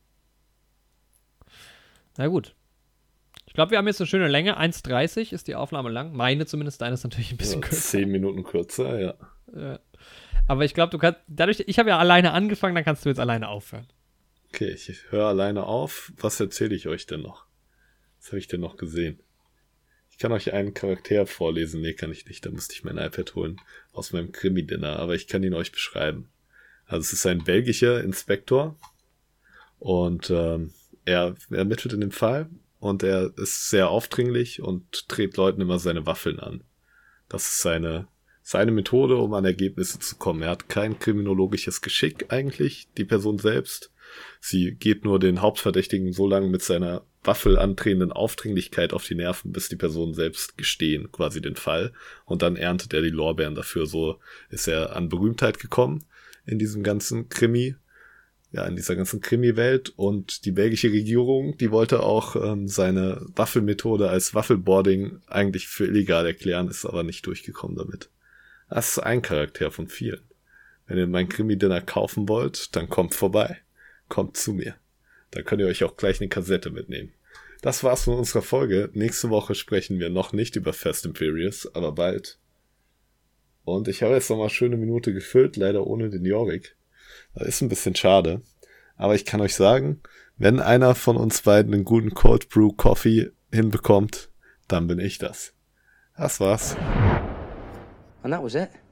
Na gut. Ich glaube, wir haben jetzt eine schöne Länge. eins dreißig ist die Aufnahme lang. Meine zumindest, deine ist natürlich ein bisschen ja, kürzer. Zehn Minuten kürzer, ja. ja. Aber ich glaube, du kannst, dadurch, ich habe ja alleine angefangen, dann kannst du jetzt alleine aufhören. Okay, ich höre alleine auf. Was erzähle ich euch denn noch? Was habe ich denn noch gesehen? Ich kann euch einen Charakter vorlesen. Nee, kann ich nicht. Da müsste ich mein iPad holen aus meinem Krimi-Dinner. Aber ich kann ihn euch beschreiben. Also es ist ein belgischer Inspektor. Und ähm, er ermittelt in dem Fall. Und er ist sehr aufdringlich und dreht Leuten immer seine Waffeln an. Das ist seine, seine Methode, um an Ergebnisse zu kommen. Er hat kein kriminologisches Geschick eigentlich, die Person selbst. Sie geht nur den Hauptverdächtigen so lange mit seiner Waffel andrehenden Aufdringlichkeit auf die Nerven, bis die Personen selbst gestehen, quasi den Fall. Und dann erntet er die Lorbeeren dafür. So ist er an Berühmtheit gekommen in diesem ganzen Krimi, ja, in dieser ganzen Krimi-Welt. Und die belgische Regierung, die wollte auch ähm, seine Waffelmethode als Waffelboarding eigentlich für illegal erklären, ist aber nicht durchgekommen damit. Das ist ein Charakter von vielen. Wenn ihr mein Krimi-Dinner kaufen wollt, dann kommt vorbei. Kommt zu mir. Da könnt ihr euch auch gleich eine Kassette mitnehmen. Das war's von unserer Folge. Nächste Woche sprechen wir noch nicht über Fast and Furious, aber bald. Und ich habe jetzt noch mal eine schöne Minute gefüllt, leider ohne den Jorik. Das ist ein bisschen schade. Aber ich kann euch sagen, wenn einer von uns beiden einen guten Cold Brew Coffee hinbekommt, dann bin ich das. Das war's. And that was it.